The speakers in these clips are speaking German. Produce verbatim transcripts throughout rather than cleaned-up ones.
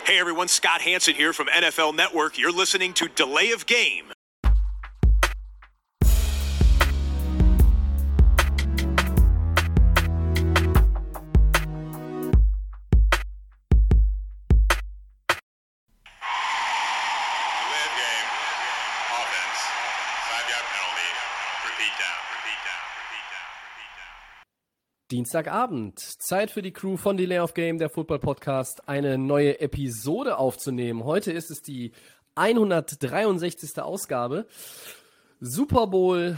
Hey everyone, Scott Hansen here from N F L Network. You're listening to Delay of Game. Dienstagabend, Zeit für die Crew von Delay of Game, der Football-Podcast, eine neue Episode aufzunehmen. Heute ist es die hundertdreiundsechzigste Ausgabe. Super Bowl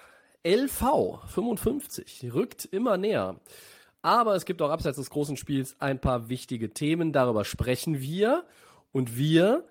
L V fünfundfünfzig rückt immer näher. Aber es gibt auch abseits des großen Spiels ein paar wichtige Themen. Darüber sprechen wir. Und wir,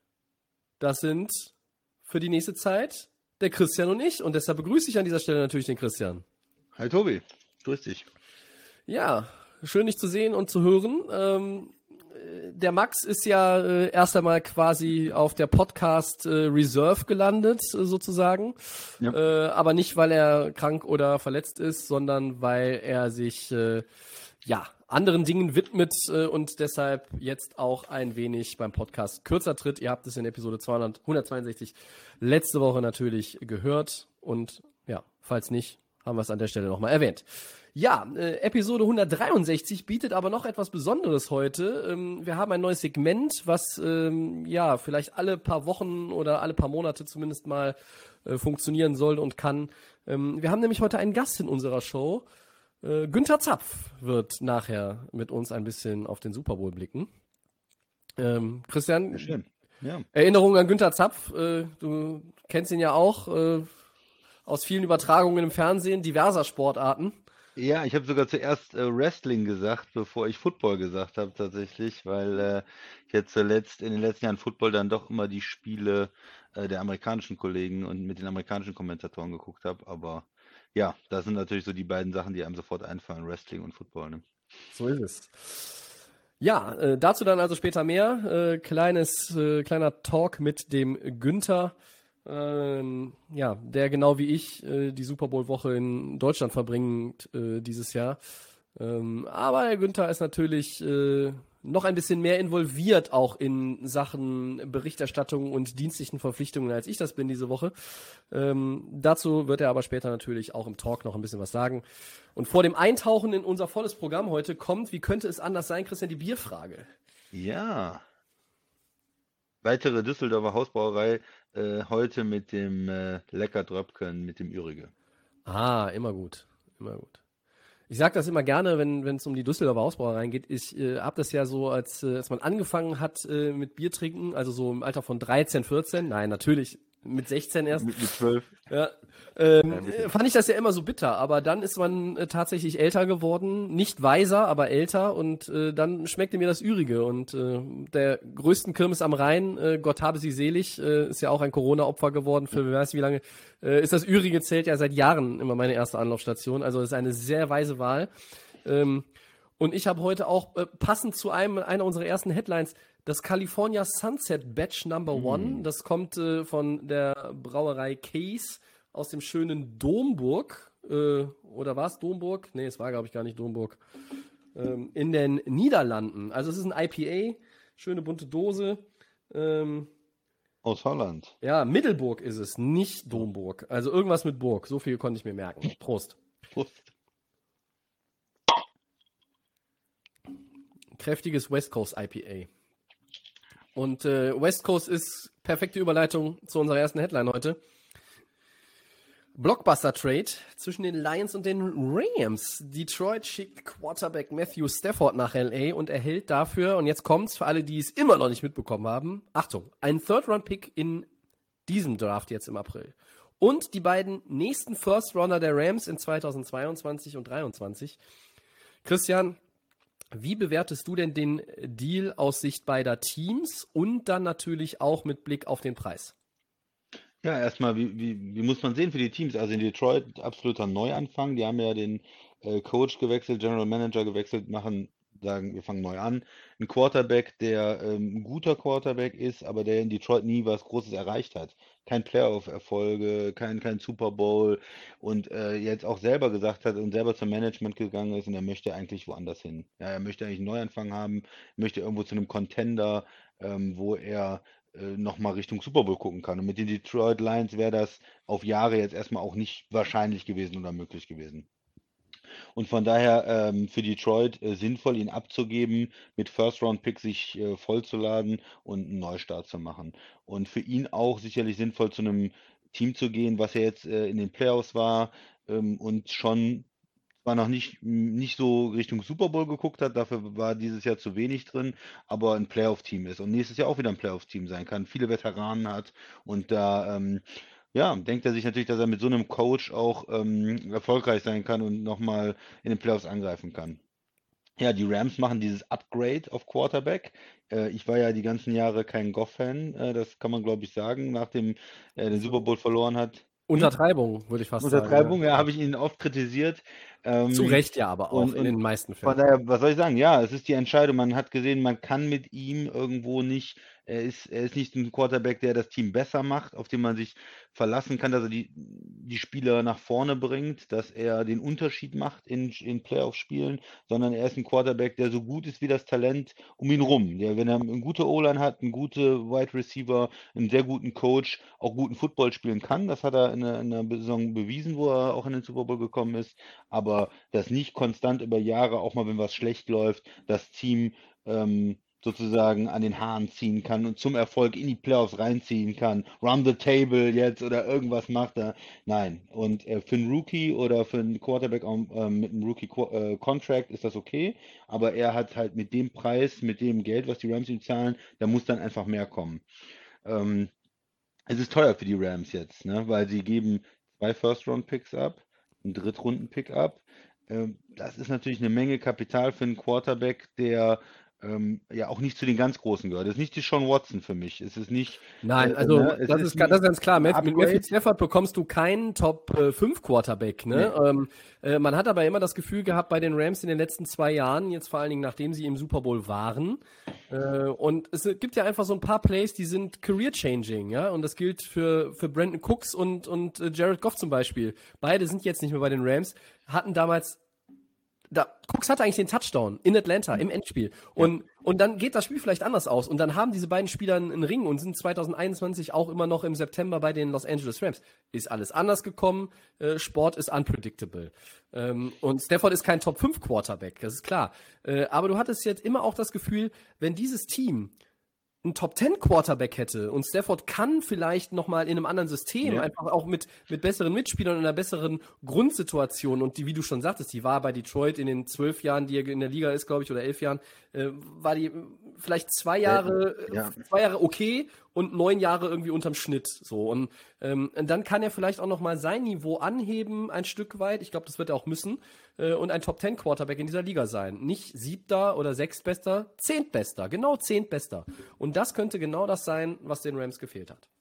das sind für die nächste Zeit der Christian und ich. Und deshalb begrüße ich an dieser Stelle natürlich den Christian. Hi Tobi. Grüß dich. Ja, schön dich zu sehen und zu hören. Ähm, der Max ist ja äh, erst einmal quasi auf der Podcast äh, Reserve gelandet, äh, sozusagen. Ja. Äh, aber nicht, weil er krank oder verletzt ist, sondern weil er sich äh, ja anderen Dingen widmet äh, und deshalb jetzt auch ein wenig beim Podcast kürzer tritt. Ihr habt es in Episode zweihundert, hundertzweiundsechzig letzte Woche natürlich gehört. Und ja, falls nicht, haben wir es an der Stelle nochmal erwähnt. Ja, äh, Episode hundertdreiundsechzig bietet aber noch etwas Besonderes heute. Ähm, wir haben ein neues Segment, was ähm, ja vielleicht alle paar Wochen oder alle paar Monate zumindest mal äh, funktionieren soll und kann. Ähm, wir haben nämlich heute einen Gast in unserer Show. Äh, Günther Zapf wird nachher mit uns ein bisschen auf den Super Bowl blicken. Ähm, Christian, schön. Ja. Erinnerung an Günther Zapf. Äh, du kennst ihn ja auch äh, aus vielen Übertragungen im Fernsehen, diverser Sportarten. Ja, ich habe sogar zuerst äh, Wrestling gesagt, bevor ich Football gesagt habe tatsächlich, weil äh, ich jetzt zuletzt in den letzten Jahren Football dann doch immer die Spiele äh, der amerikanischen Kollegen und mit den amerikanischen Kommentatoren geguckt habe. Aber ja, das sind natürlich so die beiden Sachen, die einem sofort einfallen, Wrestling und Football. Ne? So ist es. Ja, äh, dazu dann also später mehr. Äh, kleines, äh, kleiner Talk mit dem Günther. Ähm, ja, der genau wie ich äh, die Super Bowl-Woche in Deutschland verbringt äh, dieses Jahr. Ähm, aber der Günther ist natürlich äh, noch ein bisschen mehr involviert auch in Sachen Berichterstattung und dienstlichen Verpflichtungen, als ich das bin diese Woche. Ähm, dazu wird er aber später natürlich auch im Talk noch ein bisschen was sagen. Und vor dem Eintauchen in unser volles Programm heute kommt, wie könnte es anders sein, Christian, die Bierfrage. Ja. Weitere Düsseldorfer Hausbrauerei, äh, heute mit dem äh, Lecker Dröpken, mit dem Ürige. Ah, immer gut, immer gut. Ich sage das immer gerne, wenn es um die Düsseldorfer Hausbrauereien geht. Ich äh, habe das ja so, als, äh, als man angefangen hat äh, mit Bier trinken, also so im Alter von dreizehn, vierzehn, nein, natürlich mit sechzehn erst. Mit, mit zwölf. Ja. Ähm, ja, fand ich das ja immer so bitter, aber dann ist man äh, tatsächlich älter geworden, nicht weiser, aber älter und äh, dann schmeckte mir das Ürige und äh, der größten Kirmes am Rhein, äh, Gott habe sie selig, äh, ist ja auch ein Corona-Opfer geworden für wer weiß wie lange, äh, ist das Ürige, zählt ja seit Jahren immer meine erste Anlaufstation, also ist eine sehr weise Wahl. Ähm, und ich habe heute auch äh, passend zu einem einer unserer ersten Headlines das California Sunset Batch Number One, mm. das kommt äh, von der Brauerei Case aus dem schönen Domburg, äh, oder war es Domburg? Nee, es war, glaube ich, gar nicht Domburg. Ähm, in den Niederlanden. Also es ist ein I P A, schöne bunte Dose. Ähm, Aus Holland. Ja, Middelburg ist es, nicht Domburg. Also irgendwas mit Burg, so viel konnte ich mir merken. Prost. Prost. Kräftiges West Coast I P A. Und äh, West Coast ist perfekte Überleitung zu unserer ersten Headline heute. Blockbuster-Trade zwischen den Lions und den Rams. Detroit schickt Quarterback Matthew Stafford nach L A und erhält dafür, und jetzt kommt's für alle, die es immer noch nicht mitbekommen haben, Achtung, einen Third-Round-Pick in diesem Draft jetzt im April. Und die beiden nächsten First-Runner der Rams in zweitausendzweiundzwanzig und zweitausenddreiundzwanzig. Christian, wie bewertest du denn den Deal aus Sicht beider Teams und dann natürlich auch mit Blick auf den Preis? Ja, erstmal, wie, wie, wie muss man sehen für die Teams? Also in Detroit absoluter Neuanfang. Die haben ja den äh, Coach gewechselt, General Manager gewechselt, machen sagen, wir fangen neu an. Ein Quarterback, der ähm, ein guter Quarterback ist, aber der in Detroit nie was Großes erreicht hat. Kein Playoff-Erfolge, kein, kein Super Bowl und äh, jetzt auch selber gesagt hat und selber zum Management gegangen ist und er möchte eigentlich woanders hin. Ja, er möchte eigentlich einen Neuanfang haben, möchte irgendwo zu einem Contender, ähm, wo er äh, nochmal Richtung Super Bowl gucken kann. Und mit den Detroit Lions wäre das auf Jahre jetzt erstmal auch nicht wahrscheinlich gewesen oder möglich gewesen. Und von daher ähm, für Detroit äh, sinnvoll, ihn abzugeben, mit First-Round-Pick sich äh, vollzuladen und einen Neustart zu machen. Und für ihn auch sicherlich sinnvoll, zu einem Team zu gehen, was er jetzt äh, in den Playoffs war ähm, und schon zwar noch nicht, nicht so Richtung Super Bowl geguckt hat, dafür war dieses Jahr zu wenig drin, aber ein Playoff-Team ist und nächstes Jahr auch wieder ein Playoff-Team sein kann, viele Veteranen hat und da ähm, ja, denkt er sich natürlich, dass er mit so einem Coach auch ähm, erfolgreich sein kann und nochmal in den Playoffs angreifen kann. Ja, die Rams machen dieses Upgrade auf Quarterback. Äh, ich war ja die ganzen Jahre kein Goff-Fan, äh, das kann man glaube ich sagen, nachdem er den Super Bowl verloren hat. Untertreibung, würde ich fast Untertreibung, sagen. ja, habe ich ihn oft kritisiert. Ja. Zu Ähm, Recht ja, aber auch und, in den und meisten von Fällen. daher, was soll ich sagen? Ja, es ist die Entscheidung. Man hat gesehen, man kann mit ihm irgendwo nicht, er ist, er ist nicht ein Quarterback, der das Team besser macht, auf den man sich verlassen kann, dass er die, die Spieler nach vorne bringt, dass er den Unterschied macht in, in Playoff-Spielen, sondern er ist ein Quarterback, der so gut ist wie das Talent um ihn rum. Der, wenn er eine gute O-Line hat, einen guten Wide Receiver, einen sehr guten Coach, auch guten Football spielen kann. Das hat er in der, in der Saison bewiesen, wo er auch in den Super Bowl gekommen ist. Aber das nicht konstant über Jahre, auch mal wenn was schlecht läuft, das Team ähm, sozusagen an den Haaren ziehen kann und zum Erfolg in die Playoffs reinziehen kann, run the table jetzt oder irgendwas macht er. Nein. Und äh, für einen Rookie oder für einen Quarterback ähm, mit einem Rookie-Contract ist das okay, aber er hat halt mit dem Preis, mit dem Geld, was die Rams ihm zahlen, da muss dann einfach mehr kommen. Ähm, es ist teuer für die Rams jetzt, ne? Weil sie geben zwei First-Round-Picks ab, einen Drittrunden-Pick ab. Ähm, das ist natürlich eine Menge Kapital für einen Quarterback, der ähm, ja auch nicht zu den ganz Großen gehört. Das ist nicht die Sean Watson für mich. Es ist nicht, Nein, äh, also ne? Es das ist ist, ga- das ist ganz klar. ein Mit Matthew Upgrade. Stafford bekommst du keinen Top fünf Quarterback. Ne? Nee. Ähm, äh, man hat aber immer das Gefühl gehabt bei den Rams in den letzten zwei Jahren, jetzt vor allen Dingen nachdem sie im Super Bowl waren. Äh, und es gibt ja einfach so ein paar Plays, die sind career-changing. Ja? Und das gilt für, für Brandon Cooks und, und äh, Jared Goff zum Beispiel. Beide sind jetzt nicht mehr bei den Rams, hatten damals da, Cooks hatte eigentlich den Touchdown in Atlanta im Endspiel. Und, ja. und dann geht das Spiel vielleicht anders aus. Und dann haben diese beiden Spieler einen Ring und sind zwanzig einundzwanzig auch immer noch im September bei den Los Angeles Rams. Ist alles anders gekommen. Äh, Sport ist unpredictable. Ähm, und Stafford ist kein Top fünf Quarterback, das ist klar. Äh, aber du hattest jetzt immer auch das Gefühl, wenn dieses Team ein Top Ten Quarterback hätte und Stafford kann vielleicht nochmal in einem anderen System, ja. einfach auch mit, mit besseren Mitspielern und einer besseren Grundsituation und die, wie du schon sagtest, die war bei Detroit in den zwölf Jahren, die er in der Liga ist, glaube ich, oder elf Jahren, äh, war die vielleicht zwei Jahre, ja. zwei Jahre okay und neun Jahre irgendwie unterm Schnitt, so. Und ähm, dann kann er vielleicht auch nochmal sein Niveau anheben, ein Stück weit. Ich glaube, das wird er auch müssen. Äh, und ein Top Ten Quarterback in dieser Liga sein. Nicht siebter oder sechstbester, zehntbester. Genau zehntbester. Und das könnte genau das sein, was den Rams gefehlt hat.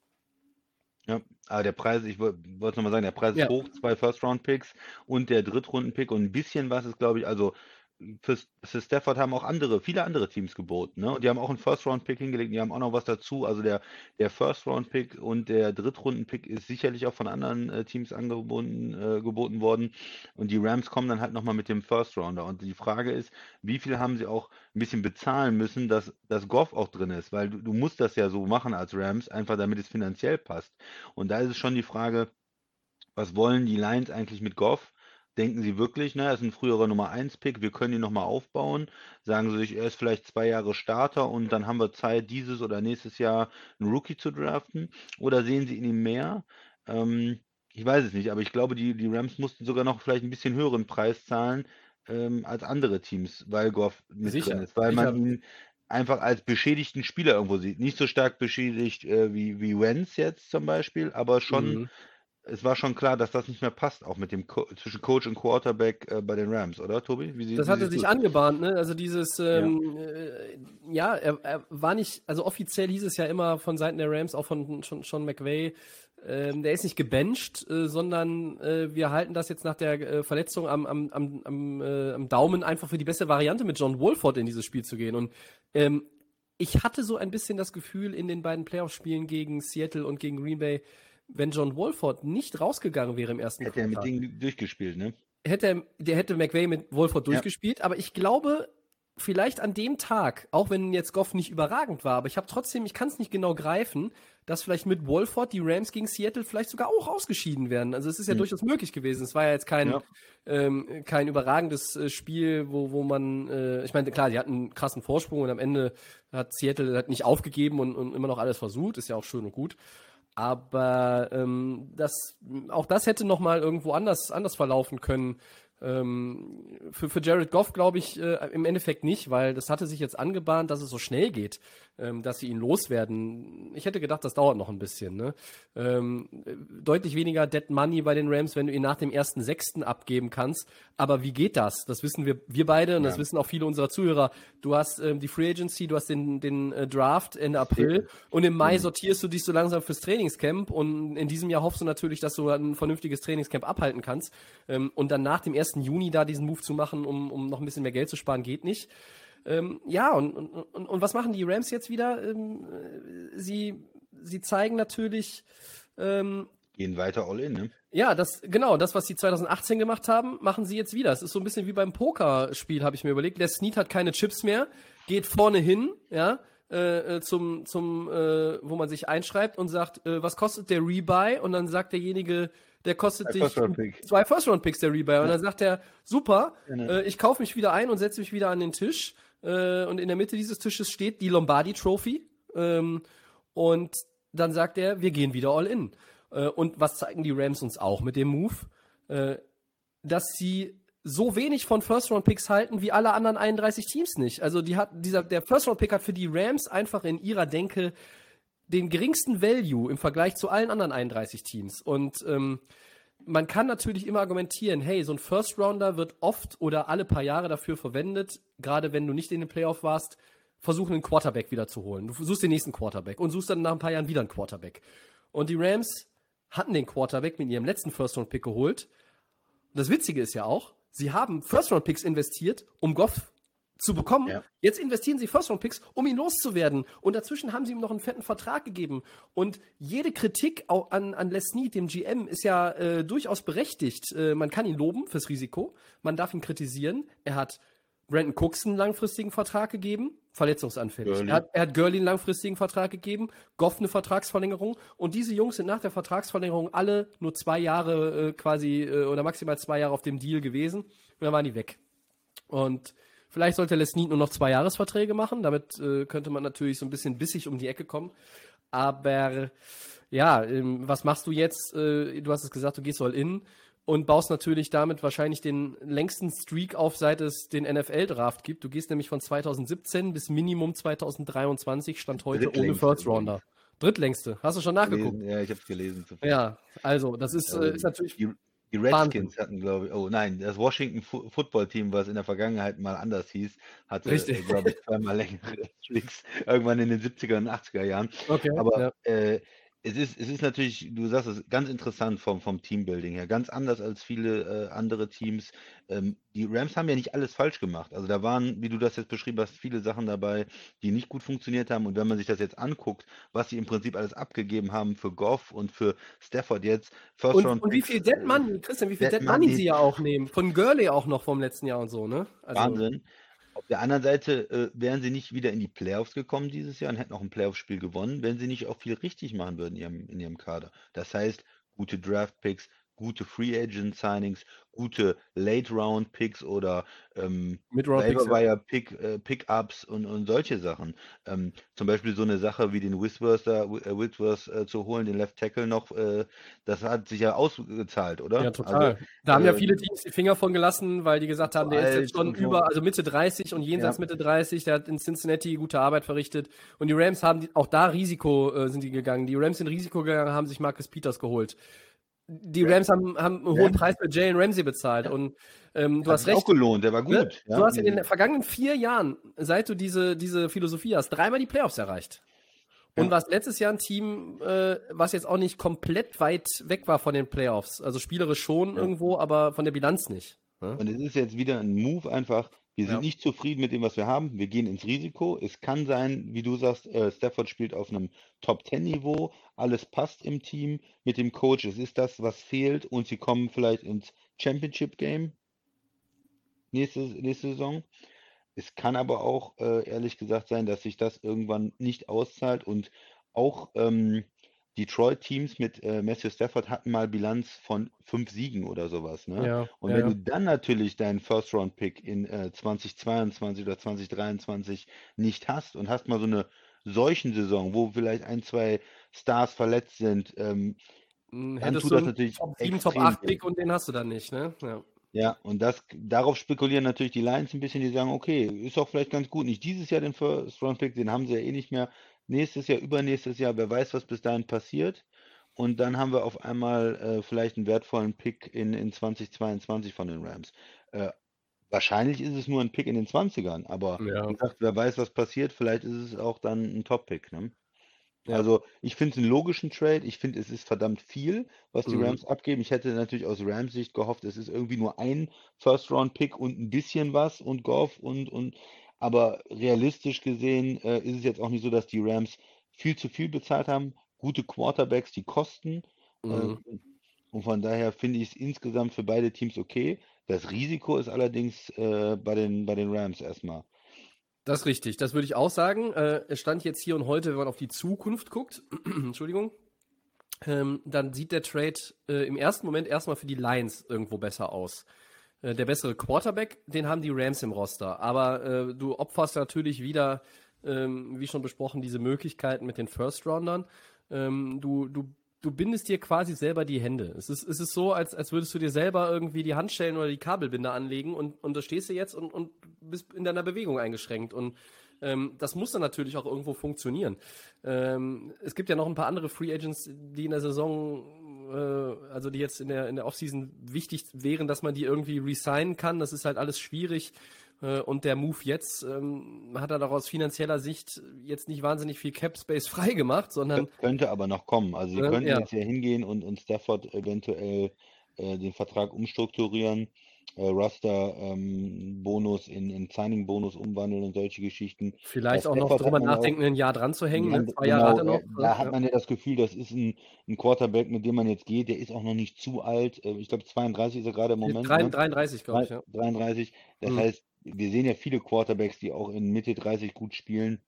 Ja, aber der Preis, ich wollte es nochmal sagen, der Preis ja. ist hoch, zwei First-Round-Picks und der Drittrunden-Pick und ein bisschen was ist, glaube ich, also für, für Stafford haben auch andere, viele andere Teams geboten, ne? Und die haben auch einen First-Round-Pick hingelegt, die haben auch noch was dazu. Also der, der First-Round-Pick und der Drittrunden-Pick ist sicherlich auch von anderen äh, Teams angeboten äh, geboten worden. Und die Rams kommen dann halt nochmal mit dem First-Rounder. Und die Frage ist, wie viel haben sie auch ein bisschen bezahlen müssen, dass das Goff auch drin ist? Weil du, du musst das ja so machen als Rams, einfach damit es finanziell passt. Und da ist es schon die Frage, was wollen die Lions eigentlich mit Goff? Denken sie wirklich, ne, er ist ein früherer Nummer eins Pick, wir können ihn nochmal aufbauen? Sagen sie sich, er ist vielleicht zwei Jahre Starter und dann haben wir Zeit, dieses oder nächstes Jahr einen Rookie zu draften? Oder sehen sie in ihm mehr? Ähm, ich weiß es nicht, aber ich glaube, die, die Rams mussten sogar noch vielleicht ein bisschen höheren Preis zahlen ähm, als andere Teams, weil Goff mit sicher, drin ist, weil sicher. man ihn einfach als beschädigten Spieler irgendwo sieht. Nicht so stark beschädigt äh, wie, wie Wentz jetzt zum Beispiel, aber schon Mhm. es war schon klar, dass das nicht mehr passt, auch mit dem Co zwischen Coach und Quarterback äh, bei den Rams, oder Tobi? Wie, Das wie hatte siehst sich du's? angebahnt, ne? Also dieses, ähm, ja, äh, ja er, er war nicht, also offiziell hieß es ja immer von Seiten der Rams, auch von schon, Sean McVay, ähm, der ist nicht gebencht, äh, sondern äh, wir halten das jetzt nach der äh, Verletzung am, am, am, am, äh, am Daumen einfach für die beste Variante, mit John Wolford in dieses Spiel zu gehen. Und ähm, ich hatte so ein bisschen das Gefühl in den beiden Playoff-Spielen gegen Seattle und gegen Green Bay, wenn John Wolford nicht rausgegangen wäre im ersten Quartal. Hätte er mit Ding durchgespielt, ne? Hätte, der hätte McVay mit Wolford durchgespielt, ja. Aber ich glaube, vielleicht an dem Tag, auch wenn jetzt Goff nicht überragend war, aber ich habe trotzdem, ich kann es nicht genau greifen, dass vielleicht mit Wolford die Rams gegen Seattle vielleicht sogar auch ausgeschieden werden. Also es ist ja mhm. durchaus möglich gewesen. Es war ja jetzt kein, ja. ähm, kein überragendes äh, Spiel, wo, wo man, äh, ich meine, klar, die hatten einen krassen Vorsprung und am Ende hat Seattle hat nicht aufgegeben und, und immer noch alles versucht, ist ja auch schön und gut. Aber ähm, das, auch das hätte nochmal irgendwo anders, anders verlaufen können. Ähm, für, für Jared Goff glaube ich äh, im Endeffekt nicht, weil das hatte sich jetzt angebahnt, dass es so schnell geht, ähm, dass sie ihn loswerden. Ich hätte gedacht, das dauert noch ein bisschen. Ne? Ähm, deutlich weniger Dead Money bei den Rams, wenn du ihn nach dem ersten Sechsten abgeben kannst. Aber wie geht das? Das wissen wir, wir beide und ja. das wissen auch viele unserer Zuhörer. Du hast ähm, die Free Agency, du hast den, den äh, Draft Ende April und im Mai mhm. sortierst du dich so langsam fürs Trainingscamp und in diesem Jahr hoffst du natürlich, dass du ein vernünftiges Trainingscamp abhalten kannst ähm, und dann nach dem ersten Juni da diesen Move zu machen, um, um noch ein bisschen mehr Geld zu sparen, geht nicht. Ähm, ja, und, und, und, und was machen die Rams jetzt wieder? Ähm, sie, sie zeigen natürlich ähm, gehen weiter all in, ne? Ja, das, genau, das, was sie zwanzig achtzehn gemacht haben, machen sie jetzt wieder. Es ist so ein bisschen wie beim Pokerspiel, habe ich mir überlegt. Les Snead hat keine Chips mehr, geht vorne hin, ja, äh, zum, zum, äh, wo man sich einschreibt und sagt, äh, was kostet der Rebuy? Und dann sagt derjenige, der kostet dich zwei First-Round-Picks, der Rebuy. Und dann sagt er, super, äh, ich kaufe mich wieder ein und setze mich wieder an den Tisch. Äh, und in der Mitte dieses Tisches steht die Lombardi-Trophy. Ähm, und dann sagt er, wir gehen wieder all in. Äh, und was zeigen die Rams uns auch mit dem Move? Äh, dass sie so wenig von First-Round-Picks halten wie alle anderen einunddreißig Teams nicht. Also die hat, dieser, der First-Round-Pick hat für die Rams einfach in ihrer Denke den geringsten Value im Vergleich zu allen anderen einunddreißig Teams. Und ähm, man kann natürlich immer argumentieren, hey, so ein First-Rounder wird oft oder alle paar Jahre dafür verwendet, gerade wenn du nicht in den Playoff warst, versuchen einen Quarterback wieder zu holen. Du suchst den nächsten Quarterback und suchst dann nach ein paar Jahren wieder einen Quarterback. Und die Rams hatten den Quarterback mit ihrem letzten First-Round-Pick geholt. Und das Witzige ist ja auch, sie haben First-Round-Picks investiert, um Goff zu bekommen. Ja. Jetzt investieren sie First-Round-Picks, um ihn loszuwerden. Und dazwischen haben sie ihm noch einen fetten Vertrag gegeben. Und jede Kritik auch an, an Les Snead, dem G M, ist ja äh, durchaus berechtigt. Äh, man kann ihn loben fürs Risiko. Man darf ihn kritisieren. Er hat Brandon Cooks einen langfristigen Vertrag gegeben, verletzungsanfällig. Er hat, er hat Gurley einen langfristigen Vertrag gegeben, Goff eine Vertragsverlängerung. Und diese Jungs sind nach der Vertragsverlängerung alle nur zwei Jahre äh, quasi äh, oder maximal zwei Jahre auf dem Deal gewesen. Und dann waren die weg. Und vielleicht sollte Les Snead nur noch zwei Jahresverträge machen. Damit äh, könnte man natürlich so ein bisschen bissig um die Ecke kommen. Aber ja, ähm, was machst du jetzt? Äh, du hast es gesagt, du gehst all in und baust natürlich damit wahrscheinlich den längsten Streak auf, seit es den N F L-Draft gibt. Du gehst nämlich von zweitausendsiebzehn bis Minimum zweitausenddreiundzwanzig, Stand heute ohne First-Rounder. Drittlängste. Hast du schon nachgeguckt? Gelesen, ja, ich habe es gelesen. Ja, also das ist, äh, ist natürlich... Die, die Redskins Wahnsinn. Hatten, glaube ich, oh nein, das Washington Fo- Football-Team, was in der Vergangenheit mal anders hieß, hatte, äh, glaube ich, zweimal längere Streaks, irgendwann in den siebziger und achtziger Jahren. Okay, aber ja. äh, es ist, es ist natürlich, du sagst es, ganz interessant vom, vom Teambuilding her, ganz anders als viele äh, andere Teams. Ähm, die Rams haben ja nicht alles falsch gemacht. Also da waren, wie du das jetzt beschrieben hast, viele Sachen dabei, die nicht gut funktioniert haben. Und wenn man sich das jetzt anguckt, was sie im Prinzip alles abgegeben haben für Goff und für Stafford jetzt, First und, Round und wie viel Dead Money, Christian, wie viel Dead, Dead Money sie ja auch nehmen. Von Gurley auch noch vom letzten Jahr und so, ne? Also, Wahnsinn. Auf der anderen Seite äh, wären sie nicht wieder in die Playoffs gekommen dieses Jahr und hätten auch ein Playoff-Spiel gewonnen, wenn sie nicht auch viel richtig machen würden in ihrem, in ihrem Kader. Das heißt, gute Draft-Picks, gute Free-Agent-Signings, gute Late-Round-Picks oder ähm, Waiver-Wire-Pick, äh, Pick-Ups und, und solche Sachen. Ähm, zum Beispiel so eine Sache wie den Whitworth, da, äh, Whitworth äh, zu holen, den Left Tackle noch, äh, das hat sich ja ausgezahlt, oder? Ja, total. Also, da haben äh, ja viele Teams die Finger von gelassen, weil die gesagt haben, der ist jetzt schon über, also Mitte dreißig und jenseits ja. Mitte dreißig, der hat in Cincinnati gute Arbeit verrichtet. Und die Rams haben, die, auch da Risiko äh, sind die gegangen. Die Rams sind Risiko gegangen, haben sich Marcus Peters geholt. Die Rams haben, haben einen hohen Preis für Jalen Ramsey bezahlt ja. und ähm, du hat hast recht. Auch gelohnt, der war gut. Ne? Ja. Du hast in den vergangenen vier Jahren, seit du diese, diese Philosophie hast, dreimal die Playoffs erreicht. Und Ja. was letztes Jahr ein Team, äh, was jetzt auch nicht komplett weit weg war von den Playoffs. Also spielerisch schon Ja. irgendwo, aber von der Bilanz nicht. Ne? Und es ist jetzt wieder ein Move einfach. Wir sind Ja. nicht zufrieden mit dem, was wir haben. Wir gehen ins Risiko. Es kann sein, wie du sagst, äh, Stafford spielt auf einem Top-Ten-Niveau. Alles passt im Team mit dem Coach. Es ist das, was fehlt. Und sie kommen vielleicht ins Championship-Game nächste, nächste Saison. Es kann aber auch, äh, ehrlich gesagt, sein, dass sich das irgendwann nicht auszahlt. Und auch ähm, Detroit-Teams mit äh, Matthew Stafford hatten mal Bilanz von fünf Siegen oder sowas, ne? Ja, Und ja, wenn ja. du dann natürlich deinen First-Round-Pick in äh, zwanzig zweiundzwanzig oder zwanzig dreiundzwanzig nicht hast und hast mal so eine Seuchensaison, wo vielleicht ein, zwei Stars verletzt sind, ähm, Hm, dann Hättest tut du das einen natürlich Top sieben, Top extrem acht weh. Pick und den hast du dann nicht, ne? Ja. Ja, und das, darauf spekulieren natürlich die Lions ein bisschen, die sagen, okay, ist auch vielleicht ganz gut, nicht dieses Jahr den First-Round-Pick, den haben sie ja eh nicht mehr, nächstes Jahr, übernächstes Jahr, wer weiß, was bis dahin passiert. Und dann haben wir auf einmal äh, vielleicht einen wertvollen Pick in, in zwanzig zweiundzwanzig von den Rams. Äh, wahrscheinlich ist es nur ein Pick in den Zwanzigern, aber Ja, wie gesagt, wer weiß, was passiert, vielleicht ist es auch dann ein Top-Pick, ne? ja. Also ich finde es einen logischen Trade. Ich finde, es ist verdammt viel, was die Mhm. Rams abgeben. Ich hätte natürlich aus Rams Sicht gehofft, es ist irgendwie nur ein First-Round-Pick und ein bisschen was und Goff und, und aber realistisch gesehen äh, ist es jetzt auch nicht so, dass die Rams viel zu viel bezahlt haben. Gute Quarterbacks, die kosten. Mhm. Ähm, und von daher finde ich es insgesamt für beide Teams okay. Das Risiko ist allerdings äh, bei den, bei den Rams erstmal. Das ist richtig, das würde ich auch sagen. Äh, es stand jetzt hier und heute, wenn man auf die Zukunft guckt, Entschuldigung, ähm, dann sieht der Trade äh, im ersten Moment erstmal für die Lions irgendwo besser aus. Äh, der bessere Quarterback, den haben die Rams im Roster. Aber äh, du opferst natürlich wieder, ähm, wie schon besprochen, diese Möglichkeiten mit den First-Roundern. Ähm, du, du, du bindest dir quasi selber die Hände. Es ist, es ist so, als, als würdest du dir selber irgendwie die Handschellen oder die Kabelbinder anlegen und, und da stehst du jetzt und, und bist in deiner Bewegung eingeschränkt. Und ähm, das muss dann natürlich auch irgendwo funktionieren. Ähm, es gibt ja noch ein paar andere Free Agents, die in der Saison, äh, also die jetzt in der, in der Offseason wichtig wären, dass man die irgendwie resignen kann. Das ist halt alles schwierig. Äh, und der Move jetzt ähm, hat er doch aus finanzieller Sicht jetzt nicht wahnsinnig viel Cap Space freigemacht, sondern Kö- Könnte aber noch kommen. Also sie äh, könnten ja, jetzt ja hingehen und, und Stafford eventuell äh, den Vertrag umstrukturieren, äh, Roster ähm, Bonus in, in Signing-Bonus umwandeln und solche Geschichten. Bei vielleicht auch noch Stafford hat drüber man ja auch, nachdenken, ein Jahr dran zu hängen. ja, Ne? Zwei Jahre hat genau, er noch. äh, Ne? da hat Ja. man ja das Gefühl, das ist ein, ein Quarterback, mit dem man jetzt geht, der ist auch noch nicht zu alt. Äh, ich glaube zweiunddreißig ist er gerade im Moment, ne? dreiunddreißig, glaube ich, Drei- ja. dreiunddreißig. Das Mhm. heißt, wir sehen ja viele Quarterbacks, die auch in Mitte dreißig gut spielen.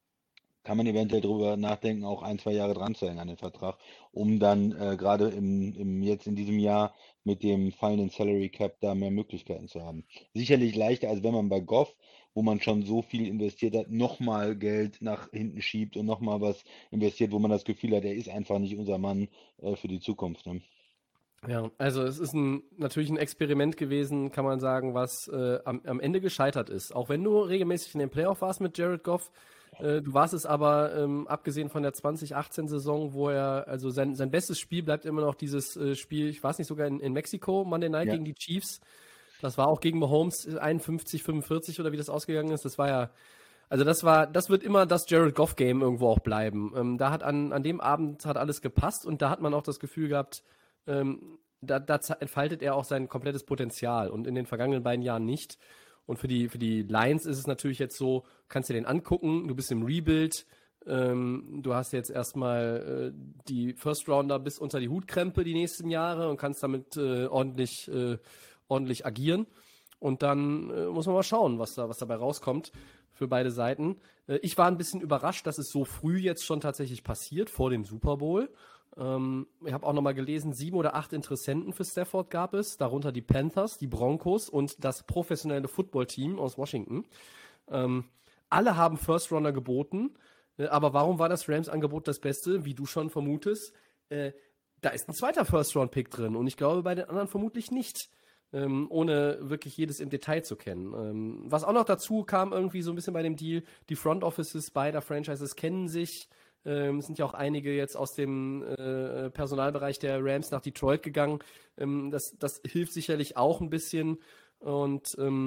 Kann man eventuell darüber nachdenken, auch ein, zwei Jahre dran zu hängen an den Vertrag, um dann äh, gerade im, im, jetzt in diesem Jahr mit dem fallenden Salary Cap da mehr Möglichkeiten zu haben. Sicherlich leichter, als wenn man bei Goff, wo man schon so viel investiert hat, nochmal Geld nach hinten schiebt und nochmal was investiert, wo man das Gefühl hat, er ist einfach nicht unser Mann äh, für die Zukunft. Ne? Ja, also es ist ein, natürlich ein Experiment gewesen, kann man sagen, was äh, am, am Ende gescheitert ist. Auch wenn du regelmäßig in den Playoff warst mit Jared Goff, äh, du warst es aber, ähm, abgesehen von der zwanzig achtzehn-Saison, wo er, also sein, sein bestes Spiel bleibt immer noch dieses äh, Spiel, ich weiß nicht, sogar in, in Mexiko, Monday Night Ja. gegen die Chiefs. Das war auch gegen Mahomes einundfünfzig, fünfundvierzig oder wie das ausgegangen ist. Das war ja, also das war, das wird immer das Jared Goff Game irgendwo auch bleiben. Ähm, da hat an, an dem Abend hat alles gepasst und da hat man auch das Gefühl gehabt, ähm, da, da ze- entfaltet er auch sein komplettes Potenzial und in den vergangenen beiden Jahren nicht. Und für die, für die Lions ist es natürlich jetzt so, kannst dir den angucken, du bist im Rebuild, ähm, du hast jetzt erstmal äh, die First Rounder bis unter die Hutkrempe die nächsten Jahre und kannst damit äh, ordentlich, äh, ordentlich agieren. Und dann äh, muss man mal schauen, was da, was dabei rauskommt für beide Seiten. Äh, ich war ein bisschen überrascht, dass es so früh jetzt schon tatsächlich passiert, vor dem Super Bowl. Ähm, ich habe auch nochmal gelesen, sieben oder acht Interessenten für Stafford gab es, darunter die Panthers, die Broncos und das professionelle Footballteam aus Washington. Ähm, alle haben First Runner geboten, äh, aber warum war das Rams-Angebot das Beste? Wie du schon vermutest, äh, da ist ein zweiter First-Round-Pick drin und ich glaube bei den anderen vermutlich nicht, ähm, ohne wirklich jedes im Detail zu kennen. Ähm, was auch noch dazu kam irgendwie so ein bisschen bei dem Deal, die Front Offices beider Franchises kennen sich. Ähm, es sind ja auch einige jetzt aus dem äh, Personalbereich der Rams nach Detroit gegangen. Ähm, das, das hilft sicherlich auch ein bisschen. Und ähm,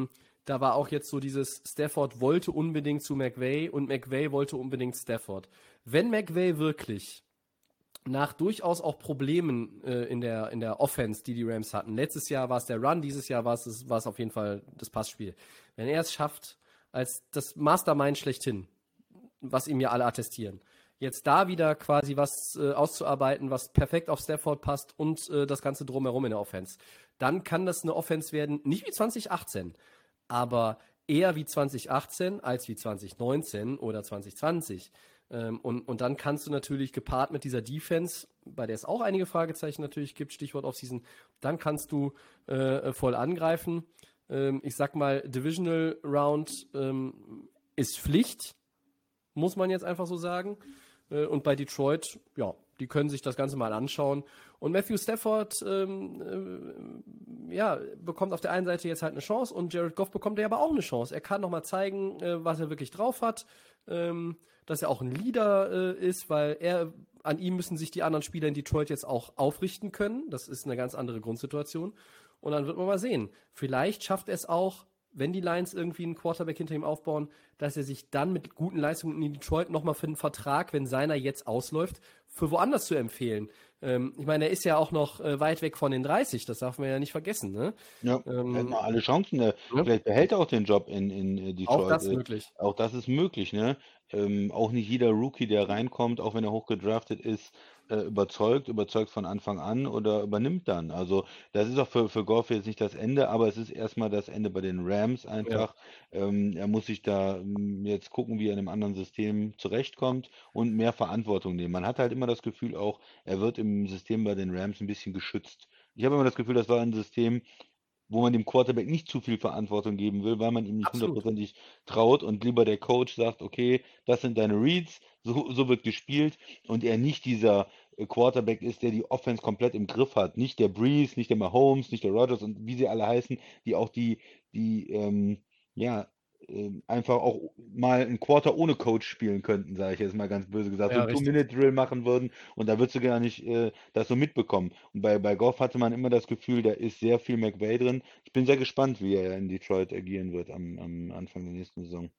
da war auch jetzt so dieses, Stafford wollte unbedingt zu McVay und McVay wollte unbedingt Stafford. Wenn McVay wirklich nach durchaus auch Problemen äh, in der, in der Offense, die die Rams hatten, letztes Jahr war es der Run, dieses Jahr war es, war es auf jeden Fall das Passspiel. Wenn er es schafft, als das Mastermind schlechthin, was ihm ja alle attestieren, jetzt da wieder quasi was äh, auszuarbeiten, was perfekt auf Stafford passt und äh, das Ganze drumherum in der Offense, dann kann das eine Offense werden, nicht wie zwanzig achtzehn, aber eher wie zwanzig achtzehn als wie zwanzig neunzehn oder zwanzig zwanzig. Ähm, und, und dann kannst du natürlich gepaart mit dieser Defense, bei der es auch einige Fragezeichen natürlich gibt, Stichwort Offseason, dann kannst du äh, voll angreifen. Ähm, ich sag mal, Divisional Round ähm, ist Pflicht, muss man jetzt einfach so sagen. Und bei Detroit, ja, die können sich das Ganze mal anschauen. Und Matthew Stafford, ähm, äh, ja, bekommt auf der einen Seite jetzt halt eine Chance und Jared Goff bekommt ja aber auch eine Chance. Er kann nochmal zeigen, äh, was er wirklich drauf hat, ähm, dass er auch ein Leader äh, ist, weil er, an ihm müssen sich die anderen Spieler in Detroit jetzt auch aufrichten können. Das ist eine ganz andere Grundsituation. Und dann wird man mal sehen. Vielleicht schafft er es auch, wenn die Lions irgendwie einen Quarterback hinter ihm aufbauen, dass er sich dann mit guten Leistungen in Detroit nochmal für einen Vertrag, wenn seiner jetzt ausläuft, für woanders zu empfehlen. Ähm, ich meine, er ist ja auch noch äh, weit weg von den dreißig, das darf man ja nicht vergessen. Ne? Ja, ähm, er hat noch alle Chancen. Ne? Ja. Vielleicht behält er auch den Job in, in äh, Detroit. Auch das Äh, möglich. Auch das ist möglich, ne? Ähm, auch nicht jeder Rookie, der reinkommt, auch wenn er hochgedraftet ist, äh, überzeugt, überzeugt von Anfang an oder übernimmt dann. Also das ist auch für, für Goff jetzt nicht das Ende, aber es ist erstmal das Ende bei den Rams Ja. einfach. Ähm, er muss sich da ähm, jetzt gucken, wie er in einem anderen System zurechtkommt und mehr Verantwortung nehmen. Man hat halt immer das Gefühl auch, er wird im System bei den Rams ein bisschen geschützt. Ich habe immer das Gefühl, das war ein System, wo man dem Quarterback nicht zu viel Verantwortung geben will, weil man ihm nicht Absolut. hundertprozentig traut und lieber der Coach sagt, okay, das sind deine Reads, so, so wird gespielt und er nicht dieser äh, Quarterback ist, der die Offense komplett im Griff hat. Nicht der Breeze, nicht der Mahomes, nicht der Rodgers und wie sie alle heißen, die auch die, die, ähm, ja, ähm, einfach auch mal ein Quarter ohne Coach spielen könnten, sage ich jetzt mal ganz böse gesagt, so Ja, ein richtig. Two-Minute-Drill machen würden und da würdest du gar nicht äh, das so mitbekommen. Und bei, bei Goff hatte man immer das Gefühl, da ist sehr viel McVay drin. Ich bin sehr gespannt, wie er in Detroit agieren wird am, am Anfang der nächsten Saison.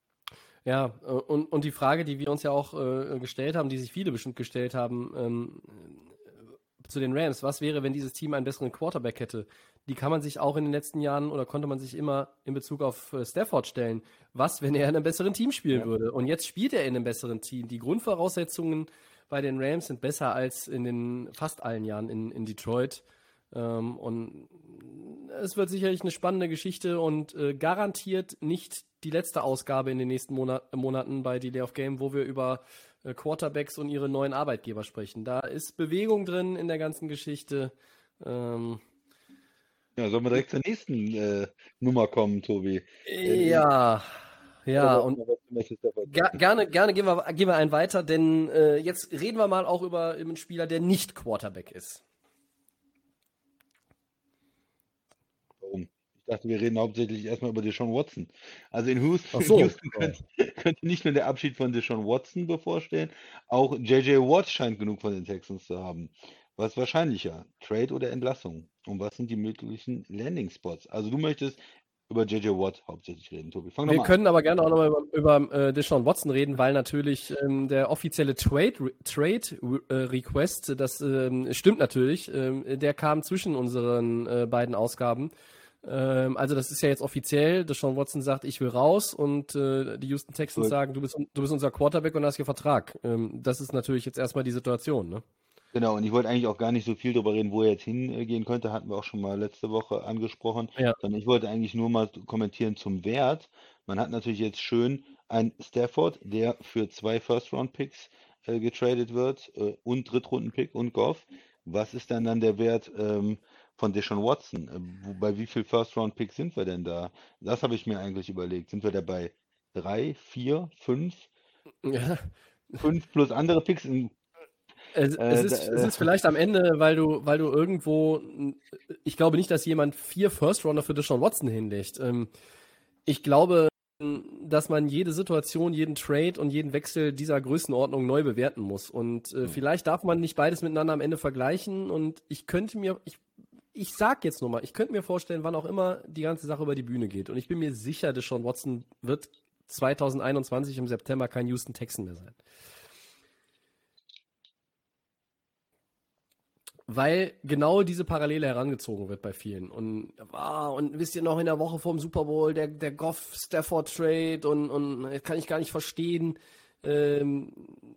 Ja, äh, und, und die Frage, die wir uns ja auch äh, gestellt haben, die sich viele bestimmt gestellt haben, ähm, äh, zu den Rams, was wäre, wenn dieses Team einen besseren Quarterback hätte? Die kann man sich auch in den letzten Jahren oder konnte man sich immer in Bezug auf äh, Stafford stellen. Was, wenn er in einem besseren Team spielen Ja. würde? Und jetzt spielt er in einem besseren Team. Die Grundvoraussetzungen bei den Rams sind besser als in den fast allen Jahren in, in Detroit. Ähm, und es wird sicherlich eine spannende Geschichte und äh, garantiert nicht die letzte Ausgabe in den nächsten Monat, Monaten bei Delay of Game, wo wir über äh, Quarterbacks und ihre neuen Arbeitgeber sprechen. Da ist Bewegung drin in der ganzen Geschichte. Ähm, Ja, sollen wir direkt zur nächsten äh, Nummer kommen, Tobi? Äh, ja, ja, oder und was- was möchtest du davon Ger sagen? gerne, gerne gehen wir, gehen wir einen weiter, denn äh, jetzt reden wir mal auch über einen Spieler, der nicht Quarterback ist. Warum? Ich dachte, wir reden hauptsächlich erstmal über Deshaun Watson. Also in Houston, Ach so. Houston könnte, könnte nicht nur der Abschied von Deshaun Watson bevorstehen, auch J J Watt scheint genug von den Texans zu haben. Was ist wahrscheinlicher? Trade oder Entlassung? Und was sind die möglichen Landing-Spots? Also du möchtest über J J Watt hauptsächlich reden, Tobi. Fang doch Wir mal an. können aber gerne auch nochmal über, über äh, Deshaun Watson reden, weil natürlich ähm, der offizielle Trade, Trade äh, Request, das ähm, stimmt natürlich, ähm, der kam zwischen unseren äh, beiden Ausgaben. Ähm, also das ist ja jetzt offiziell. Deshaun Watson sagt, ich will raus und äh, die Houston Texans Gut. sagen, du bist, du bist unser Quarterback und hast hier Vertrag. Ähm, das ist natürlich jetzt erstmal die Situation, ne? Genau, und ich wollte eigentlich auch gar nicht so viel darüber reden, wo er jetzt hingehen könnte, hatten wir auch schon mal letzte Woche angesprochen, Ja. sondern ich wollte eigentlich nur mal kommentieren zum Wert. Man hat natürlich jetzt schön einen Stafford, der für zwei First-Round-Picks äh, getradet wird äh, und Drittrunden-Pick und Goff. Was ist dann dann der Wert ähm, von Deshaun Watson? Äh, wo, bei wie viel First-Round-Picks sind wir denn da? Das habe ich mir eigentlich überlegt. Sind wir da bei drei, vier, fünf? Ja. Fünf plus andere Picks? In, Es, äh, es, da, ist, es äh, ist vielleicht am Ende, weil du, weil du irgendwo, ich glaube nicht, dass jemand vier First-Rounder für Deshaun Watson hinlegt. Ähm, ich glaube, dass man jede Situation, jeden Trade und jeden Wechsel dieser Größenordnung neu bewerten muss. Und äh, Hm. vielleicht darf man nicht beides miteinander am Ende vergleichen. Und ich könnte mir, ich, ich sag jetzt nur mal, ich könnte mir vorstellen, wann auch immer die ganze Sache über die Bühne geht. Und ich bin mir sicher, Deshaun Watson wird zwanzig einundzwanzig im September kein Houston Texan mehr sein. Weil genau diese Parallele herangezogen wird bei vielen. Und, ah, und wisst ihr noch, in der Woche vor dem Super Bowl, der, der Goff-Stafford-Trade und, und das kann ich gar nicht verstehen. Ähm,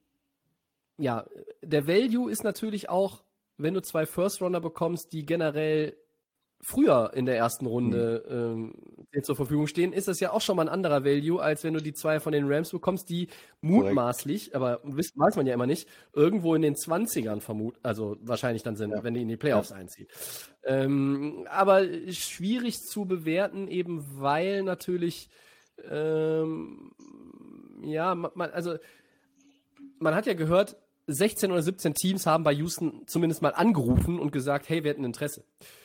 ja, der Value ist natürlich auch, wenn du zwei First-Runner bekommst, die generell früher in der ersten Runde ähm, dir zur Verfügung stehen, ist das ja auch schon mal ein anderer Value, als wenn du die zwei von den Rams bekommst, die mutmaßlich, aber wisst, weiß man ja immer nicht, irgendwo in den zwanzigern vermut, also wahrscheinlich dann sind, ja. wenn die in die Playoffs ja. einziehen. Ähm, aber schwierig zu bewerten, eben weil natürlich ähm, ja, man, also man hat ja gehört, sechzehn oder siebzehn Teams haben bei Houston zumindest mal angerufen und gesagt, hey, wir hätten Interesse.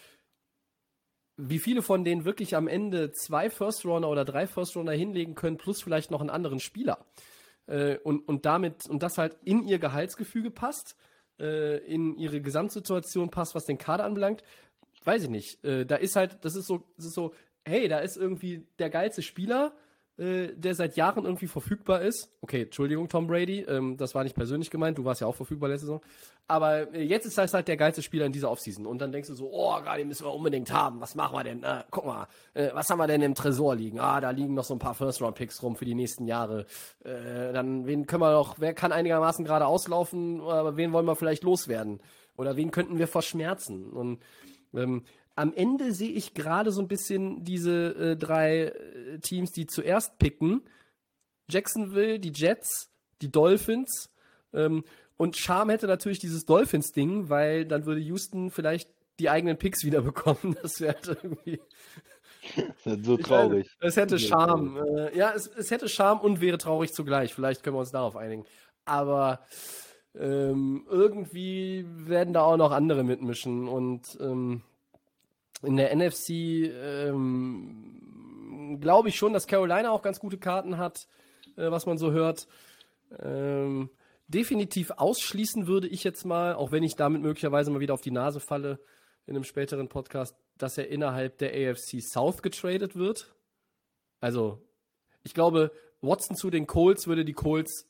Wie viele von denen wirklich am Ende zwei First-Runner oder drei First-Runner hinlegen können, plus vielleicht noch einen anderen Spieler. Äh, und, und damit, und das halt in ihr Gehaltsgefüge passt, äh, in ihre Gesamtsituation passt, was den Kader anbelangt, weiß ich nicht. Äh, da ist halt, das ist so, das ist so, hey, da ist irgendwie der geilste Spieler, äh, der seit Jahren irgendwie verfügbar ist. Okay, Entschuldigung, Tom Brady, ähm, das war nicht persönlich gemeint, du warst ja auch verfügbar letzte Saison. Aber äh, jetzt ist das halt der geilste Spieler in dieser Offseason. Und dann denkst du so, oh, gerade den müssen wir unbedingt haben. Was machen wir denn? Äh, guck mal, äh, was haben wir denn im Tresor liegen? Ah, da liegen noch so ein paar First-Round-Picks rum für die nächsten Jahre. Äh, dann, wen können wir noch, wer kann einigermaßen gerade auslaufen, aber wen wollen wir vielleicht loswerden? Oder wen könnten wir verschmerzen? Und ähm, am Ende sehe ich gerade so ein bisschen diese äh, drei äh, Teams, die zuerst picken. Jacksonville, die Jets, die Dolphins. Ähm, und Charme hätte natürlich dieses Dolphins-Ding, weil dann würde Houston vielleicht die eigenen Picks wieder bekommen. Das wäre halt irgendwie... Das ist so traurig. Weiß, es hätte Charme. Äh, ja, es, es hätte Charme und wäre traurig zugleich. Vielleicht können wir uns darauf einigen. Aber ähm, irgendwie werden da auch noch andere mitmischen. Und ähm, in der N F C ähm, glaube ich schon, dass Carolina auch ganz gute Karten hat, äh, was man so hört. Ähm, definitiv ausschließen würde ich jetzt mal, auch wenn ich damit möglicherweise mal wieder auf die Nase falle in einem späteren Podcast, dass er innerhalb der A F C South getradet wird. Also, ich glaube, Watson zu den Colts würde die Colts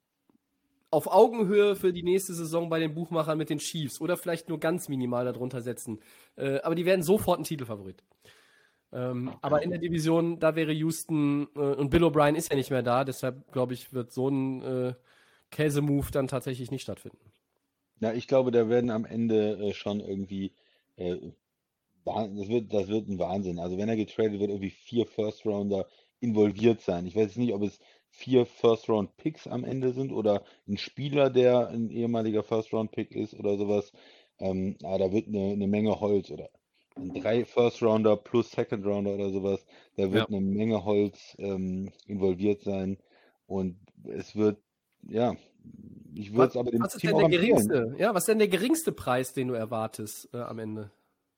auf Augenhöhe für die nächste Saison bei den Buchmachern mit den Chiefs oder vielleicht nur ganz minimal darunter setzen. Äh, aber die werden sofort ein Titelfavorit. Ähm, aber in der Division, da wäre Houston äh, und Bill O'Brien ist ja nicht mehr da, deshalb glaube ich, wird so ein äh, Käse-Move dann tatsächlich nicht stattfinden. Ja, ich glaube, da werden am Ende äh, schon irgendwie, äh, das wird, das wird ein Wahnsinn. Also wenn er getradet wird, irgendwie vier First-Rounder involviert sein. Ich weiß nicht, ob es vier First-Round-Picks am Ende sind oder ein Spieler, der ein ehemaliger First-Round-Pick ist oder sowas. Ähm, aber da wird eine, eine Menge Holz oder drei First-Rounder plus Second-Rounder oder sowas. Da wird Ja. eine Menge Holz ähm, involviert sein und es wird, ja, ich würde Was, es aber dem was ist Team denn auch der empfehlen. geringste? Ja, was ist denn der geringste Preis, den du erwartest äh, am Ende?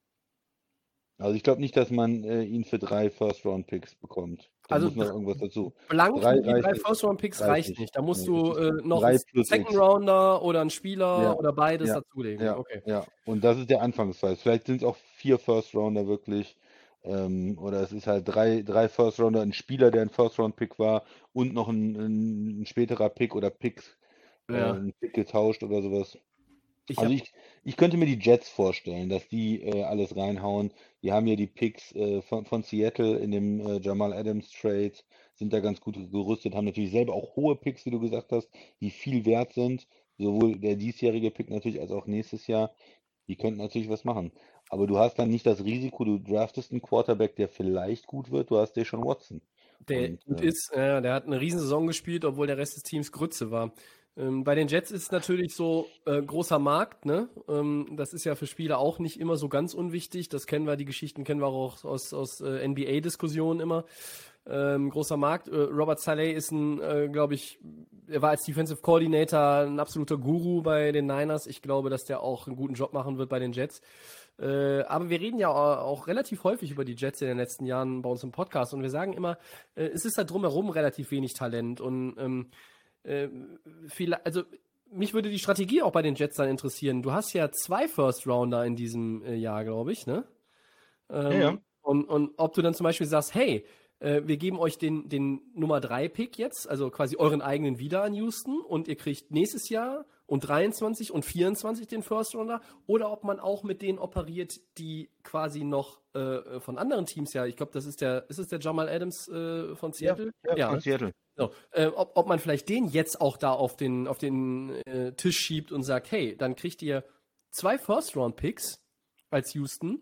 Also ich glaube nicht, dass man äh, ihn für drei First-Round-Picks bekommt. Da Also muss noch irgendwas dazu. blank Drei nur die drei reicht nicht. First-Round-Picks Reicht reicht nicht. nicht. Da musst Nee, du das ist äh, noch drei einen plus X. Second-Rounder oder einen Spieler Ja, oder beides ja, dazulegen. ja, Okay. ja. Und das ist der Anfangspreis. Vielleicht sind es auch vier First-Rounder wirklich. Ähm, oder es ist halt drei, drei First-Rounder, ein Spieler, der ein First-Round-Pick war und noch ein, ein, ein späterer Pick oder Picks, äh, Ja. ein Pick getauscht oder sowas. Ich Also hab, ich, ich könnte mir die Jets vorstellen, dass die äh, alles reinhauen. Die haben ja die Picks äh, von, von Seattle in dem äh, Jamal Adams Trade, sind da ganz gut gerüstet, haben natürlich selber auch hohe Picks, wie du gesagt hast, die viel wert sind. Sowohl der diesjährige Pick natürlich als auch nächstes Jahr. Die könnten natürlich was machen. Aber du hast dann nicht das Risiko, du draftest einen Quarterback, der vielleicht gut wird, du hast Deshaun Watson. der Und gut ähm, ist, äh, der hat eine Riesensaison gespielt, obwohl der Rest des Teams Grütze war. Ähm, bei den Jets ist es natürlich so äh, großer Markt, ne? Ähm, das ist ja für Spieler auch nicht immer so ganz unwichtig. Das kennen wir, die Geschichten kennen wir auch aus, aus äh, N B A-Diskussionen immer. Ähm, großer Markt. Äh, Robert Saleh ist ein, äh, glaube ich, er war als Defensive Coordinator ein absoluter Guru bei den Niners. Ich glaube, dass der auch einen guten Job machen wird bei den Jets. Äh, aber wir reden ja auch, auch relativ häufig über die Jets in den letzten Jahren bei uns im Podcast und wir sagen immer, äh, es ist da drumherum relativ wenig Talent und ähm, äh, viel, also mich würde die Strategie auch bei den Jets dann interessieren. Du hast ja zwei First-Rounder in diesem äh, Jahr, glaube ich, ne? Ja, Ähm, ja. und, und ob du dann zum Beispiel sagst, hey, äh, wir geben euch den, den Nummer drei Pick jetzt, also quasi euren eigenen wieder an Houston und ihr kriegt nächstes Jahr und dreiundzwanzig und vierundzwanzig den First Rounder, oder ob man auch mit denen operiert, die quasi noch äh, von anderen Teams, ja, ich glaube, das ist der, ist es der Jamal Adams äh, von Seattle? Ja, ja, von ne? Seattle. So, äh, ob, ob man vielleicht den jetzt auch da auf den, auf den äh, Tisch schiebt und sagt, hey, dann kriegt ihr zwei First-Round-Picks als Houston.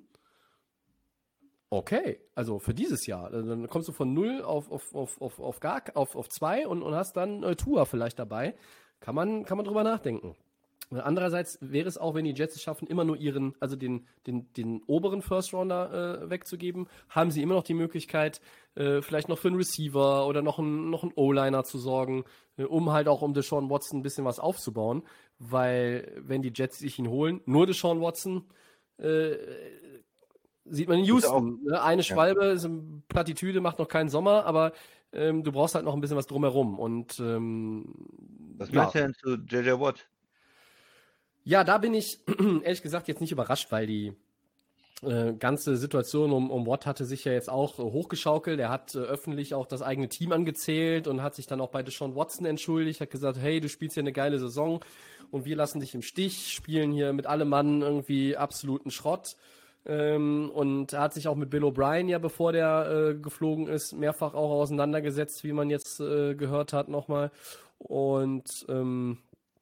Okay, also für dieses Jahr. Also dann kommst du von null auf, auf, auf, auf, auf, gar, auf, auf zwei und, und hast dann äh, Tua vielleicht dabei. Kann man, kann man drüber nachdenken. Andererseits wäre es auch, wenn die Jets es schaffen, immer nur ihren, also den, den, den oberen First Rounder äh, wegzugeben, haben sie immer noch die Möglichkeit, äh, vielleicht noch für einen Receiver oder noch einen, noch einen O-Liner zu sorgen, äh, um halt auch um Deshaun Watson ein bisschen was aufzubauen. Weil, wenn die Jets sich ihn holen, nur Deshaun Watson, äh, sieht man in Houston. Ne? Eine Schwalbe, ist eine Plattitüde, macht noch keinen Sommer, aber ähm, du brauchst halt noch ein bisschen was drumherum. Und ähm, Was ja. meinst du denn zu J J Watt? Ja, da bin ich ehrlich gesagt jetzt nicht überrascht, weil die äh, ganze Situation um, um Watt hatte sich ja jetzt auch äh, hochgeschaukelt. Er hat äh, öffentlich auch das eigene Team angezählt und hat sich dann auch bei Deshaun Watson entschuldigt, hat gesagt, hey, du spielst hier eine geile Saison und wir lassen dich im Stich, spielen hier mit allem Mann irgendwie absoluten Schrott. Ähm, und er hat sich auch mit Bill O'Brien, ja, bevor der äh, geflogen ist, mehrfach auch auseinandergesetzt, wie man jetzt äh, gehört hat nochmal. Und ähm,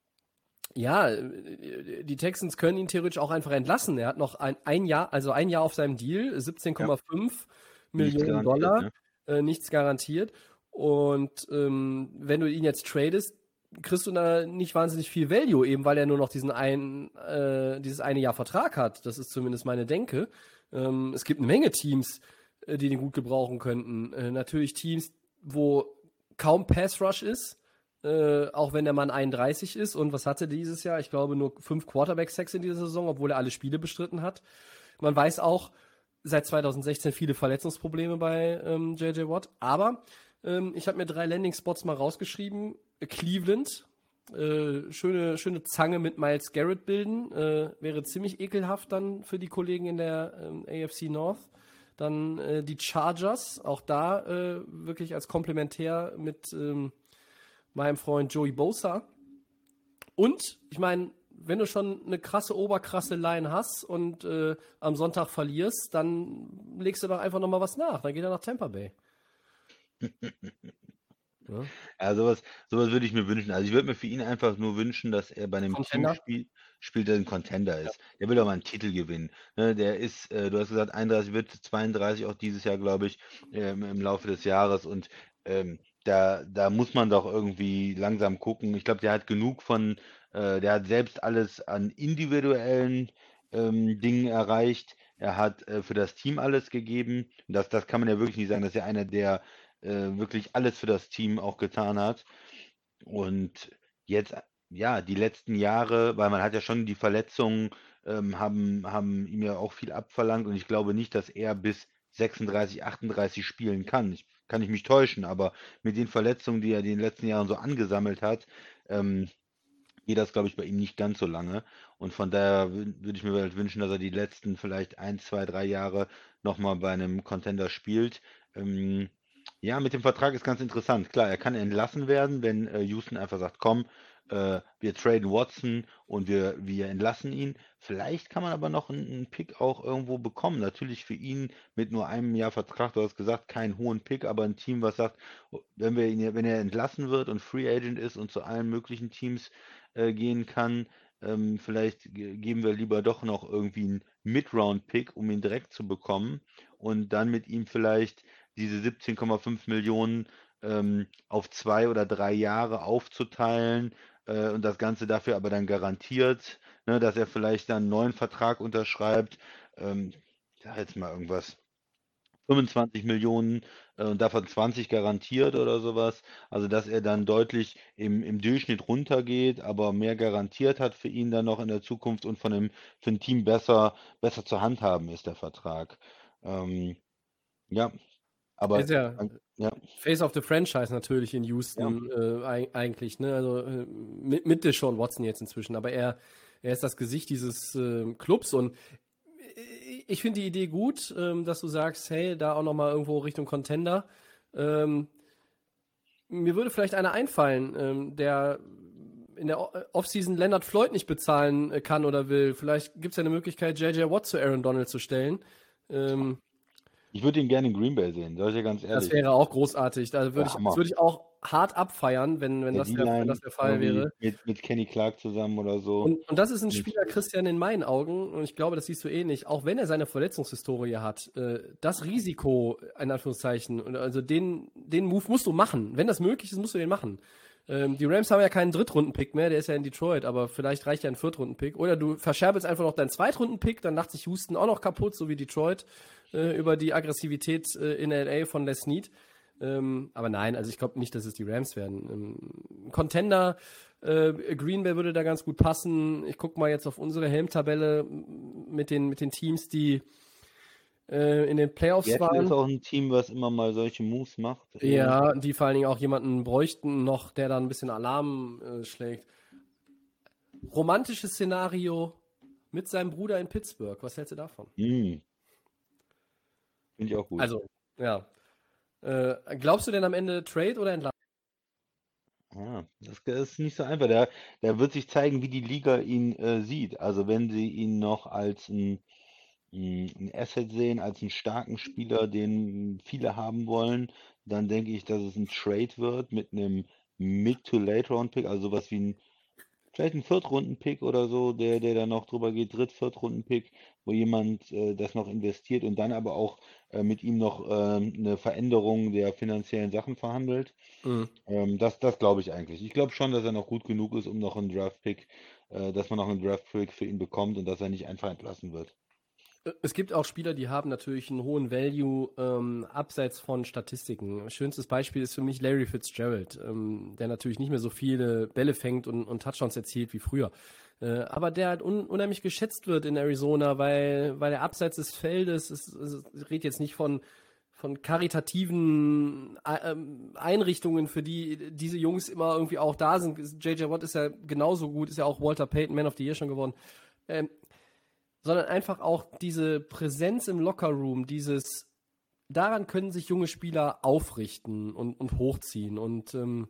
ja, die Texans können ihn theoretisch auch einfach entlassen. Er hat noch ein, ein Jahr, also ein Jahr auf seinem Deal, siebzehn Komma fünf Millionen Dollar, ne? äh, nichts garantiert. Und ähm, wenn du ihn jetzt tradest, kriegst du da nicht wahnsinnig viel Value, eben weil er nur noch diesen ein, äh, dieses eine Jahr Vertrag hat. Das ist zumindest meine Denke. Ähm, es gibt eine Menge Teams, äh, die den gut gebrauchen könnten. Äh, natürlich Teams, wo kaum Pass Rush ist. Äh, auch wenn der Mann einunddreißig ist. Und was hatte dieses Jahr? Ich glaube nur fünf Quarterback-Sacks in dieser Saison, obwohl er alle Spiele bestritten hat. Man weiß auch seit zweitausendsechzehn viele Verletzungsprobleme bei ähm, J J Watt. Aber ähm, ich habe mir drei Landing-Spots mal rausgeschrieben. Cleveland, äh, schöne, schöne Zange mit Myles Garrett bilden. Äh, wäre ziemlich ekelhaft dann für die Kollegen in der ähm, A F C North. Dann äh, die Chargers, auch da äh, wirklich als Komplementär mit ähm, meinem Freund Joey Bosa. Und, ich meine, wenn du schon eine krasse, oberkrasse Line hast und äh, am Sonntag verlierst, dann legst du doch einfach nochmal was nach. Dann geht er nach Tampa Bay. Ja, ja sowas, sowas würde ich mir wünschen. Also ich würde mir für ihn einfach nur wünschen, dass er bei einem Contender? Team spielt, spielt, der ein Contender ist. Ja. Der will doch mal einen Titel gewinnen. Ne, der ist, äh, du hast gesagt, einunddreißig, wird zweiunddreißig auch dieses Jahr, glaube ich, ähm, im Laufe des Jahres. Und ähm, da, da muss man doch irgendwie langsam gucken. Ich glaube, der hat genug von, äh, der hat selbst alles an individuellen ähm, Dingen erreicht. Er hat äh, für das Team alles gegeben. Und das, das kann man ja wirklich nicht sagen, dass er einer der äh, wirklich alles für das Team auch getan hat. Und jetzt, ja, die letzten Jahre, weil man hat ja schon die Verletzungen, ähm, haben, haben ihm ja auch viel abverlangt und ich glaube nicht, dass er bis sechsunddreißig, achtunddreißig spielen kann. Ich, kann ich mich täuschen, aber mit den Verletzungen, die er in den letzten Jahren so angesammelt hat, ähm, geht das, glaube ich, bei ihm nicht ganz so lange. Und von daher würde ich mir halt wünschen, dass er die letzten vielleicht ein, zwei, drei Jahre nochmal bei einem Contender spielt. Ähm, ja, mit dem Vertrag ist ganz interessant. Klar, er kann entlassen werden, wenn äh, Houston einfach sagt, komm, äh, wir traden Watson und wir, wir entlassen ihn. Vielleicht kann man aber noch einen, einen Pick auch irgendwo bekommen. Natürlich für ihn mit nur einem Jahr Vertrag, du hast gesagt, keinen hohen Pick, aber ein Team, was sagt, wenn wir ihn, wenn er entlassen wird und Free Agent ist und zu allen möglichen Teams äh, gehen kann, ähm, vielleicht ge- geben wir lieber doch noch irgendwie einen Mid-Round-Pick, um ihn direkt zu bekommen und dann mit ihm vielleicht diese siebzehn Komma fünf Millionen ähm, auf zwei oder drei Jahre aufzuteilen äh, und das Ganze dafür aber dann garantiert, ne, dass er vielleicht dann einen neuen Vertrag unterschreibt. Ähm, ich sag jetzt mal irgendwas. fünfundzwanzig Millionen äh, und davon zwanzig garantiert oder sowas. Also dass er dann deutlich im, im Durchschnitt runtergeht, aber mehr garantiert hat für ihn dann noch in der Zukunft und von dem für ein Team besser, besser zu handhaben ist der Vertrag. Ähm, ja, Aber ist ja, ja. Face of the Franchise natürlich in Houston ja. äh, eigentlich, ne? Also äh, mit, mit Deshaun Watson jetzt inzwischen, aber er, er ist das Gesicht dieses äh, Clubs und ich finde die Idee gut, ähm, dass du sagst, hey, da auch nochmal irgendwo Richtung Contender. Ähm, mir würde vielleicht einer einfallen, ähm, der in der Offseason Leonard Floyd nicht bezahlen äh, kann oder will. Vielleicht gibt es ja eine Möglichkeit, J J Watt zu Aaron Donald zu stellen. Ähm, ich würde ihn gerne in Green Bay sehen, sag ich ja ganz ehrlich. Das wäre auch großartig. Da würde ja, ich, das würde ich auch hart abfeiern, wenn, wenn, ja, das, der, wenn das der Fall wäre. Mit, mit Kenny Clark zusammen oder so. Und, und das ist ein Spieler, Christian, in meinen Augen, und ich glaube, das siehst du ähnlich, auch wenn er seine Verletzungshistorie hat, äh, das Risiko, in Anführungszeichen, also den, den Move musst du machen. Wenn das möglich ist, musst du den machen. Ähm, die Rams haben ja keinen Drittrunden-Pick mehr, der ist ja in Detroit, aber vielleicht reicht ja ein Viertrunden-Pick. Oder du verscherbelst einfach noch deinen Zweitrunden-Pick, dann macht sich Houston auch noch kaputt, so wie Detroit, äh, über die Aggressivität äh, in L A von Les Snead. Ähm, aber nein, also ich glaube nicht, dass es die Rams werden. Ähm, Contender, äh, Green Bay würde da ganz gut passen. Ich gucke mal jetzt auf unsere Helmtabelle mit den, mit den Teams, die äh, in den Playoffs Seattle waren. ist auch ein Team, was immer mal solche Moves macht. Ja, die vor allen Dingen auch jemanden bräuchten noch, der da ein bisschen Alarm äh, schlägt. Romantisches Szenario mit seinem Bruder in Pittsburgh. Was hältst du davon? Hm. Finde ich auch gut. Also, ja. Äh, glaubst du denn am Ende Trade oder Entlassung? Ja, das ist nicht so einfach. Da, da wird sich zeigen, wie die Liga ihn äh, sieht. Also wenn sie ihn noch als ein, ein Asset sehen, als einen starken Spieler, den viele haben wollen, dann denke ich, dass es ein Trade wird mit einem Mid-to-Late-Round-Pick, also sowas wie ein vielleicht ein Viertrunden-Pick oder so, der, der da noch drüber geht, Dritt-, Viertrunden-Pick, wo jemand äh, das noch investiert und dann aber auch äh, mit ihm noch ähm, eine Veränderung der finanziellen Sachen verhandelt. Mhm. Ähm, das das glaube ich eigentlich. Ich glaube schon, dass er noch gut genug ist, um noch einen Draft-Pick, äh, dass man noch einen Draft-Pick für ihn bekommt und dass er nicht einfach entlassen wird. Es gibt auch Spieler, die haben natürlich einen hohen Value ähm, abseits von Statistiken. Schönstes Beispiel ist für mich Larry Fitzgerald, ähm, der natürlich nicht mehr so viele Bälle fängt und, und Touchdowns erzielt wie früher. Äh, aber der halt un unheimlich geschätzt wird in Arizona, weil, weil er abseits des Feldes, ist, ist, ich rede jetzt nicht von, von karitativen äh, Einrichtungen, für die diese Jungs immer irgendwie auch da sind. J J Watt ist ja genauso gut, ist ja auch Walter Payton Man of the Year schon geworden. Ähm, sondern einfach auch diese Präsenz im Lockerroom, dieses, daran können sich junge Spieler aufrichten und, und hochziehen. Und ähm,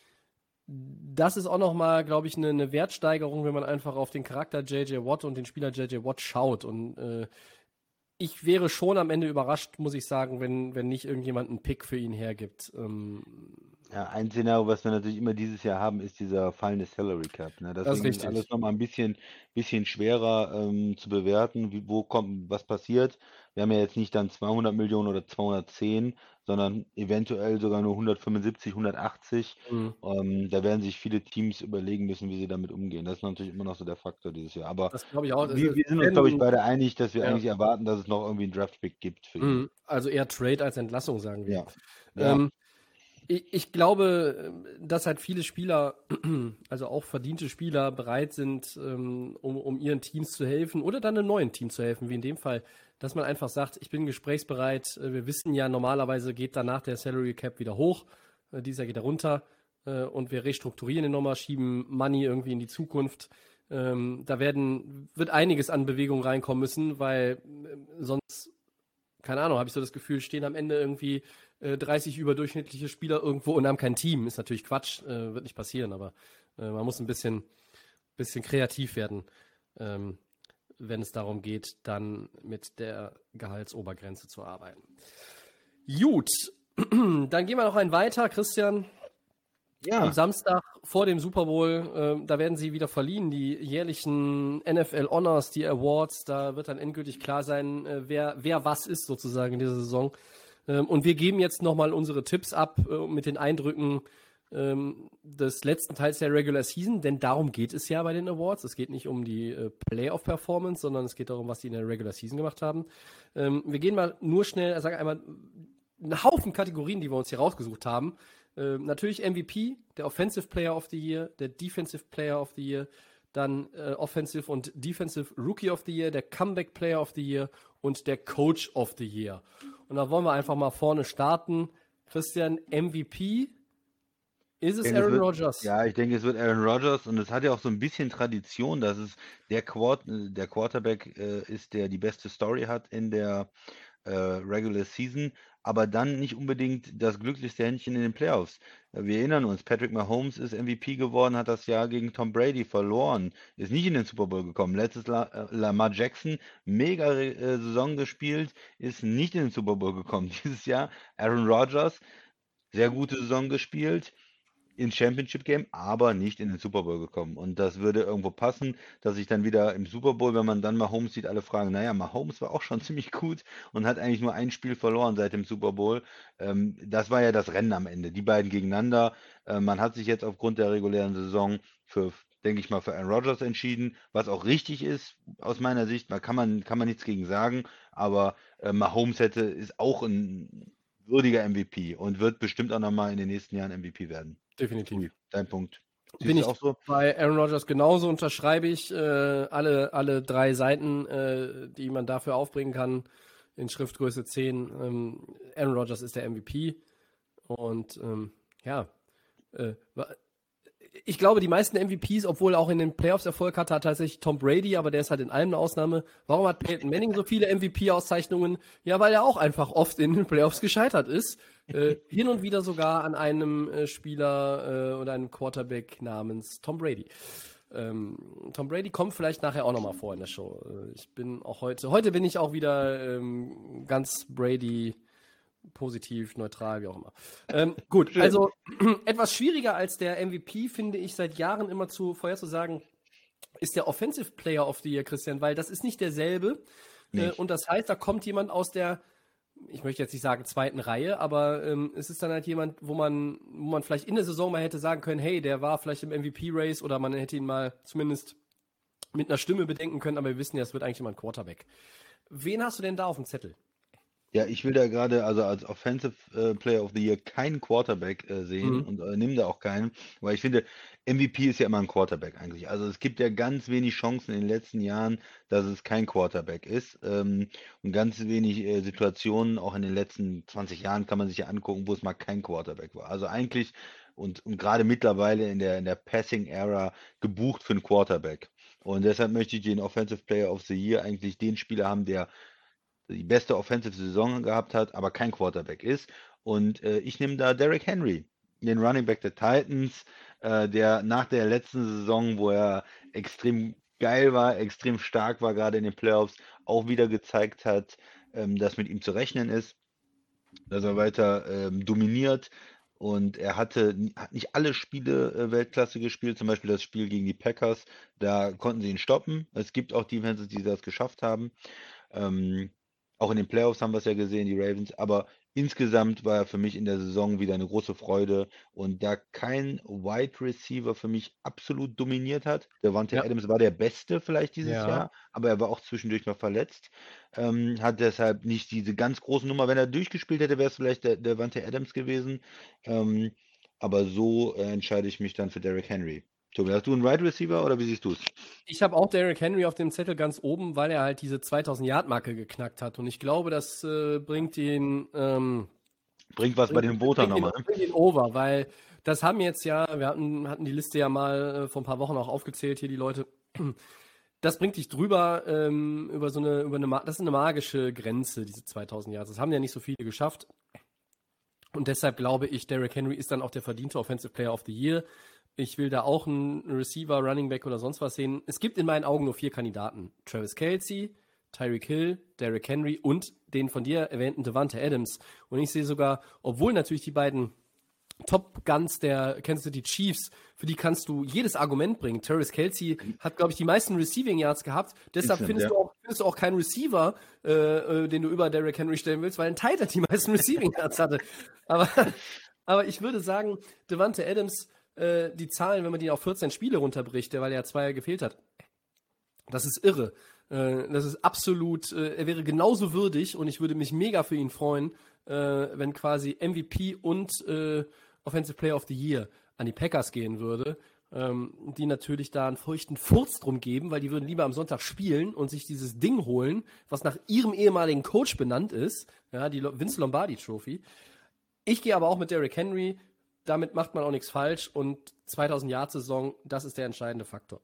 das ist auch nochmal, glaube ich, eine, eine Wertsteigerung, wenn man einfach auf den Charakter J J Watt und den Spieler J J Watt schaut. Und äh, ich wäre schon am Ende überrascht, muss ich sagen, wenn, wenn nicht irgendjemand einen Pick für ihn hergibt. Ähm, Ja, ein Szenario, was wir natürlich immer dieses Jahr haben, ist dieser fallende Salary Cap. Ne? Das ist Deswegen ist richtig. alles nochmal ein bisschen, bisschen schwerer ähm, zu bewerten, wie, wo kommt, was passiert. Wir haben ja jetzt nicht dann zweihundert Millionen oder zweihundertzehn, sondern eventuell sogar nur hundertfünfundsiebzig, hundertachtzig. Mhm. Ähm, da werden sich viele Teams überlegen müssen, wie sie damit umgehen. Das ist natürlich immer noch so der Faktor dieses Jahr. Aber Das glaube ich auch. wir, wir sind uns, glaube ich, beide einig, dass wir ja. eigentlich erwarten, dass es noch irgendwie einen Draft-Pick gibt für ihn. Mhm. Also eher Trade als Entlassung, sagen wir. Ja. Ja. Ähm, Ich, ich glaube, dass halt viele Spieler, also auch verdiente Spieler, bereit sind, um, um ihren Teams zu helfen oder dann einem neuen Team zu helfen, wie in dem Fall, dass man einfach sagt, ich bin gesprächsbereit. Wir wissen ja, normalerweise geht danach der Salary Cap wieder hoch, dieser geht da runter und wir restrukturieren den nochmal, schieben Money irgendwie in die Zukunft. Da werden, wird einiges an Bewegung reinkommen müssen, weil sonst, keine Ahnung, habe ich so das Gefühl, stehen am Ende irgendwie dreißig überdurchschnittliche Spieler irgendwo und haben kein Team. Ist natürlich Quatsch, äh, wird nicht passieren, aber äh, man muss ein bisschen, bisschen kreativ werden, ähm, wenn es darum geht, dann mit der Gehaltsobergrenze zu arbeiten. Gut, dann gehen wir noch einen weiter, Christian. Ja. Am Samstag vor dem Super Bowl, äh, da werden sie wieder verliehen, die jährlichen N F L Honors, die Awards. Da wird dann endgültig klar sein, äh, wer, wer was ist sozusagen in dieser Saison. Und wir geben jetzt nochmal unsere Tipps ab äh, mit den Eindrücken ähm, des letzten Teils der Regular Season, denn darum geht es ja bei den Awards. Es geht nicht um die äh, Playoff-Performance, sondern es geht darum, was die in der Regular Season gemacht haben. Ähm, wir gehen mal nur schnell, ich sage einmal, einen Haufen Kategorien, die wir uns hier rausgesucht haben. Ähm, natürlich M V P, der Offensive Player of the Year, der Defensive Player of the Year, dann äh, Offensive und Defensive Rookie of the Year, der Comeback Player of the Year und der Coach of the Year. Und da wollen wir einfach mal vorne starten. Christian, M V P, ist es denke, Aaron es wird, Rodgers? Ja, ich denke, es wird Aaron Rodgers und es hat ja auch so ein bisschen Tradition, dass es der, Quart der Quarterback äh, ist, der die beste Story hat in der äh, Regular Season, aber dann nicht unbedingt das glücklichste Händchen in den Playoffs. Äh, Wir erinnern uns, Patrick Mahomes ist M V P geworden, hat das Jahr gegen Tom Brady verloren, ist nicht in den Super Bowl gekommen. Letztes La äh, Lamar Jackson, mega äh, Saison gespielt, ist nicht in den Super Bowl gekommen. Dieses Jahr Aaron Rodgers, sehr gute Saison gespielt, ins Championship Game, aber nicht in den Super Bowl gekommen. Und das würde irgendwo passen, dass ich dann wieder im Super Bowl, wenn man dann Mahomes sieht, alle fragen, naja, Mahomes war auch schon ziemlich gut und hat eigentlich nur ein Spiel verloren seit dem Super Bowl. Ähm, das war ja das Rennen am Ende, die beiden gegeneinander. Äh, man hat sich jetzt aufgrund der regulären Saison für, denke ich mal, für Aaron Rodgers entschieden, was auch richtig ist aus meiner Sicht. Da kann man, kann man nichts gegen sagen, aber äh, Mahomes hätte, ist auch ein würdiger M V P und wird bestimmt auch nochmal in den nächsten Jahren M V P werden. Definitiv. Ui, dein Punkt. Siehst Bin du ich auch so? bei Aaron Rodgers genauso, unterschreibe ich äh, alle, alle drei Seiten, äh, die man dafür aufbringen kann, in Schriftgröße zehn. Ähm, Aaron Rodgers ist der M V P und ähm, ja, äh, ich glaube, die meisten M V Ps, obwohl er auch in den Playoffs Erfolg hatte, hat tatsächlich Tom Brady, aber der ist halt in allem eine Ausnahme. Warum hat Peyton Manning so viele M V P-Auszeichnungen? Ja, weil er auch einfach oft in den Playoffs gescheitert ist. Äh, hin und wieder sogar an einem äh, Spieler äh, oder einem Quarterback namens Tom Brady. Ähm, Tom Brady kommt vielleicht nachher auch nochmal vor in der Show. Äh, ich bin auch heute, heute bin ich auch wieder ähm, ganz Brady positiv, neutral, wie auch immer. Ähm, gut, Schön. also etwas schwieriger als der M V P, finde ich seit Jahren immer zu vorherzusagen, ist der Offensive Player of the Year, Christian, weil das ist nicht derselbe. Äh, Nicht. und das heißt, da kommt jemand aus der, ich möchte jetzt nicht sagen zweiten Reihe, aber ähm, es ist dann halt jemand, wo man, wo man vielleicht in der Saison mal hätte sagen können, hey, der war vielleicht im M V P-Race oder man hätte ihn mal zumindest mit einer Stimme bedenken können, aber wir wissen ja, es wird eigentlich immer ein Quarterback. Wen hast du denn da auf dem Zettel? Ja, ich will da gerade, also als Offensive äh, Player of the Year keinen Quarterback äh, sehen Mhm. und äh, nimm da auch keinen, weil ich finde, M V P ist ja immer ein Quarterback eigentlich. Also es gibt ja ganz wenig Chancen in den letzten Jahren, dass es kein Quarterback ist. Ähm, und ganz wenig äh, Situationen, auch in den letzten zwanzig Jahren kann man sich ja angucken, wo es mal kein Quarterback war. Also eigentlich und, und gerade mittlerweile in der, in der Passing-Ära gebucht für einen Quarterback. Und deshalb möchte ich den Offensive Player of the Year eigentlich den Spieler haben, der die beste Offensive-Saison gehabt hat, aber kein Quarterback ist. Und äh, ich nehme da Derrick Henry, den Running Back der Titans, äh, der nach der letzten Saison, wo er extrem geil war, extrem stark war, gerade in den Playoffs, auch wieder gezeigt hat, ähm, dass mit ihm zu rechnen ist, dass er weiter ähm, dominiert. Und er hatte hat nicht alle Spiele äh, Weltklasse gespielt, zum Beispiel das Spiel gegen die Packers, da konnten sie ihn stoppen. Es gibt auch Defenses, die das geschafft haben. Ähm, auch in den Playoffs haben wir es ja gesehen, die Ravens, aber insgesamt war er für mich in der Saison wieder eine große Freude und da kein Wide Receiver für mich absolut dominiert hat. Davante Ja. Adams war der Beste vielleicht dieses Ja. Jahr, aber er war auch zwischendurch mal verletzt, ähm, hat deshalb nicht diese ganz große Nummer. Wenn er durchgespielt hätte, wäre es vielleicht der Davante Adams gewesen, ähm, aber so äh, entscheide ich mich dann für Derrick Henry. Tobi, hast du einen Wide Receiver oder wie siehst du es? Ich habe auch Derrick Henry auf dem Zettel ganz oben, weil er halt diese zweitausend-Yard-Marke geknackt hat. Und ich glaube, das äh, bringt ihn, ähm, Bringt was bei den Votern bringt ihn, nochmal. Ne? bringt ihn over, weil das haben jetzt ja, wir hatten, hatten die Liste ja mal äh, vor ein paar Wochen auch aufgezählt, hier die Leute. Das bringt dich drüber ähm, über so eine, über eine, das ist eine magische Grenze, diese zweitausend Yards. Das haben ja nicht so viele geschafft. Und deshalb glaube ich, Derrick Henry ist dann auch der verdiente Offensive Player of the Year. Ich will da auch einen Receiver, Running Back oder sonst was sehen. Es gibt in meinen Augen nur vier Kandidaten. Travis Kelce, Tyreek Hill, Derrick Henry und den von dir erwähnten Davante Adams. Und ich sehe sogar, obwohl natürlich die beiden Top Guns der Kansas City Chiefs, für die kannst du jedes Argument bringen. Travis Kelce hat, glaube ich, die meisten Receiving Yards gehabt. Deshalb Instant, findest, ja. du auch, findest du auch keinen Receiver, äh, äh, den du über Derrick Henry stellen willst, weil ein Tight End die meisten Receiving Yards hatte. Aber, aber ich würde sagen, Davante Adams, äh, die Zahlen, wenn man die auf vierzehn Spiele runterbricht, weil er zwei gefehlt hat, das ist irre. Äh, das ist absolut, äh, er wäre genauso würdig und ich würde mich mega für ihn freuen, äh, wenn quasi M V P und äh, Offensive Player of the Year an die Packers gehen würde. Äh, ähm, die natürlich da einen feuchten Furz drum geben, weil die würden lieber am Sonntag spielen und sich dieses Ding holen, was nach ihrem ehemaligen Coach benannt ist, ja, die Vince Lombardi Trophy. Ich gehe aber auch mit Derrick Henry, damit macht man auch nichts falsch und zweitausend-Yard-Saison, das ist der entscheidende Faktor.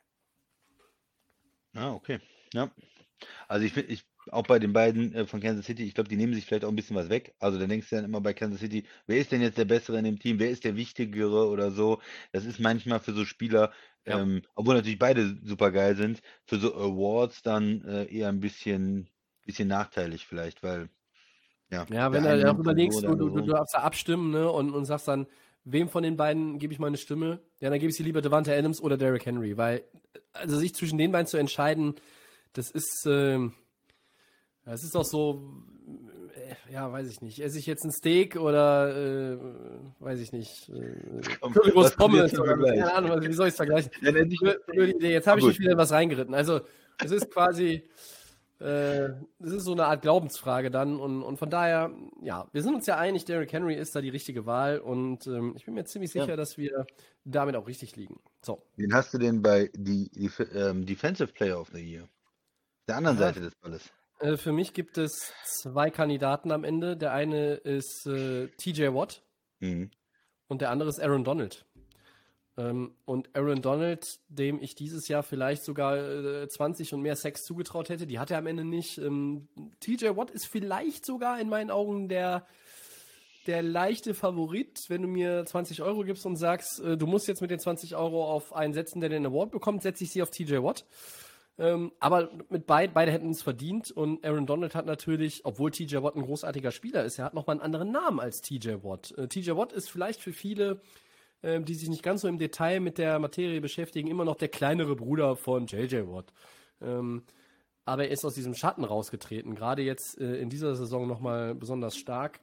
Ah, okay. Ja. Also ich finde, ich, auch bei den beiden äh, von Kansas City, ich glaube, die nehmen sich vielleicht auch ein bisschen was weg. Also da denkst du dann immer bei Kansas City, wer ist denn jetzt der Bessere in dem Team, wer ist der Wichtigere oder so. Das ist manchmal für so Spieler, Ja. ähm, obwohl natürlich beide super geil sind, für so Awards dann äh, eher ein bisschen, bisschen nachteilig vielleicht, weil ja, Ja, der wenn du eine dann auch nimmt dann so, überlegst, der du, du, andere du so. darfst da abstimmen, ne, und, und sagst dann, wem von den beiden gebe ich meine Stimme? Ja, dann gebe ich sie lieber Devante Adams oder Derrick Henry, weil, also sich zwischen den beiden zu entscheiden, das ist, ähm, das ist doch so, äh, ja, weiß ich nicht. Esse ich jetzt ein Steak oder, äh, weiß ich nicht, äh, Komm, Currywurst was kommt Pommes jetzt zum oder, Vergleich? keine Ahnung, also, wie soll ich es vergleichen? Dann hätte ich, Blöde blöde Idee. Jetzt habe ich gut. mich wieder in was reingeritten. Also, es ist quasi, äh, es ist so eine Art Glaubensfrage dann und, und von daher, ja, wir sind uns ja einig, Derrick Henry ist da die richtige Wahl und ähm, ich bin mir ziemlich sicher, Ja. dass wir damit auch richtig liegen. So. Wen hast du denn bei die, die ähm, Defensive Player of the Year? Der anderen Ja, Seite des Balles. äh, für mich gibt es zwei Kandidaten am Ende. Der eine ist äh, T J Watt Mhm. und der andere ist Aaron Donald. Ähm, und Aaron Donald, dem ich dieses Jahr vielleicht sogar äh, zwanzig und mehr Sacks zugetraut hätte, die hat er am Ende nicht. Ähm, T J Watt ist vielleicht sogar in meinen Augen der, der leichte Favorit, wenn du mir zwanzig Euro gibst und sagst, äh, du musst jetzt mit den zwanzig Euro auf einen setzen, der den Award bekommt, setze ich sie auf T J Watt. Ähm, aber mit beid, beide hätten es verdient und Aaron Donald hat natürlich, obwohl T J Watt ein großartiger Spieler ist, er hat nochmal einen anderen Namen als T J Watt. Äh, T J Watt ist vielleicht für viele, ähm, die sich nicht ganz so im Detail mit der Materie beschäftigen, immer noch der kleinere Bruder von J J Watt. Ähm, aber er ist aus diesem Schatten rausgetreten, gerade jetzt äh, in dieser Saison nochmal besonders stark.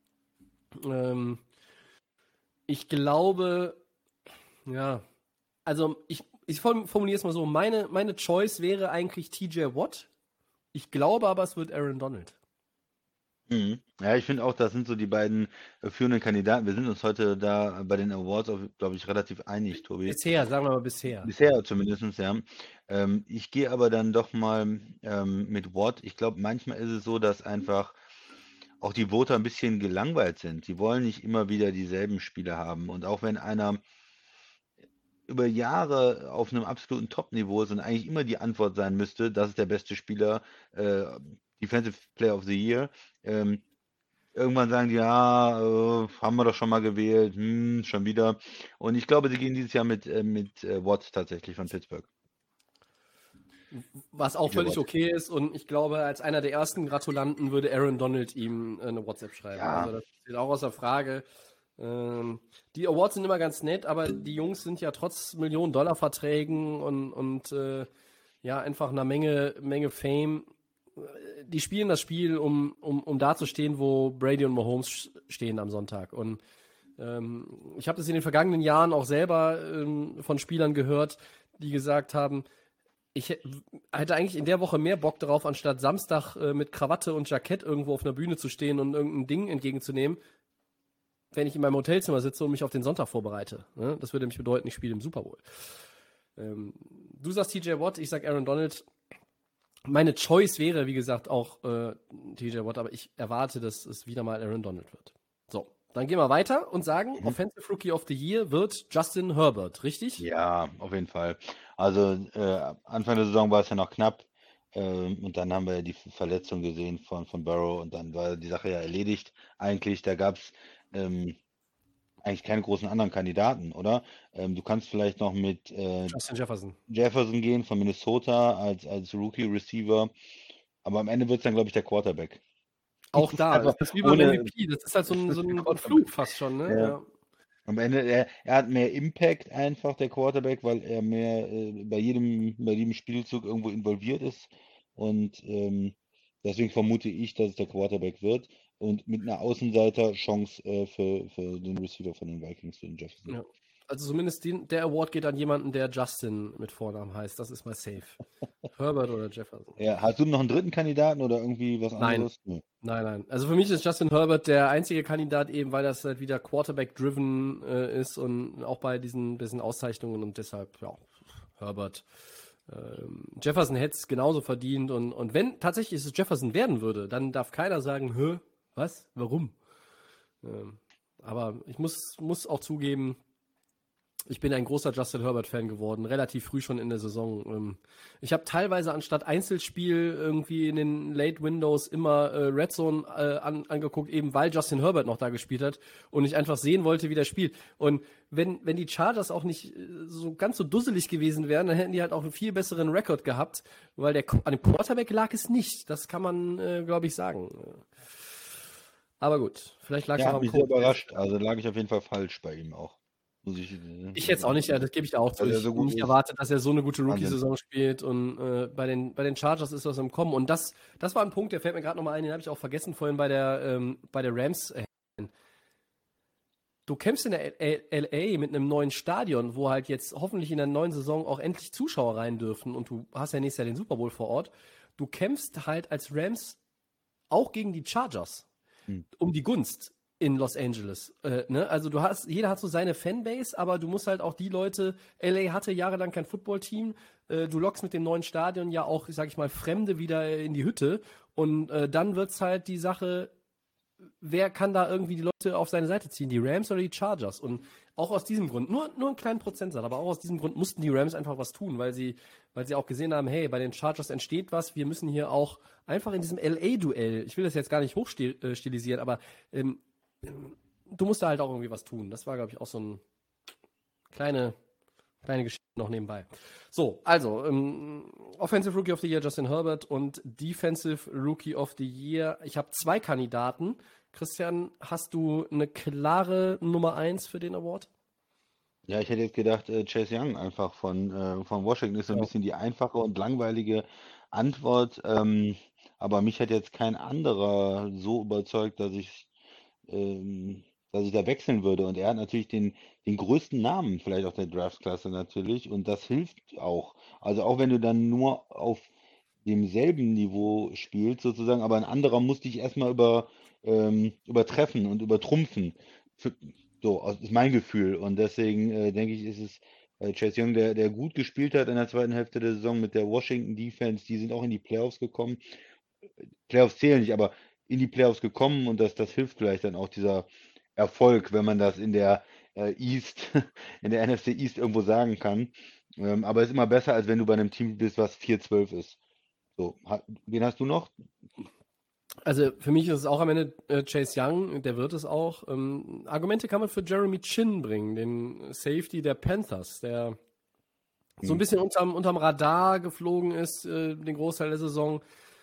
Ähm, ich glaube, ja, also ich Ich formuliere es mal so, meine, meine Choice wäre eigentlich T J Watt. Ich glaube aber, es wird Aaron Donald. Mhm. Ja, ich finde auch, das sind so die beiden äh, führenden Kandidaten. Wir sind uns heute da bei den Awards, glaube ich, relativ einig, Tobi. Bisher, sagen wir mal bisher. Bisher zumindest, ja. Ähm, ich gehe aber dann doch mal ähm, mit Watt. Ich glaube, manchmal ist es so, dass einfach auch die Voter ein bisschen gelangweilt sind. Die wollen nicht immer wieder dieselben Spiele haben. Und auch wenn einer über Jahre auf einem absoluten Top-Niveau ist und eigentlich immer die Antwort sein müsste, das ist der beste Spieler, äh, Defensive Player of the Year. Ähm, irgendwann sagen die, ja, äh, haben wir doch schon mal gewählt, hm, schon wieder. Und ich glaube, sie gehen dieses Jahr mit, äh, mit äh, Watt tatsächlich von Pittsburgh. Was auch T J völlig Watt. okay ist und ich glaube, als einer der ersten Gratulanten würde Aaron Donald ihm äh, eine WhatsApp schreiben. Ja. Also das steht auch außer Frage. Ähm, die Awards sind immer ganz nett, aber die Jungs sind ja trotz Millionen-Dollar-Verträgen und, und äh, ja, einfach einer Menge, Menge Fame. Die spielen das Spiel, um, um, um da zu stehen, wo Brady und Mahomes stehen am Sonntag. Und ähm, ich habe das in den vergangenen Jahren auch selber ähm, von Spielern gehört, die gesagt haben, ich hätte eigentlich in der Woche mehr Bock darauf, anstatt Samstag äh, mit Krawatte und Jackett irgendwo auf einer Bühne zu stehen und irgendein Ding entgegenzunehmen, wenn ich in meinem Hotelzimmer sitze und mich auf den Sonntag vorbereite. Ne? Das würde nämlich bedeuten, ich spiele im Super Bowl. Ähm, du sagst T J Watt, ich sag Aaron Donald. Meine Choice wäre, wie gesagt, auch äh, T J Watt, aber ich erwarte, dass es wieder mal Aaron Donald wird. So, dann gehen wir weiter und sagen, Mhm. Offensive Rookie of the Year wird Justin Herbert, richtig? Ja, auf jeden Fall. Also äh, Anfang der Saison war es ja noch knapp. Ähm, und dann haben wir ja die Verletzung gesehen von, von Burrow und dann war die Sache ja erledigt. Eigentlich, da gab es ähm, eigentlich keine großen anderen Kandidaten, oder? Ähm, du kannst vielleicht noch mit äh, Justin Jefferson. Jefferson gehen von Minnesota als, als Rookie-Receiver. Aber am Ende wird es dann, glaube ich, der Quarterback. Auch da, Einfach das ist wie beim ohne- M V P, das ist halt so ein, das so ist ein, der so ein Flug fast schon, ne? Ja. Ja. Am Ende, er, er hat mehr Impact einfach, der Quarterback, weil er mehr äh, bei jedem, bei jedem Spielzug irgendwo involviert ist. Und ähm, deswegen vermute ich, dass es der Quarterback wird. Und mit einer Außenseiter-Chance äh, für, für den Receiver von den Vikings, den Jefferson. Ja. Also zumindest den, der Award geht an jemanden, der Justin mit Vornamen heißt. Das ist mal safe. Herbert oder Jefferson. Ja, hast du noch einen dritten Kandidaten oder irgendwie was Nein. anderes? Nee. Nein, nein. Also für mich ist Justin Herbert der einzige Kandidat eben, weil das halt wieder Quarterback-driven äh, ist und auch bei diesen, diesen Auszeichnungen und deshalb, ja, Herbert. Ähm, Jefferson hätte es genauso verdient und, und wenn tatsächlich es Jefferson werden würde, dann darf keiner sagen, hä, was, warum? Ähm, aber ich muss, muss auch zugeben, ich bin ein großer Justin Herbert-Fan geworden, relativ früh schon in der Saison. Ähm, ich habe teilweise anstatt Einzelspiel irgendwie in den Late Windows immer äh, Red Zone äh, an, angeguckt, eben weil Justin Herbert noch da gespielt hat und ich einfach sehen wollte, wie der spielt. Und wenn, wenn die Chargers auch nicht äh, so ganz so dusselig gewesen wären, dann hätten die halt auch einen viel besseren Rekord gehabt, weil der an dem Quarterback lag es nicht. Das kann man, äh, glaube ich, sagen. Aber gut, vielleicht lag es Ja, auch hat am mich sehr Coach. überrascht. Also lag ich auf jeden Fall falsch bei ihm auch. Muss ich, Ich jetzt auch nicht, ja, das gebe ich da auch zu. Weil er Ich so habe gut nicht ist. erwartet, dass er so eine gute Wahnsinn. Rookie-Saison spielt und äh, bei, den, bei den Chargers ist was im Kommen. Und das, das war ein Punkt, der fällt mir gerade nochmal ein, den habe ich auch vergessen vorhin bei der, ähm, bei der Rams. Äh, du kämpfst in der L A mit einem neuen Stadion, wo halt jetzt hoffentlich in der neuen Saison auch endlich Zuschauer rein dürfen und du hast ja nächstes Jahr den Super Bowl vor Ort. Du kämpfst halt als Rams auch gegen die Chargers Hm. um die Gunst in Los Angeles. Äh, ne? Also du hast, jeder hat so seine Fanbase, aber du musst halt auch die Leute, L A hatte jahrelang kein Footballteam, äh, du lockst mit dem neuen Stadion ja auch, sag ich mal, Fremde wieder in die Hütte und äh, dann wird's halt die Sache, wer kann da irgendwie die Leute auf seine Seite ziehen, die Rams oder die Chargers? Und auch aus diesem Grund, nur, nur einen kleinen Prozentsatz, aber auch aus diesem Grund mussten die Rams einfach was tun, weil sie, weil sie auch gesehen haben, hey, bei den Chargers entsteht was, wir müssen hier auch einfach in diesem L A-Duell, ich will das jetzt gar nicht hochstilisieren, aber ähm, du musst da halt auch irgendwie was tun. Das war, glaube ich, auch so eine kleine, kleine Geschichte noch nebenbei. So, also, ähm, Offensive Rookie of the Year Justin Herbert und Defensive Rookie of the Year. Ich habe zwei Kandidaten. Christian, hast du eine klare Nummer eins für den Award? Ja, ich hätte jetzt gedacht, äh, Chase Young einfach von, äh, von Washington ist so ein Ja. bisschen die einfache und langweilige Antwort. Ähm, aber mich hat jetzt kein anderer so überzeugt, dass ich, ähm, dass ich da wechseln würde. Und er hat natürlich den, den größten Namen vielleicht auf der Draftklasse natürlich. Und das hilft auch. Also auch wenn du dann nur auf demselben Niveau spielst sozusagen, aber ein anderer muss dich erstmal über, ähm, übertreffen und übertrumpfen. Für, so, aus- ist mein Gefühl. Und deswegen äh, denke ich, ist es äh, Chase Young, der, der gut gespielt hat in der zweiten Hälfte der Saison mit der Washington Defense. Die sind auch in die Playoffs gekommen. Playoffs zählen nicht, aber in die Playoffs gekommen und das, das hilft vielleicht dann auch dieser Erfolg, wenn man das in der äh, East, in der N F C East irgendwo sagen kann. Ähm, aber es ist immer besser, als wenn du bei einem Team bist, was vier zwölf ist. So, ha, wen hast du noch? Also für mich ist es auch am Ende äh, Chase Young, der wird es auch. Ähm, Argumente kann man für Jeremy Chin bringen, den Safety der Panthers, der so ein Hm. bisschen unterm, unterm Radar geflogen ist, äh, den Großteil der Saison.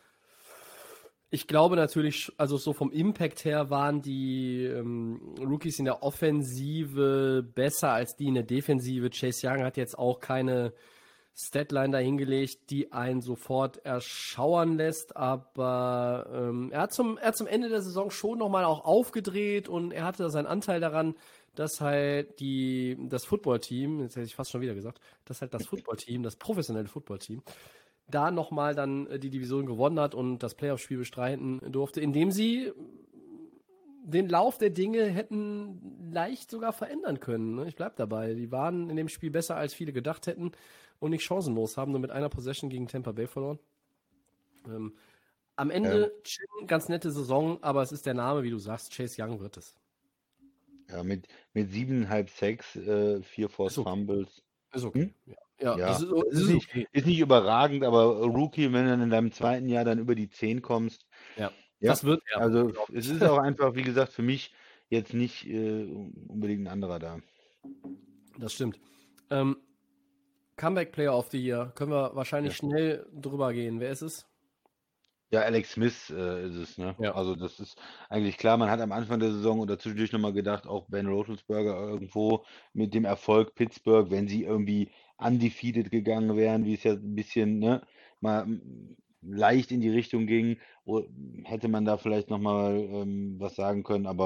Ich glaube natürlich, also so vom Impact her waren die ähm, Rookies in der Offensive besser als die in der Defensive. Chase Young hat jetzt auch keine Statline dahingelegt, die einen sofort erschauern lässt, aber ähm, er hat zum, er hat zum Ende der Saison schon nochmal auch aufgedreht und er hatte seinen Anteil daran, dass halt die, das Footballteam, jetzt hätte ich fast schon wieder gesagt, dass halt das Footballteam, das professionelle Footballteam, da nochmal dann äh, die Division gewonnen hat und das Playoff-Spiel bestreiten durfte, indem sie den Lauf der Dinge hätten leicht sogar verändern können. Ne? Ich bleib dabei. Die waren in dem Spiel besser, als viele gedacht hätten und nicht chancenlos, haben nur mit einer Possession gegen Tampa Bay verloren. Ähm, am Ende Ähm, Chin, ganz nette Saison, aber es ist der Name, wie du sagst, Chase Young wird es. ja, mit, mit siebeneinhalb Sacks, äh, vier Forced Ist okay. Fumbles. Ist okay. Hm? Ja, ja, Ja, das ist, es das ist ist nicht, okay. ist nicht überragend, aber Rookie, wenn du dann in deinem zweiten Jahr dann über die zehn kommst, Ja, ja, das wird er, also glaub es ich. ist auch einfach, wie gesagt, für mich jetzt nicht äh, unbedingt ein anderer da. Das stimmt. Ähm, Comeback Player of the Year. Können wir wahrscheinlich Ja. schnell drüber gehen. Wer ist es? Ja, Alex Smith äh, ist es, ne? Ja. Also das ist eigentlich klar, man hat am Anfang der Saison oder zwischendurch nochmal gedacht, auch Ben Roethlisberger irgendwo mit dem Erfolg Pittsburgh, wenn sie irgendwie undefeated gegangen wären, wie es ja ein bisschen, ne, mal mm, leicht in die Richtung ging, o- hätte man da vielleicht nochmal ähm, was sagen können, aber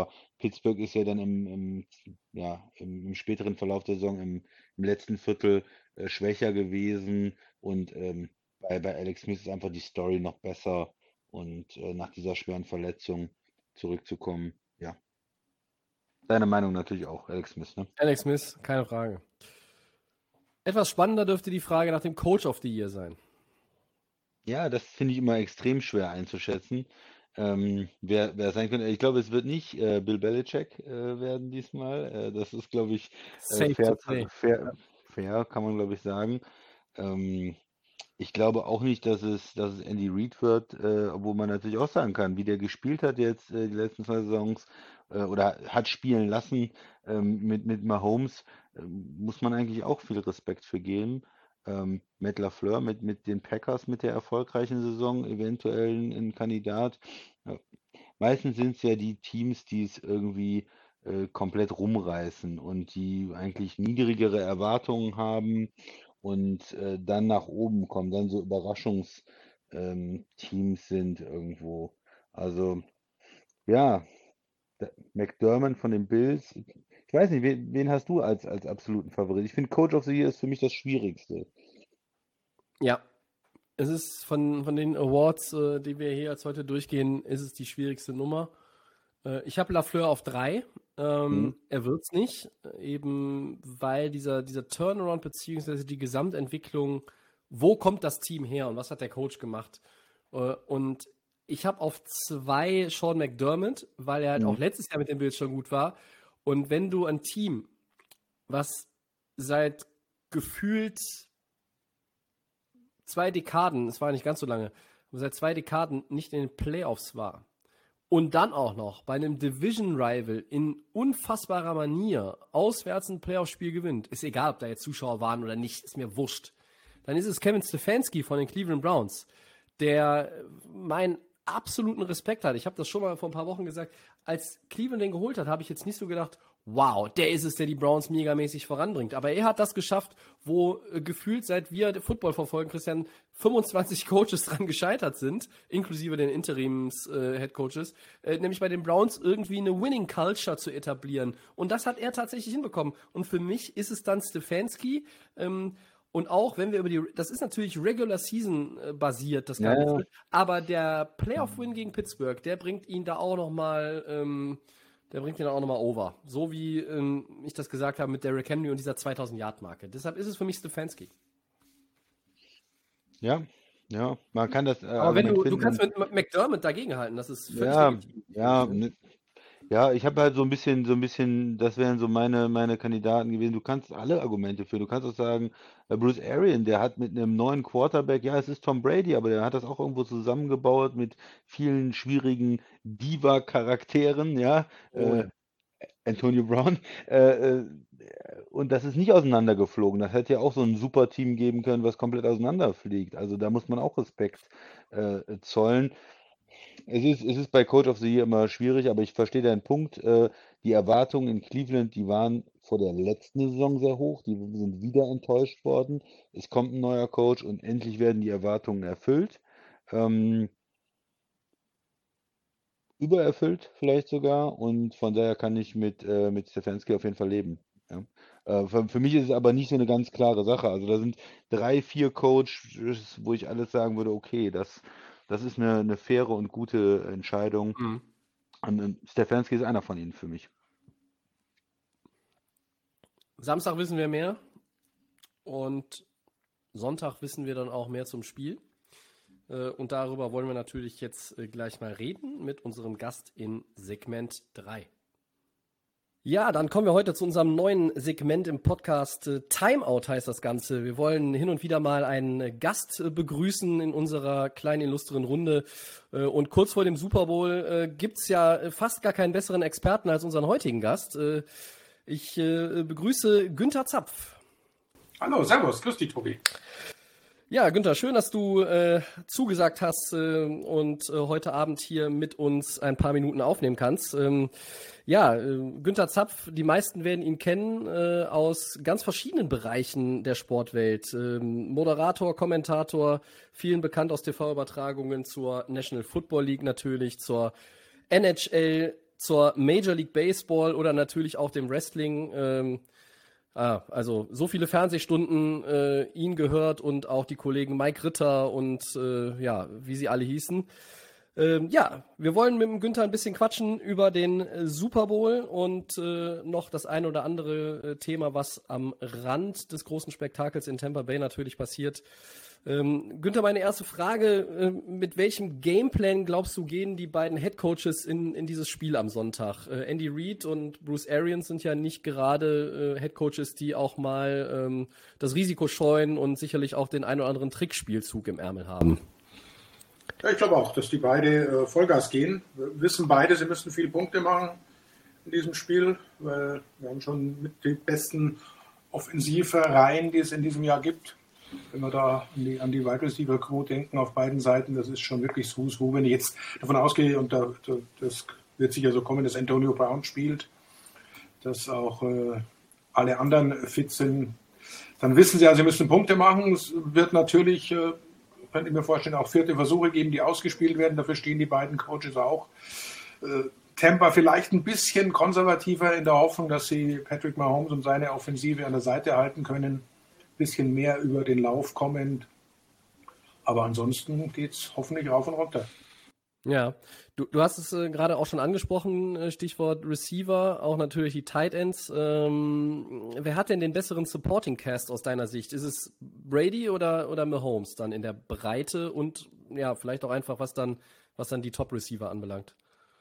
Pittsburgh ist ja dann im, im, ja, im, im späteren Verlauf der Saison, im, im letzten Viertel äh, schwächer gewesen und ähm, bei, bei Alex Smith ist einfach die Story noch besser und äh, nach dieser schweren Verletzung zurückzukommen, ja. Deine Meinung natürlich auch, Alex Smith, ne? Alex Smith, keine Frage. Etwas spannender dürfte die Frage nach dem Coach of the Year sein. Ja, das finde ich immer extrem schwer einzuschätzen, ähm, wer, wer es sein könnte. Ich glaube, es wird nicht äh, Bill Belichick äh, werden diesmal. Äh, das ist, glaube ich, äh, Safe to fair, say. fair, fair, kann man, glaube ich, sagen. Ähm, ich glaube auch nicht, dass es, dass es Andy Reid wird, äh, obwohl man natürlich auch sagen kann, wie der gespielt hat jetzt äh, die letzten zwei Saisons äh, oder hat spielen lassen ähm, mit, mit Mahomes, äh, muss man eigentlich auch viel Respekt für geben. Ähm, Matt LaFleur mit, mit den Packers mit der erfolgreichen Saison, eventuell ein, ein Kandidat. Ja, meistens sind es ja die Teams, die es irgendwie äh, komplett rumreißen und die eigentlich niedrigere Erwartungen haben und äh, dann nach oben kommen, dann so Überraschungsteams ähm, Teams sind irgendwo. Also ja, der McDermott von den Bills. Ich weiß nicht, wen, wen hast du als, als absoluten Favorit? Ich finde, Coach of the Year ist für mich das Schwierigste. Ja, es ist von, von den Awards, äh, die wir hier jetzt heute durchgehen, ist es die schwierigste Nummer. Äh, ich habe Lafleur auf drei. Ähm, Hm? er wird es nicht, äh, eben weil dieser, dieser Turnaround beziehungsweise die Gesamtentwicklung, wo kommt das Team her und was hat der Coach gemacht? Äh, und ich habe auf zwei Sean McDermott, weil er halt auch Hm? letztes Jahr mit den Bills schon gut war. Und wenn du ein Team, was seit gefühlt zwei Dekaden, es war nicht ganz so lange, aber seit zwei Dekaden nicht in den Playoffs war und dann auch noch bei einem Division-Rival in unfassbarer Manier auswärts ein Playoff-Spiel gewinnt, ist egal, ob da jetzt Zuschauer waren oder nicht, ist mir wurscht. Dann ist es Kevin Stefanski von den Cleveland Browns, der meinen absoluten Respekt hat. Ich habe das schon mal vor ein paar Wochen gesagt. Als Cleveland den geholt hat, habe ich jetzt nicht so gedacht, wow, der ist es, der die Browns megamäßig voranbringt. Aber er hat das geschafft, wo äh, gefühlt, seit wir Football verfolgen, Christian, fünfundzwanzig Coaches dran gescheitert sind, inklusive den Interims-Head-Coaches, äh, äh, nämlich bei den Browns irgendwie eine Winning-Culture zu etablieren. Und das hat er tatsächlich hinbekommen. Und für mich ist es dann Stefanski, ähm, und auch, wenn wir über die, das ist natürlich Regular Season äh, basiert, das Ja, Ganze, ja. aber der Playoff-Win gegen Pittsburgh, der bringt ihn da auch nochmal, ähm, der bringt ihn auch nochmal over. So wie ähm, ich das gesagt habe mit Derrick Henry und dieser zweitausend-Yard-Marke. Deshalb ist es für mich Stefanski. Ja, ja, man kann das äh, Aber wenn Argument du, du finden. kannst mit M- McDermott dagegenhalten, das ist völlig Ja, legitim. ja, ne, ja, ich habe halt so ein bisschen, so ein bisschen, das wären so meine, meine Kandidaten gewesen. Du kannst alle Argumente für. Du kannst auch sagen, äh, Bruce Arians, der hat mit einem neuen Quarterback, ja, es ist Tom Brady, aber der hat das auch irgendwo zusammengebaut mit vielen schwierigen Diva-Charakteren, ja. Oh, Äh, ja. Antonio Brown. Äh, äh, und das ist nicht auseinandergeflogen. Das hätte ja auch so ein super Team geben können, was komplett auseinanderfliegt. Also da muss man auch Respekt äh, zollen. Es ist, es ist bei Coach of the Year immer schwierig, aber ich verstehe deinen Punkt. Äh, die Erwartungen in Cleveland, die waren vor der letzten Saison sehr hoch. Die sind wieder enttäuscht worden. Es kommt ein neuer Coach und endlich werden die Erwartungen erfüllt. Ähm, übererfüllt vielleicht sogar. Und von daher kann ich mit, äh, mit Stefanski auf jeden Fall leben. Ja. Äh, für, für mich ist es aber nicht so eine ganz klare Sache. Also da sind drei, vier Coaches, wo ich alles sagen würde, okay, das, das ist eine, eine faire und gute Entscheidung. Mhm. Und, und Stefanski ist einer von ihnen für mich. Samstag wissen wir mehr und Sonntag wissen wir dann auch mehr zum Spiel. Äh, Und darüber wollen wir natürlich jetzt äh, gleich mal reden mit unserem Gast in Segment drei. Ja, dann kommen wir heute zu unserem neuen Segment im Podcast. Äh, Timeout heißt das Ganze. Wir wollen hin und wieder mal einen äh, Gast äh, begrüßen in unserer kleinen illustren Runde. Äh, Und kurz vor dem Super Bowl äh, gibt's ja äh, fast gar keinen besseren Experten als unseren heutigen Gast. Äh, Ich äh, begrüße Günther Zapf. Hallo, servus, grüß dich, Tobi. Ja, Günther, schön, dass du äh, zugesagt hast äh, und äh, heute Abend hier mit uns ein paar Minuten aufnehmen kannst. Ähm, ja, äh, Günther Zapf, die meisten werden ihn kennen äh, aus ganz verschiedenen Bereichen der Sportwelt. Ähm, Moderator, Kommentator, vielen bekannt aus T V-Übertragungen zur National Football League natürlich, zur N H L, zur Major League Baseball oder natürlich auch dem Wrestling. Ähm, ah, also so viele Fernsehstunden äh, ihn gehört und auch die Kollegen Mike Ritter und äh, ja, wie sie alle hießen. Ähm, ja, wir wollen mit dem Günther ein bisschen quatschen über den äh, Super Bowl und äh, noch das ein oder andere äh, Thema, was am Rand des großen Spektakels in Tampa Bay natürlich passiert. Ähm, Günther, meine erste Frage, äh, mit welchem Gameplan glaubst du, gehen die beiden Headcoaches in, in dieses Spiel am Sonntag? Äh, Andy Reid und Bruce Arians sind ja nicht gerade äh, Headcoaches, die auch mal ähm, das Risiko scheuen und sicherlich auch den ein oder anderen Trickspielzug im Ärmel haben. Ja, ich glaube auch, dass die beide äh, Vollgas gehen. Wir wissen beide, sie müssen viele Punkte machen in diesem Spiel, weil wir haben schon mit den besten Offensivreihen, die es in diesem Jahr gibt. Wenn wir da an die, an die Wide Receiver Crew denken auf beiden Seiten, das ist schon wirklich Who's Who. Wenn ich jetzt davon ausgehe, und da, da, das wird sicher so kommen, dass Antonio Brown spielt, dass auch äh, alle anderen fit sind, dann wissen sie ja, sie müssen Punkte machen. Es wird natürlich... Äh, könnte ich mir vorstellen, auch vierte Versuche geben, die ausgespielt werden. Dafür stehen die beiden Coaches auch. Äh, Tampa vielleicht ein bisschen konservativer in der Hoffnung, dass sie Patrick Mahomes und seine Offensive an der Seite halten können. Ein bisschen mehr über den Lauf kommend. Aber ansonsten geht es hoffentlich rauf und runter. Ja, du, du hast es äh, gerade auch schon angesprochen, äh, Stichwort Receiver, auch natürlich die Tight Ends. Ähm, wer hat denn den besseren Supporting Cast aus deiner Sicht? Ist es Brady oder, oder Mahomes dann in der Breite und ja, vielleicht auch einfach, was dann, was dann die Top-Receiver anbelangt?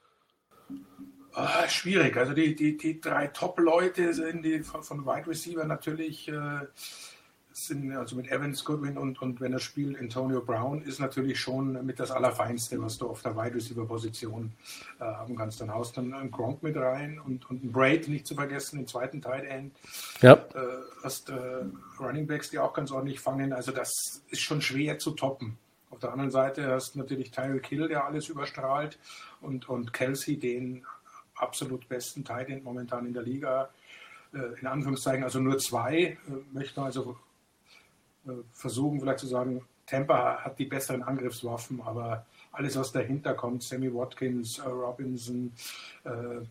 Ah, schwierig. Also die, die, die drei Top-Leute sind die von, von Wide Receiver natürlich... Äh, sind also mit Evans, Goodwin und, und wenn er spielt, Antonio Brown ist natürlich schon mit das Allerfeinste, was du auf der Wide Receiver Position äh, haben kannst. Dann haust dann einen Gronk mit rein und, und einen Braid nicht zu vergessen, den zweiten Tight End. Ja. Äh, hast äh, Running Backs, die auch ganz ordentlich fangen. Also das ist schon schwer zu toppen. Auf der anderen Seite hast du natürlich Tyreek Hill, der alles überstrahlt und, und Kelsey, den absolut besten Tight End momentan in der Liga. Äh, in Anführungszeichen also nur zwei. Äh, möchten also versuchen vielleicht zu sagen, Tampa hat die besseren Angriffswaffen, aber alles, was dahinter kommt, Sammy Watkins, uh, Robinson, äh,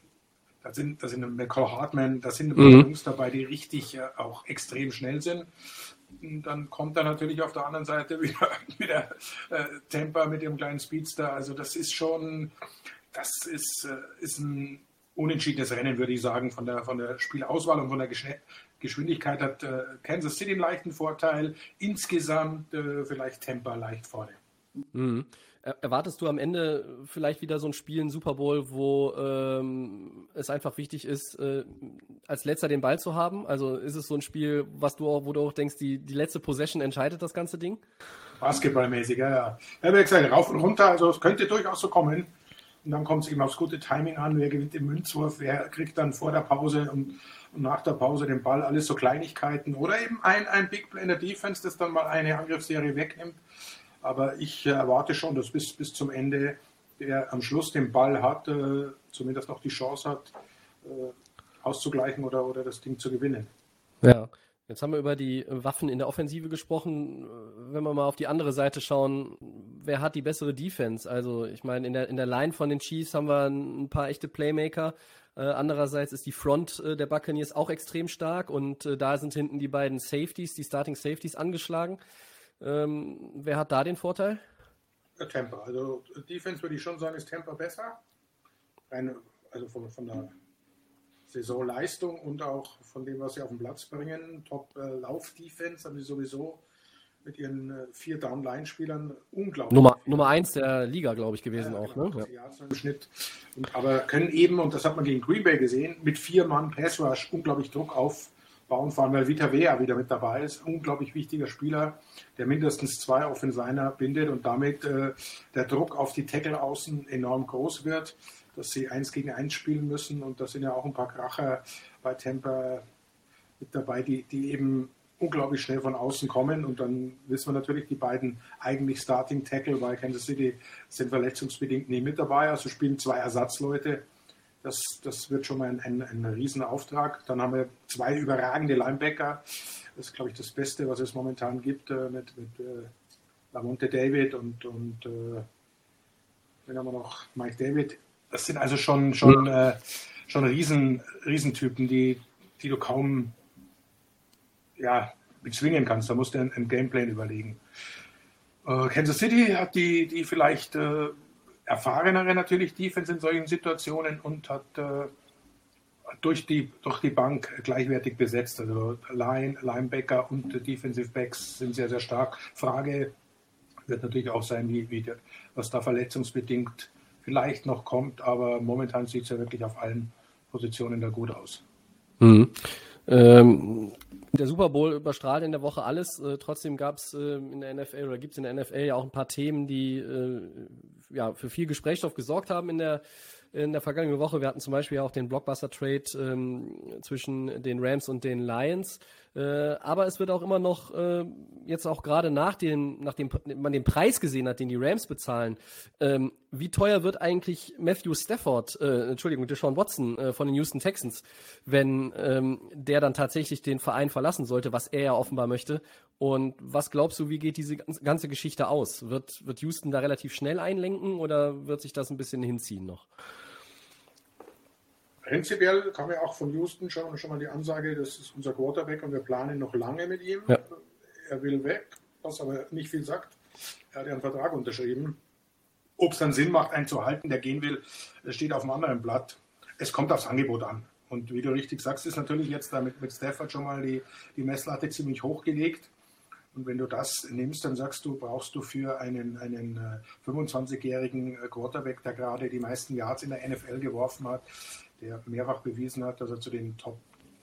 da sind, da sind McCall Hartman, da sind ein paar mhm. Jungs dabei, die richtig äh, auch extrem schnell sind. Und dann kommt da natürlich auf der anderen Seite wieder, wieder äh, Tampa mit dem kleinen Speedster. Also das ist schon, das ist, äh, ist ein unentschiedenes Rennen, würde ich sagen, von der, von der Spielauswahl und von der Geschne- Geschwindigkeit hat äh, Kansas City einen leichten Vorteil. Insgesamt äh, vielleicht Tampa leicht vorne. Mhm. Erwartest du am Ende vielleicht wieder so ein Spiel, ein Super Bowl, wo ähm, es einfach wichtig ist, äh, als Letzter den Ball zu haben? Also ist es so ein Spiel, was du auch, wo du auch denkst, die, die letzte Possession entscheidet das ganze Ding? Basketballmäßig, ja, ja. Ich habe ja gesagt, rauf und runter, also es könnte durchaus so kommen. Und dann kommt es eben aufs gute Timing an, wer gewinnt den Münzwurf, wer kriegt dann vor der Pause und, und nach der Pause den Ball, alles so Kleinigkeiten. Oder eben ein, ein Big Play in der Defense, das dann mal eine Angriffsserie wegnimmt. Aber ich äh, erwarte schon, dass bis, bis zum Ende der am Schluss den Ball hat, äh, zumindest noch die Chance hat, äh, auszugleichen oder, oder das Ding zu gewinnen. Ja. Jetzt haben wir über die Waffen in der Offensive gesprochen. Wenn wir mal auf die andere Seite schauen, wer hat die bessere Defense? Also ich meine, in der, in der Line von den Chiefs haben wir ein paar echte Playmaker. Äh, andererseits ist die Front äh, der Buccaneers auch extrem stark und äh, da sind hinten die beiden Safeties, die Starting Safeties angeschlagen. Ähm, wer hat da den Vorteil? Ja, Tampa. Also Defense würde ich schon sagen, ist Tampa besser. Eine, also von, von der Saisonleistung und auch von dem, was sie auf den Platz bringen. Top-Lauf-Defense haben sie sowieso mit ihren äh, vier Down-Line-Spielern unglaublich. Nummer, Nummer eins der Liga, glaube ich, gewesen ja, auch. Genau, Ne? Ja. Im Schnitt. Und, aber können eben, und das hat man gegen Green Bay gesehen, mit vier Mann Pass-Rush unglaublich Druck aufbauen, vor allem weil Vita Vea wieder mit dabei ist. Unglaublich wichtiger Spieler, der mindestens zwei Offensive bindet und damit äh, der Druck auf die Tackle außen enorm groß wird, dass sie eins gegen eins spielen müssen. Und da sind ja auch ein paar Kracher bei Tampa mit dabei, die, die eben unglaublich schnell von außen kommen. Und dann wissen wir natürlich, die beiden eigentlich Starting Tackle bei Kansas City sind verletzungsbedingt nicht mit dabei. Also spielen zwei Ersatzleute. Das, das wird schon mal ein, ein, ein Riesenauftrag. Dann haben wir zwei überragende Linebacker. Das ist, glaube ich, das Beste, was es momentan gibt, äh, mit, mit äh, Lavonte David und, und äh, dann haben wir noch Mike David. das sind also schon, schon, ja. äh, schon Riesen, Riesentypen, die, die du kaum ja, bezwingen kannst. Da musst du einen, einen Gameplan überlegen. Äh, Kansas City hat die, die vielleicht äh, erfahrenere natürlich Defense in solchen Situationen und hat äh, durch, die, durch die Bank gleichwertig besetzt. Also Line, Linebacker und Defensive Backs sind sehr, sehr stark. Frage wird natürlich auch sein, wie, wie der, was da verletzungsbedingt vielleicht noch kommt, aber momentan sieht es ja wirklich auf allen Positionen da gut aus. Mhm. Ähm, der Super Bowl überstrahlt in der Woche alles. Äh, trotzdem gab es äh, in der N F L oder gibt es in der N F L ja auch ein paar Themen, die äh, ja, für viel Gesprächsstoff gesorgt haben in der in der vergangenen Woche. Wir hatten zum Beispiel auch den Blockbuster-Trade ähm, zwischen den Rams und den Lions. Äh, aber es wird auch immer noch, äh, jetzt auch gerade nach dem, nachdem man den Preis gesehen hat, den die Rams bezahlen, ähm, wie teuer wird eigentlich Matthew Stafford, äh, Entschuldigung, Deshaun Watson äh, von den Houston Texans, wenn ähm, der dann tatsächlich den Verein verlassen sollte, was er ja offenbar möchte. Und was glaubst du, wie geht diese ganze Geschichte aus? Wird, wird Houston da relativ schnell einlenken oder wird sich das ein bisschen hinziehen noch? Prinzipiell kam ja auch von Houston schon, schon mal die Ansage, das ist unser Quarterback und wir planen noch lange mit ihm. Ja. Er will weg, was aber nicht viel sagt. Er hat ja einen Vertrag unterschrieben. Ob es dann Sinn macht, einen zu halten, der gehen will, steht auf einem anderen Blatt. Es kommt aufs Angebot an. Und wie du richtig sagst, ist natürlich jetzt damit mit Stafford schon mal die, die Messlatte ziemlich hochgelegt. Und wenn du das nimmst, dann sagst du, brauchst du für einen, einen fünfundzwanzigjährigen Quarterback, der gerade die meisten Yards in der N F L geworfen hat, der mehrfach bewiesen hat, dass er zu den Top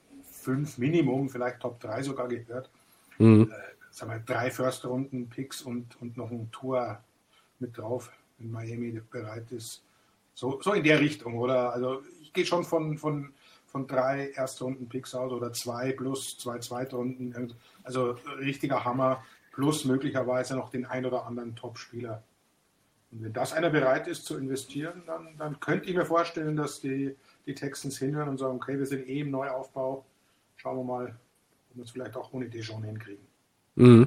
fünf Minimum, vielleicht Top drei sogar gehört. Mhm. Äh, sagen wir, drei First-Runden-Picks und, und noch ein Tour mit drauf, wenn Miami bereit ist. So, so in der Richtung, oder? Also ich gehe schon von, von, von drei Erstrunden-Picks aus oder zwei plus zwei Zweitrunden. Also richtiger Hammer plus möglicherweise noch den ein oder anderen Top-Spieler. Und wenn das einer bereit ist zu investieren, dann, dann könnte ich mir vorstellen, dass die, die Texans hinhören und sagen, okay, wir sind eh im Neuaufbau. Schauen wir mal, ob wir es vielleicht auch ohne Deshaun hinkriegen. Mhm.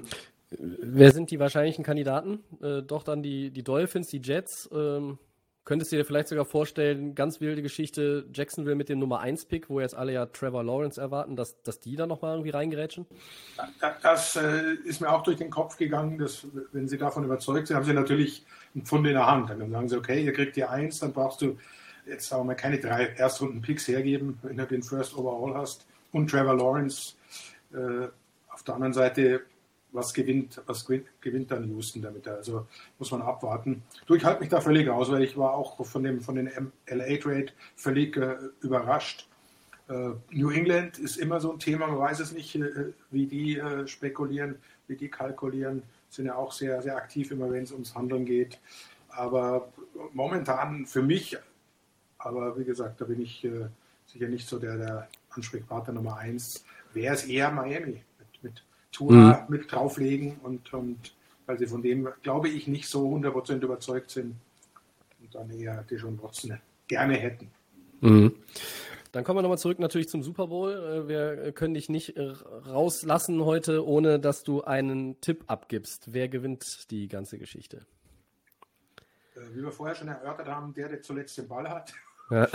Wer sind die wahrscheinlichen Kandidaten? Äh, doch dann die, die Dolphins, die Jets. Ähm, könntest du dir vielleicht sogar vorstellen, ganz wilde Geschichte, Jacksonville mit dem Nummer eins Pick, wo jetzt alle ja Trevor Lawrence erwarten, dass, dass die da nochmal irgendwie reingerätschen? Das, das äh, ist mir auch durch den Kopf gegangen, dass, wenn sie davon überzeugt sind, haben sie natürlich einen Pfund in der Hand. Dann sagen sie, okay, ihr kriegt die eins, dann brauchst du jetzt sagen wir mal keine drei Erstrunden-Picks hergeben, wenn du den First Overall hast. Und Trevor Lawrence äh, auf der anderen Seite, was gewinnt, was gewinnt dann Houston damit? Also muss man abwarten. Du, ich halte mich da völlig raus, weil ich war auch von dem von den L A-Trade völlig äh, überrascht. Äh, New England ist immer so ein Thema, man weiß es nicht, äh, wie die äh, spekulieren, wie die kalkulieren, sind ja auch sehr, sehr aktiv immer, wenn es ums Handeln geht. Aber momentan für mich, aber wie gesagt, da bin ich äh, sicher nicht so der, der Ansprechpartner Nummer eins, wäre es eher Miami mit, mit Tua mhm. mit drauflegen und, und weil sie von dem, glaube ich, nicht so hundert Prozent überzeugt sind und dann eher Deshaun Watson gerne hätten. Mhm. Dann kommen wir nochmal zurück natürlich zum Super Bowl. Wir können dich nicht rauslassen heute, ohne dass du einen Tipp abgibst. Wer gewinnt die ganze Geschichte? Wie wir vorher schon erörtert haben, der, der zuletzt den Ball hat. Ja.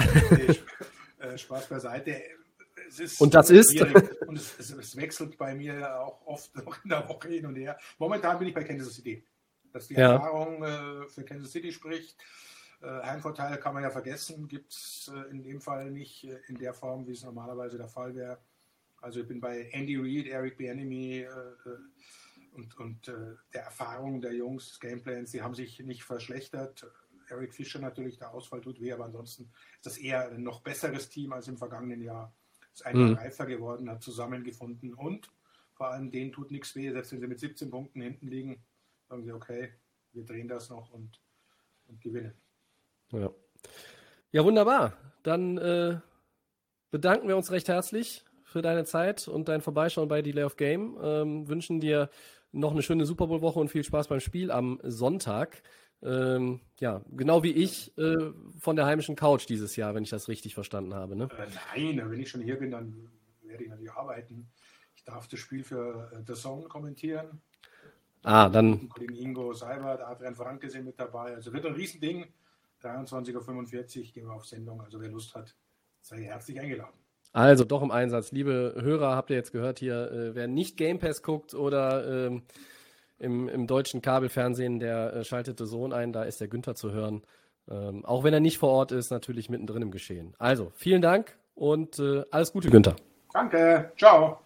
Spaß beiseite. Es ist und das ist? Und es, es, es wechselt bei mir auch oft noch in der Woche hin und her. Momentan bin ich bei Kansas City. Dass die ja. Erfahrung äh, für Kansas City spricht. Äh, Heimvorteil kann man ja vergessen, gibt es äh, in dem Fall nicht äh, in der Form, wie es normalerweise der Fall wäre. Also ich bin bei Andy Reid, Eric Bieniemy äh, und, und äh, der Erfahrung der Jungs, des Gameplans, die haben sich nicht verschlechtert. Eric Fischer natürlich, der Ausfall tut weh, aber ansonsten ist das eher ein noch besseres Team als im vergangenen Jahr. Ist ein Jahr mhm. reifer geworden, hat zusammengefunden und vor allem denen tut nichts weh, selbst wenn sie mit siebzehn Punkten hinten liegen, sagen sie, okay, wir drehen das noch und, und gewinnen. Ja. ja, wunderbar. Dann äh, bedanken wir uns recht herzlich für deine Zeit und dein Vorbeischauen bei Delay of Game. Ähm, wünschen dir noch eine schöne Super Bowl-Woche und viel Spaß beim Spiel am Sonntag. Ähm, ja, genau wie ich äh, von der heimischen Couch dieses Jahr, wenn ich das richtig verstanden habe. Ne? Äh, nein, wenn ich schon hier bin, dann werde ich natürlich arbeiten. Ich darf das Spiel für äh, The Zone kommentieren. Ah, dann. Kollegen Ingo Seibert, Adrian Franke sind mit dabei. Also wird ein Riesending. dreiundzwanzig Uhr fünfundvierzig gehen wir auf Sendung. Also wer Lust hat, sei herzlich eingeladen. Also doch im Einsatz. Liebe Hörer, habt ihr jetzt gehört hier, äh, wer nicht Game Pass guckt oder ähm, im, im deutschen Kabelfernsehen, der äh, schaltet The Zone ein, da ist der Günther zu hören. Ähm, auch wenn er nicht vor Ort ist, natürlich mittendrin im Geschehen. Also, vielen Dank und äh, alles Gute, Günther. Danke, ciao.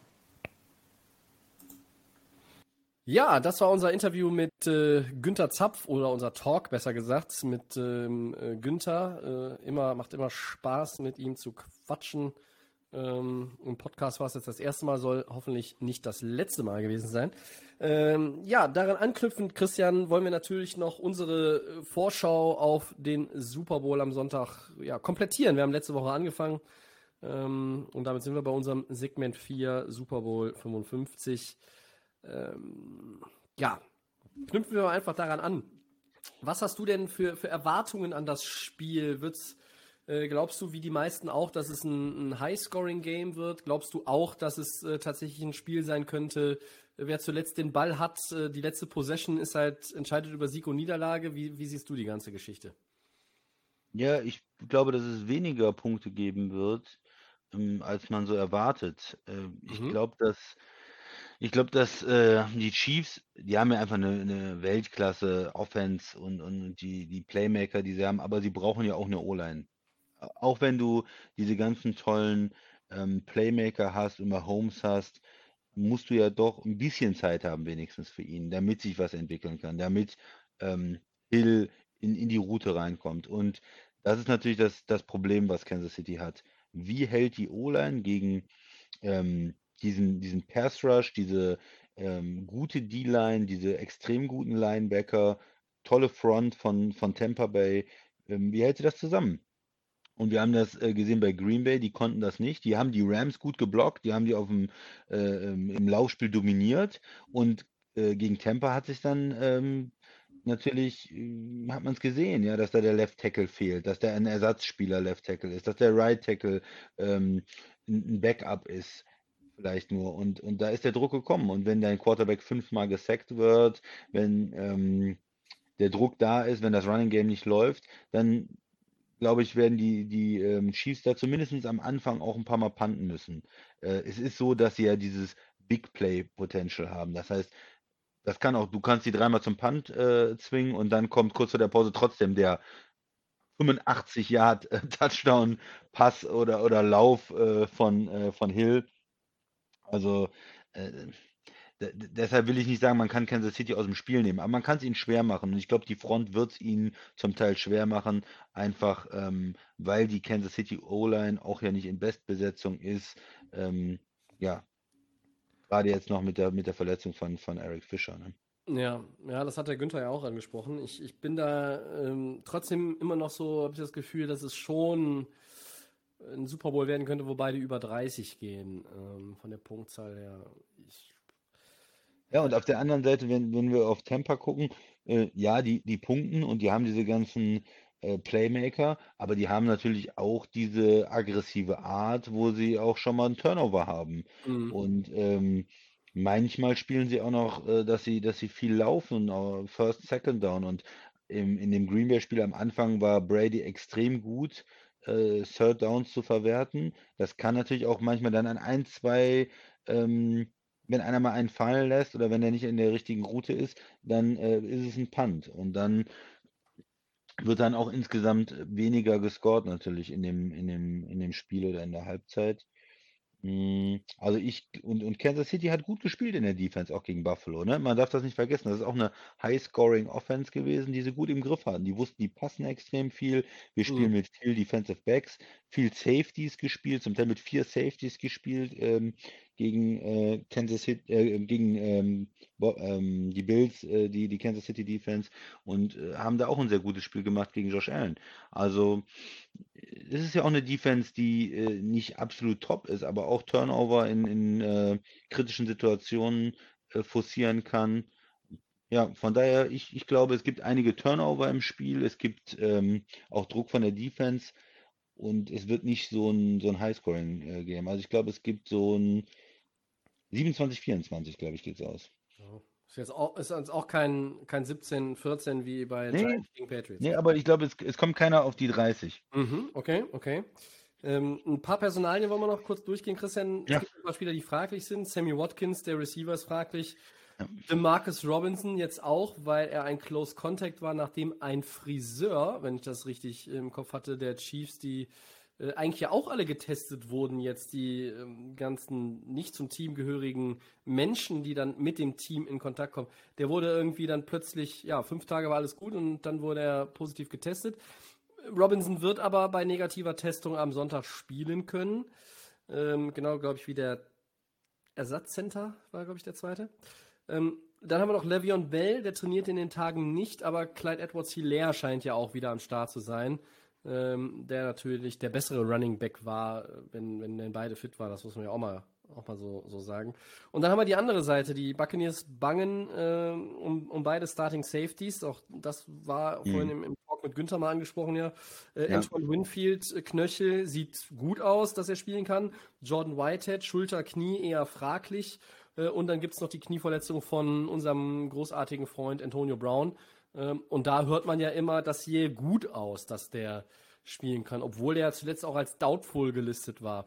Ja, das war unser Interview mit äh, Günther Zapf oder unser Talk, besser gesagt, mit ähm, äh, Günther. Äh, immer, macht immer Spaß, mit ihm zu quatschen. Ähm, Im Podcast war es jetzt das erste Mal, soll hoffentlich nicht das letzte Mal gewesen sein. Ähm, ja, daran anknüpfend, Christian, wollen wir natürlich noch unsere Vorschau auf den Super Bowl am Sonntag ja, komplettieren. Wir haben letzte Woche angefangen ähm, und damit sind wir bei unserem Segment vier, Super Bowl fünfundfünfzig. Ähm, ja, knüpfen wir einfach daran an. Was hast du denn für, für Erwartungen an das Spiel? Wird's Äh, glaubst du, wie die meisten auch, dass es ein, ein High-Scoring-Game wird? Glaubst du auch, dass es äh, tatsächlich ein Spiel sein könnte, wer zuletzt den Ball hat, äh, die letzte Possession ist halt, entscheidet über Sieg und Niederlage? Wie, wie siehst du die ganze Geschichte? Ja, ich glaube, dass es weniger Punkte geben wird, ähm, als man so erwartet. Äh, ich Mhm. glaube, dass ich glaube, dass äh, die Chiefs, die haben ja einfach eine, eine Weltklasse Offense und, und die, die Playmaker, die sie haben, aber sie brauchen ja auch eine O-Line. Auch wenn du diese ganzen tollen ähm, Playmaker hast und Mahomes hast, musst du ja doch ein bisschen Zeit haben, wenigstens für ihn, damit sich was entwickeln kann, damit ähm, Hill in, in die Route reinkommt. Und das ist natürlich das, das Problem, was Kansas City hat. Wie hält die O-Line gegen ähm, diesen, diesen Pass Rush, diese ähm, gute D-Line, diese extrem guten Linebacker, tolle Front von, von Tampa Bay? Ähm, wie hält sie das zusammen? Und wir haben das äh, gesehen bei Green Bay, die konnten das nicht. Die haben die Rams gut geblockt, die haben die auf dem, äh, ähm, im Laufspiel dominiert und äh, gegen Tampa hat sich dann ähm, natürlich, äh, hat man es gesehen, ja, dass da der Left Tackle fehlt, dass der ein Ersatzspieler Left Tackle ist, dass der Right Tackle ähm, ein ein Backup ist, vielleicht nur. Und, und da ist der Druck gekommen. Und wenn dein Quarterback fünfmal gesackt wird, wenn ähm, der Druck da ist, wenn das Running Game nicht läuft, dann glaube ich, werden die, die ähm, Chiefs da zumindest am Anfang auch ein paar Mal punten müssen. Äh, es ist so, dass sie ja dieses Big Play Potential haben. Das heißt, das kann auch, du kannst die dreimal zum Punt äh, zwingen und dann kommt kurz vor der Pause trotzdem der fünfundachtzig Yard äh, Touchdown Pass oder, oder Lauf äh, von, äh, von Hill. Also äh, D deshalb will ich nicht sagen, man kann Kansas City aus dem Spiel nehmen, aber man kann es ihnen schwer machen. Und ich glaube, die Front wird es ihnen zum Teil schwer machen, einfach ähm, weil die Kansas City O-Line auch ja nicht in Bestbesetzung ist. Ähm, ja, gerade jetzt noch mit der, mit der Verletzung von, von Eric Fischer. Ne? Ja, ja, das hat der Günther ja auch angesprochen. Ich, ich bin da ähm, trotzdem immer noch so, habe ich das Gefühl, dass es schon ein Super Bowl werden könnte, wo beide über dreißig gehen, ähm, von der Punktzahl her. Ich, Ja, und auf der anderen Seite, wenn, wenn wir auf Tampa gucken, äh, ja, die, die punkten und die haben diese ganzen äh, Playmaker, aber die haben natürlich auch diese aggressive Art, wo sie auch schon mal einen Turnover haben. Mhm. Und ähm, manchmal spielen sie auch noch, äh, dass sie, dass sie viel laufen, äh, First, Second Down. Und im, in dem Green Bay-Spiel am Anfang war Brady extrem gut, äh, Third Downs zu verwerten. Das kann natürlich auch manchmal dann an ein, zwei ähm, wenn einer mal einen fallen lässt oder wenn er nicht in der richtigen Route ist, dann äh, ist es ein Punt. Und dann wird dann auch insgesamt weniger gescored natürlich in dem, in dem, in dem Spiel oder in der Halbzeit. Mm, Also ich und, und Kansas City hat gut gespielt in der Defense, auch gegen Buffalo, ne? Man darf das nicht vergessen. Das ist auch eine High-Scoring Offense gewesen, die sie gut im Griff hatten. Die wussten, die passen extrem viel. Wir Mhm. spielen mit viel Defensive Backs, viel Safeties gespielt, zum Teil mit vier Safeties gespielt ähm, gegen äh, Kansas City, äh, gegen ähm, Bo- ähm, die Bills, äh, die, die Kansas City Defense und äh, haben da auch ein sehr gutes Spiel gemacht gegen Josh Allen. Also es ist ja auch eine Defense, die äh, nicht absolut top ist, aber auch Turnover in, in äh, kritischen Situationen äh, forcieren kann. Ja, von daher, ich, ich glaube, es gibt einige Turnover im Spiel, es gibt ähm, auch Druck von der Defense und es wird nicht so ein, so ein Highscoring-Game. Also ich glaube, es gibt so ein siebenundzwanzig vierundzwanzig, glaube ich, geht's aus. Ja. Ist jetzt auch, ist jetzt auch kein, kein siebzehn vierzehn wie bei Nee, Giants gegen Patriots. nee, aber ich glaube, es, es kommt keiner auf die dreißig. Mhm, okay, okay. Ähm, ein paar Personalien wollen wir noch kurz durchgehen, Christian. Ja. Es gibt ein paar Spieler, die fraglich sind. Sammy Watkins, der Receiver, ist fraglich. Ja. DeMarcus Robinson jetzt auch, weil er ein Close Contact war, nachdem ein Friseur, wenn ich das richtig im Kopf hatte, der Chiefs, die äh, eigentlich ja auch alle getestet wurden, jetzt die ähm, ganzen nicht zum Team gehörigen Menschen, die dann mit dem Team in Kontakt kommen, der wurde irgendwie dann plötzlich, ja, fünf Tage war alles gut und dann wurde er positiv getestet. Robinson wird aber bei negativer Testung am Sonntag spielen können. Ähm, genau, glaube ich, wie der Ersatzcenter war, glaube ich, der zweite. Ähm, dann haben wir noch Le'Veon Bell, der trainiert in den Tagen nicht, aber Clyde Edwards-Helaire scheint ja auch wieder am Start zu sein. Ähm, der natürlich der bessere Running Back war, wenn, wenn denn beide fit waren, das muss man ja auch mal, auch mal so, so sagen. Und dann haben wir die andere Seite, die Buccaneers bangen äh, um, um beide Starting Safeties, auch das war mhm. vorhin im, im Talk mit Günther mal angesprochen, ja. Äh, ja. Antoine Winfield, äh, Knöchel, sieht gut aus, dass er spielen kann. Jordan Whitehead, Schulter, Knie eher fraglich. Äh, und dann gibt es noch die Knieverletzung von unserem großartigen Freund Antonio Brown. Und da hört man ja immer, das sehe gut aus, dass der spielen kann, obwohl der zuletzt auch als doubtful gelistet war.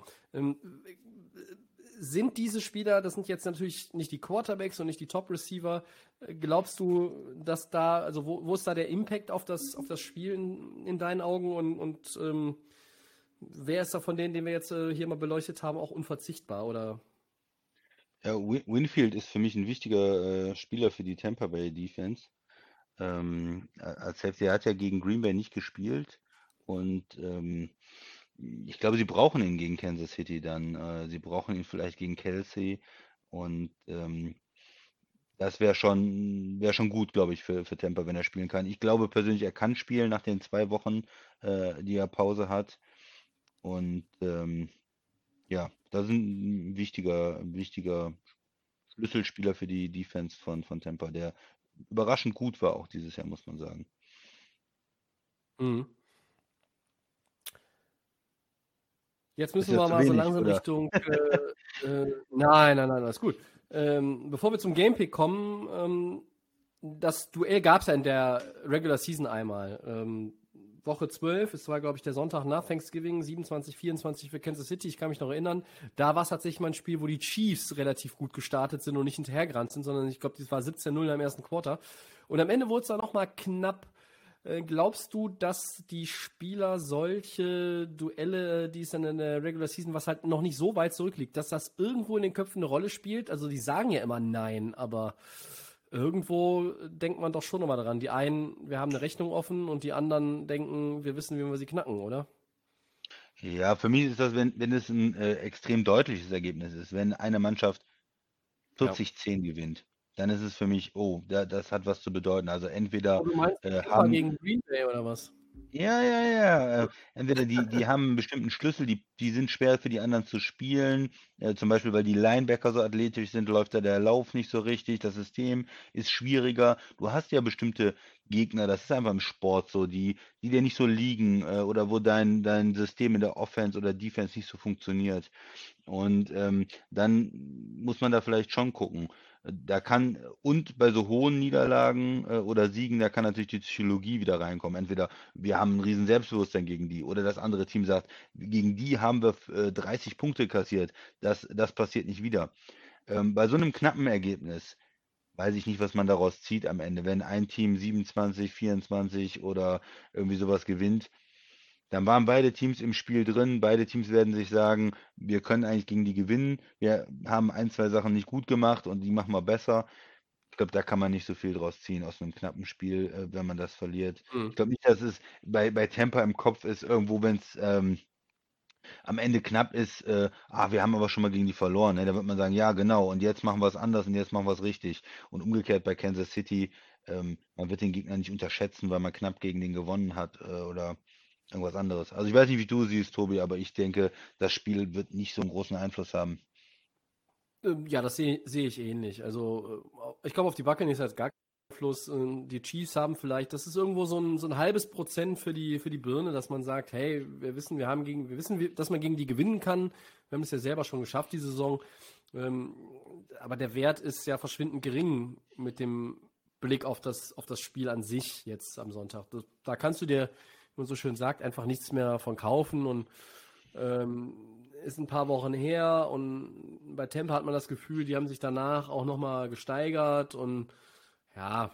Sind diese Spieler, das sind jetzt natürlich nicht die Quarterbacks und nicht die Top-Receiver, glaubst du, dass da, also wo, wo ist da der Impact auf das, auf das Spiel in, in deinen Augen und, und ähm, wer ist da von denen, den wir jetzt äh, hier mal beleuchtet haben, auch unverzichtbar, oder? Ja, Winfield ist für mich ein wichtiger äh, Spieler für die Tampa Bay Defense. Ähm, als Safety, er hat ja gegen Green Bay nicht gespielt und ähm, ich glaube, sie brauchen ihn gegen Kansas City dann. Äh, sie brauchen ihn vielleicht gegen Kelsey und ähm, das wäre schon, wäre schon gut, glaube ich, für, für Tampa, wenn er spielen kann. Ich glaube persönlich, er kann spielen nach den zwei Wochen, äh, die er Pause hat. Und ähm, ja, das ist ein wichtiger, wichtiger Schlüsselspieler für die Defense von, von Tampa, der überraschend gut war auch dieses Jahr, muss man sagen. Mhm. Jetzt müssen wir mal so langsam oder? Richtung. Äh, äh, nein, nein, nein, alles gut. Ähm, bevor wir zum Gamepick kommen, ähm, das Duell gab es ja in der Regular Season einmal. Ähm, Woche zwölf, es war, glaube ich, der Sonntag nach Thanksgiving, siebenundzwanzig vierundzwanzig für Kansas City, ich kann mich noch erinnern. Da war es tatsächlich mal ein Spiel, wo die Chiefs relativ gut gestartet sind und nicht hinterhergerannt sind, sondern ich glaube, das war siebzehn null im ersten Quarter. Und am Ende wurde es dann nochmal knapp. Glaubst du, dass die Spieler solche Duelle, die es dann in der Regular Season, was halt noch nicht so weit zurückliegt, dass das irgendwo in den Köpfen eine Rolle spielt? Also die sagen ja immer nein, aber irgendwo denkt man doch schon nochmal daran. Die einen, wir haben eine Rechnung offen und die anderen denken, wir wissen, wie wir sie knacken, oder? Ja, für mich ist das, wenn, wenn es ein äh, extrem deutliches Ergebnis ist, wenn eine Mannschaft vierzig zehn ja. gewinnt. Dann ist es für mich, oh, da, das hat was zu bedeuten. Also entweder oh, du meinst, äh, haben gegen Green Bay oder was? Ja, ja, ja. Äh, entweder die, die haben einen bestimmten Schlüssel, die, die sind schwer für die anderen zu spielen. Äh, zum Beispiel, weil die Linebacker so athletisch sind, läuft da der Lauf nicht so richtig. Das System ist schwieriger. Du hast ja bestimmte Gegner, das ist einfach im Sport so, die, die dir nicht so liegen äh, oder wo dein, dein System in der Offense oder Defense nicht so funktioniert. Und ähm, dann muss man da vielleicht schon gucken. Da kann, und bei so hohen Niederlagen äh, oder Siegen, da kann natürlich die Psychologie wieder reinkommen. Entweder wir haben ein riesen Selbstbewusstsein gegen die oder das andere Team sagt, gegen die haben wir äh, dreißig Punkte kassiert. Das, das passiert nicht wieder. Ähm, bei so einem knappen Ergebnis weiß ich nicht, was man daraus zieht am Ende. Wenn ein Team siebenundzwanzig, vierundzwanzig oder irgendwie sowas gewinnt, dann waren beide Teams im Spiel drin. Beide Teams werden sich sagen, wir können eigentlich gegen die gewinnen. Wir haben ein, zwei Sachen nicht gut gemacht und die machen wir besser. Ich glaube, da kann man nicht so viel draus ziehen aus einem knappen Spiel, äh, wenn man das verliert. Mhm. Ich glaube nicht, dass es bei, bei Tampa im Kopf ist, irgendwo, wenn es ähm, am Ende knapp ist, äh, ah, wir haben aber schon mal gegen die verloren. Ne? Da wird man sagen, ja, genau, und jetzt machen wir es anders und jetzt machen wir es richtig. Und umgekehrt bei Kansas City, ähm, man wird den Gegner nicht unterschätzen, weil man knapp gegen den gewonnen hat äh, oder irgendwas anderes. Also ich weiß nicht, wie du siehst, Tobi, aber ich denke, das Spiel wird nicht so einen großen Einfluss haben. Ja, das sehe seh ich ähnlich. Also ich glaube, auf die Buccaneers hat gar keinen Einfluss. Die Chiefs haben vielleicht, das ist irgendwo so ein, so ein halbes Prozent für die, für die Birne, dass man sagt, hey, wir wissen, wir haben gegen, wir wissen, dass man gegen die gewinnen kann. Wir haben es ja selber schon geschafft, die Saison. Ähm, aber der Wert ist ja verschwindend gering mit dem Blick auf das, auf das Spiel an sich jetzt am Sonntag. Das, da kannst du dir, wie man so schön sagt, einfach nichts mehr von kaufen und ähm, ist ein paar Wochen her und bei Tampa hat man das Gefühl, die haben sich danach auch nochmal gesteigert und ja,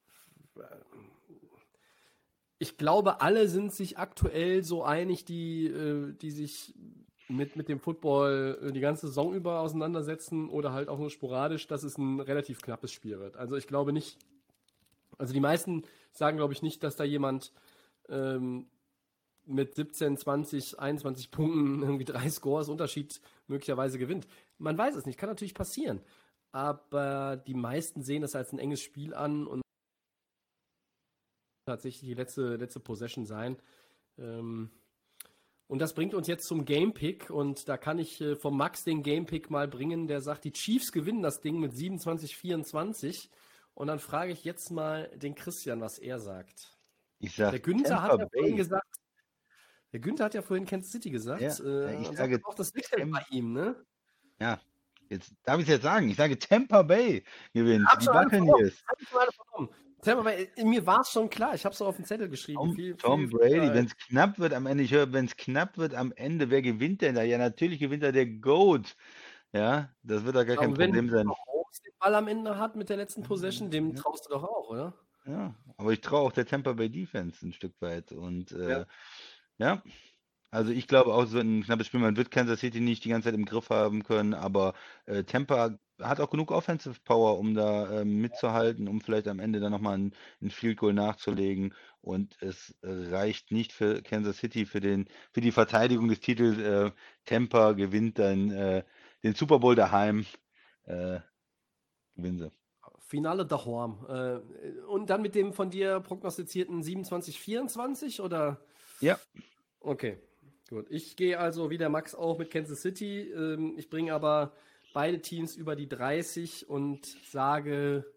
ich glaube, alle sind sich aktuell so einig, die, die sich mit, mit dem Football die ganze Saison über auseinandersetzen oder halt auch nur sporadisch, dass es ein relativ knappes Spiel wird. Also ich glaube nicht, also die meisten sagen, glaube ich, nicht, dass da jemand ähm, mit siebzehn, zwanzig, einundzwanzig Punkten irgendwie drei Scores Unterschied möglicherweise gewinnt. Man weiß es nicht, kann natürlich passieren. Aber die meisten sehen das als ein enges Spiel an und tatsächlich die letzte, letzte Possession sein. Ähm, und das bringt uns jetzt zum Gamepick und da kann ich äh, vom Max den Gamepick mal bringen, der sagt, die Chiefs gewinnen das Ding mit siebenundzwanzig vierundzwanzig und dann frage ich jetzt mal den Christian, was er sagt. Ich sag, der Günther Tampa hat ja Bay. vorhin gesagt, der Günther hat ja vorhin Kansas City gesagt. Ja, äh, ich und sage, sagt auch, das liegt halt bei ihm, ne? Ja, jetzt darf ich es jetzt sagen. Ich sage, Tampa Bay gewinnt. Hab Die schon alle Buccaneers. Hab ich schon alle vernommen. Tampa Bay, mir war es schon klar, ich habe es auf den Zettel geschrieben. Tom, viel, Tom viel, Brady, viel, wenn es knapp wird am Ende, ich höre, wenn es knapp wird am Ende, wer gewinnt denn da? Ja, natürlich gewinnt da der GOAT. Ja, das wird da gar kein aber wenn Problem sein. Mahomes den Ball am Ende hat mit der letzten Possession, dem Ja. traust du doch auch, oder? Ja, aber ich traue auch der Tampa Bay Defense ein Stück weit. Und äh, Ja. ja, also ich glaube auch, so ein knappes Spiel, man wird Kansas City nicht die ganze Zeit im Griff haben können, aber äh, Tampa hat auch genug Offensive Power, um da ähm, mitzuhalten, um vielleicht am Ende dann nochmal ein, ein Field Goal nachzulegen. Und es äh, reicht nicht für Kansas City für den, für die Verteidigung des Titels. Äh, Tampa gewinnt dann äh, den Super Bowl daheim. Äh, gewinnen sie. Finale daheim. Äh, und dann mit dem von dir prognostizierten siebenundzwanzig vierundzwanzig oder? Ja. Okay, gut. Ich gehe also wie der Max auch mit Kansas City. Ähm, ich bringe aber beide Teams über die dreißig und sage,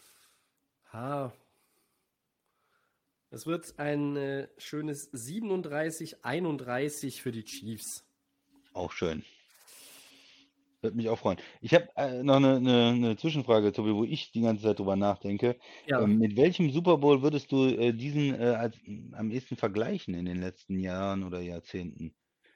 ha, es wird ein äh, schönes siebenunddreißig einunddreißig für die Chiefs. Auch schön. Würde mich auch freuen. Ich habe äh, noch eine, eine, eine Zwischenfrage, Tobi, wo ich die ganze Zeit drüber nachdenke. Ja. Ähm, mit welchem Super Bowl würdest du äh, diesen äh, als, am ehesten vergleichen in den letzten Jahren oder Jahrzehnten?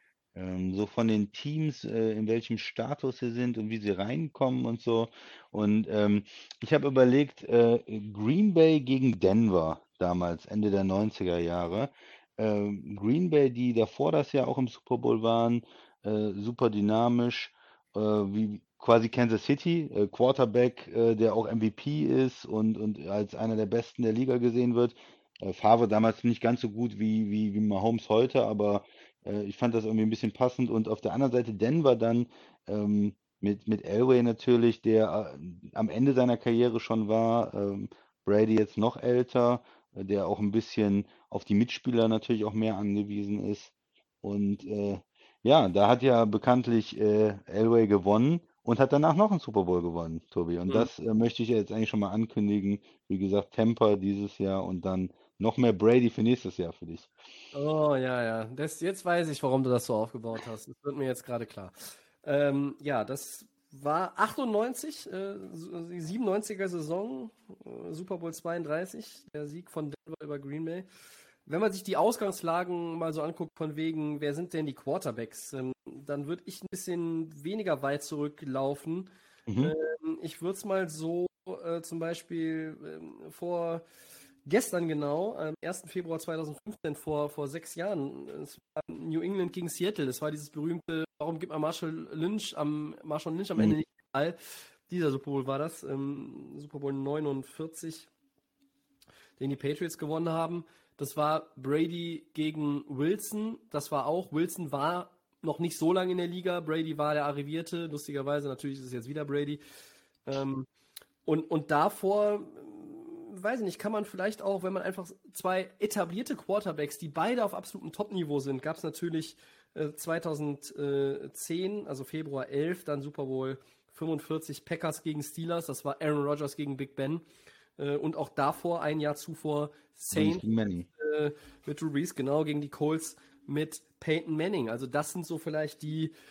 Ähm, so von den Teams, äh, in welchem Status sie sind und wie sie reinkommen und so. Und ähm, ich habe überlegt, äh, Green Bay gegen Denver damals, Ende der neunziger Jahre. Ähm, Green Bay, die davor das Jahr auch im Super Bowl waren, äh, super dynamisch, äh, wie quasi Kansas City, äh, Quarterback, äh, der auch M V P ist und, und als einer der besten der Liga gesehen wird. Äh, Favre damals nicht ganz so gut wie, wie, wie Mahomes heute, aber äh, ich fand das irgendwie ein bisschen passend. Und auf der anderen Seite Denver dann ähm, mit, mit Elway natürlich, der äh, am Ende seiner Karriere schon war. Ähm, Brady jetzt noch älter, äh, der auch ein bisschen auf die Mitspieler natürlich auch mehr angewiesen ist. Und äh, ja, da hat ja bekanntlich äh, Elway gewonnen und hat danach noch einen Super Bowl gewonnen, Tobi. Und Mhm. das äh, möchte ich jetzt eigentlich schon mal ankündigen. Wie gesagt, Tampa dieses Jahr und dann noch mehr Brady für nächstes Jahr für dich. Oh, ja, ja. Das, jetzt weiß ich, warum du das so aufgebaut hast. Das wird mir jetzt gerade klar. Ähm, ja, das war achtundneunzig, äh, die siebenundneunziger Saison, äh, Super Bowl zweiunddreißig, der Sieg von Denver über Green Bay. Wenn man sich die Ausgangslagen mal so anguckt, von wegen, wer sind denn die Quarterbacks, ähm, dann würde ich ein bisschen weniger weit zurücklaufen. Mhm. Ähm, ich würde es mal so äh, zum Beispiel ähm, vor gestern genau, am ersten Februar zweitausendfünfzehn, vor, vor sechs Jahren, es war New England gegen Seattle. Das war dieses berühmte, warum gibt man Marshall Lynch am, Marshall Lynch am Mhm. Ende nicht den Ball? Dieser Super Bowl war das, ähm, Super Bowl neunundvierzig, den die Patriots gewonnen haben. Das war Brady gegen Wilson. Das war auch, Wilson war noch nicht so lange in der Liga. Brady war der Arrivierte. Lustigerweise, natürlich ist es jetzt wieder Brady. Ähm, und, und davor, weiß ich nicht, kann man vielleicht auch, wenn man einfach zwei etablierte Quarterbacks, die beide auf absolutem Top-Niveau sind, gab es natürlich äh, zweitausendzehn, also Februar elf, dann Super Bowl fünfundvierzig, Packers gegen Steelers. Das war Aaron Rodgers gegen Big Ben. Äh, und auch davor, ein Jahr zuvor, Saints äh, mit Drew Brees, genau, gegen die Colts mit Peyton Manning. Also das sind so vielleicht die,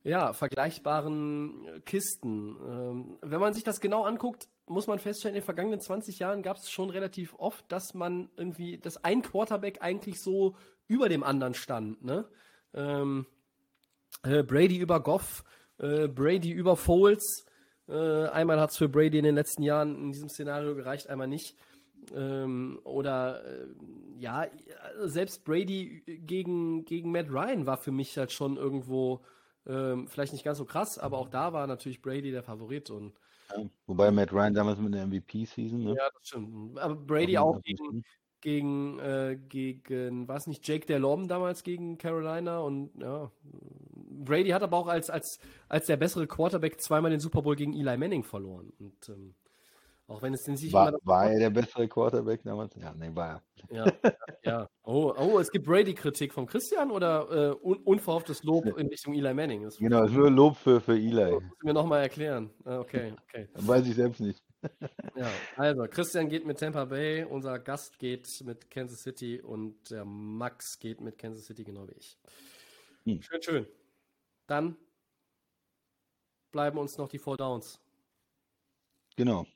ja, vergleichbaren Kisten. Ähm, wenn man sich das genau anguckt, muss man feststellen, in den vergangenen zwanzig Jahren gab es schon relativ oft, dass man irgendwie, dass ein Quarterback eigentlich so über dem anderen stand, ne? Ähm, äh, Brady über Goff, äh, Brady über Foles. Äh, einmal hat es für Brady in den letzten Jahren in diesem Szenario gereicht, einmal nicht. Ähm, oder äh, ja, selbst Brady gegen, gegen Matt Ryan war für mich halt schon irgendwo ähm, vielleicht nicht ganz so krass, aber auch da war natürlich Brady der Favorit. Und Ja, wobei Matt Ryan damals mit der M V P-Season, ne? ja, das stimmt. Aber Auf Brady jeden auch Fall gegen, nicht. gegen, äh, gegen, war es nicht Jake Delhomme damals gegen Carolina? Und ja, Brady hat aber auch als, als, als der bessere Quarterback zweimal den Super Bowl gegen Eli Manning verloren. Und ähm, auch wenn es den sich immer War, war er der bessere Quarterback damals? Ja, nee, war er. Ja, ja. Oh, oh, es gibt Brady-Kritik von Christian oder äh, un unverhofftes Lob in Richtung Eli Manning? Das Genau, ist nur Lob für, für Eli. musst du mir nochmal erklären. Ah, okay, okay. Weiß ich selbst nicht. Ja, also Christian geht mit Tampa Bay, unser Gast geht mit Kansas City und der Max geht mit Kansas City, genau wie ich. Hm. Schön, schön. Dann bleiben uns noch die Four Downs. Genau.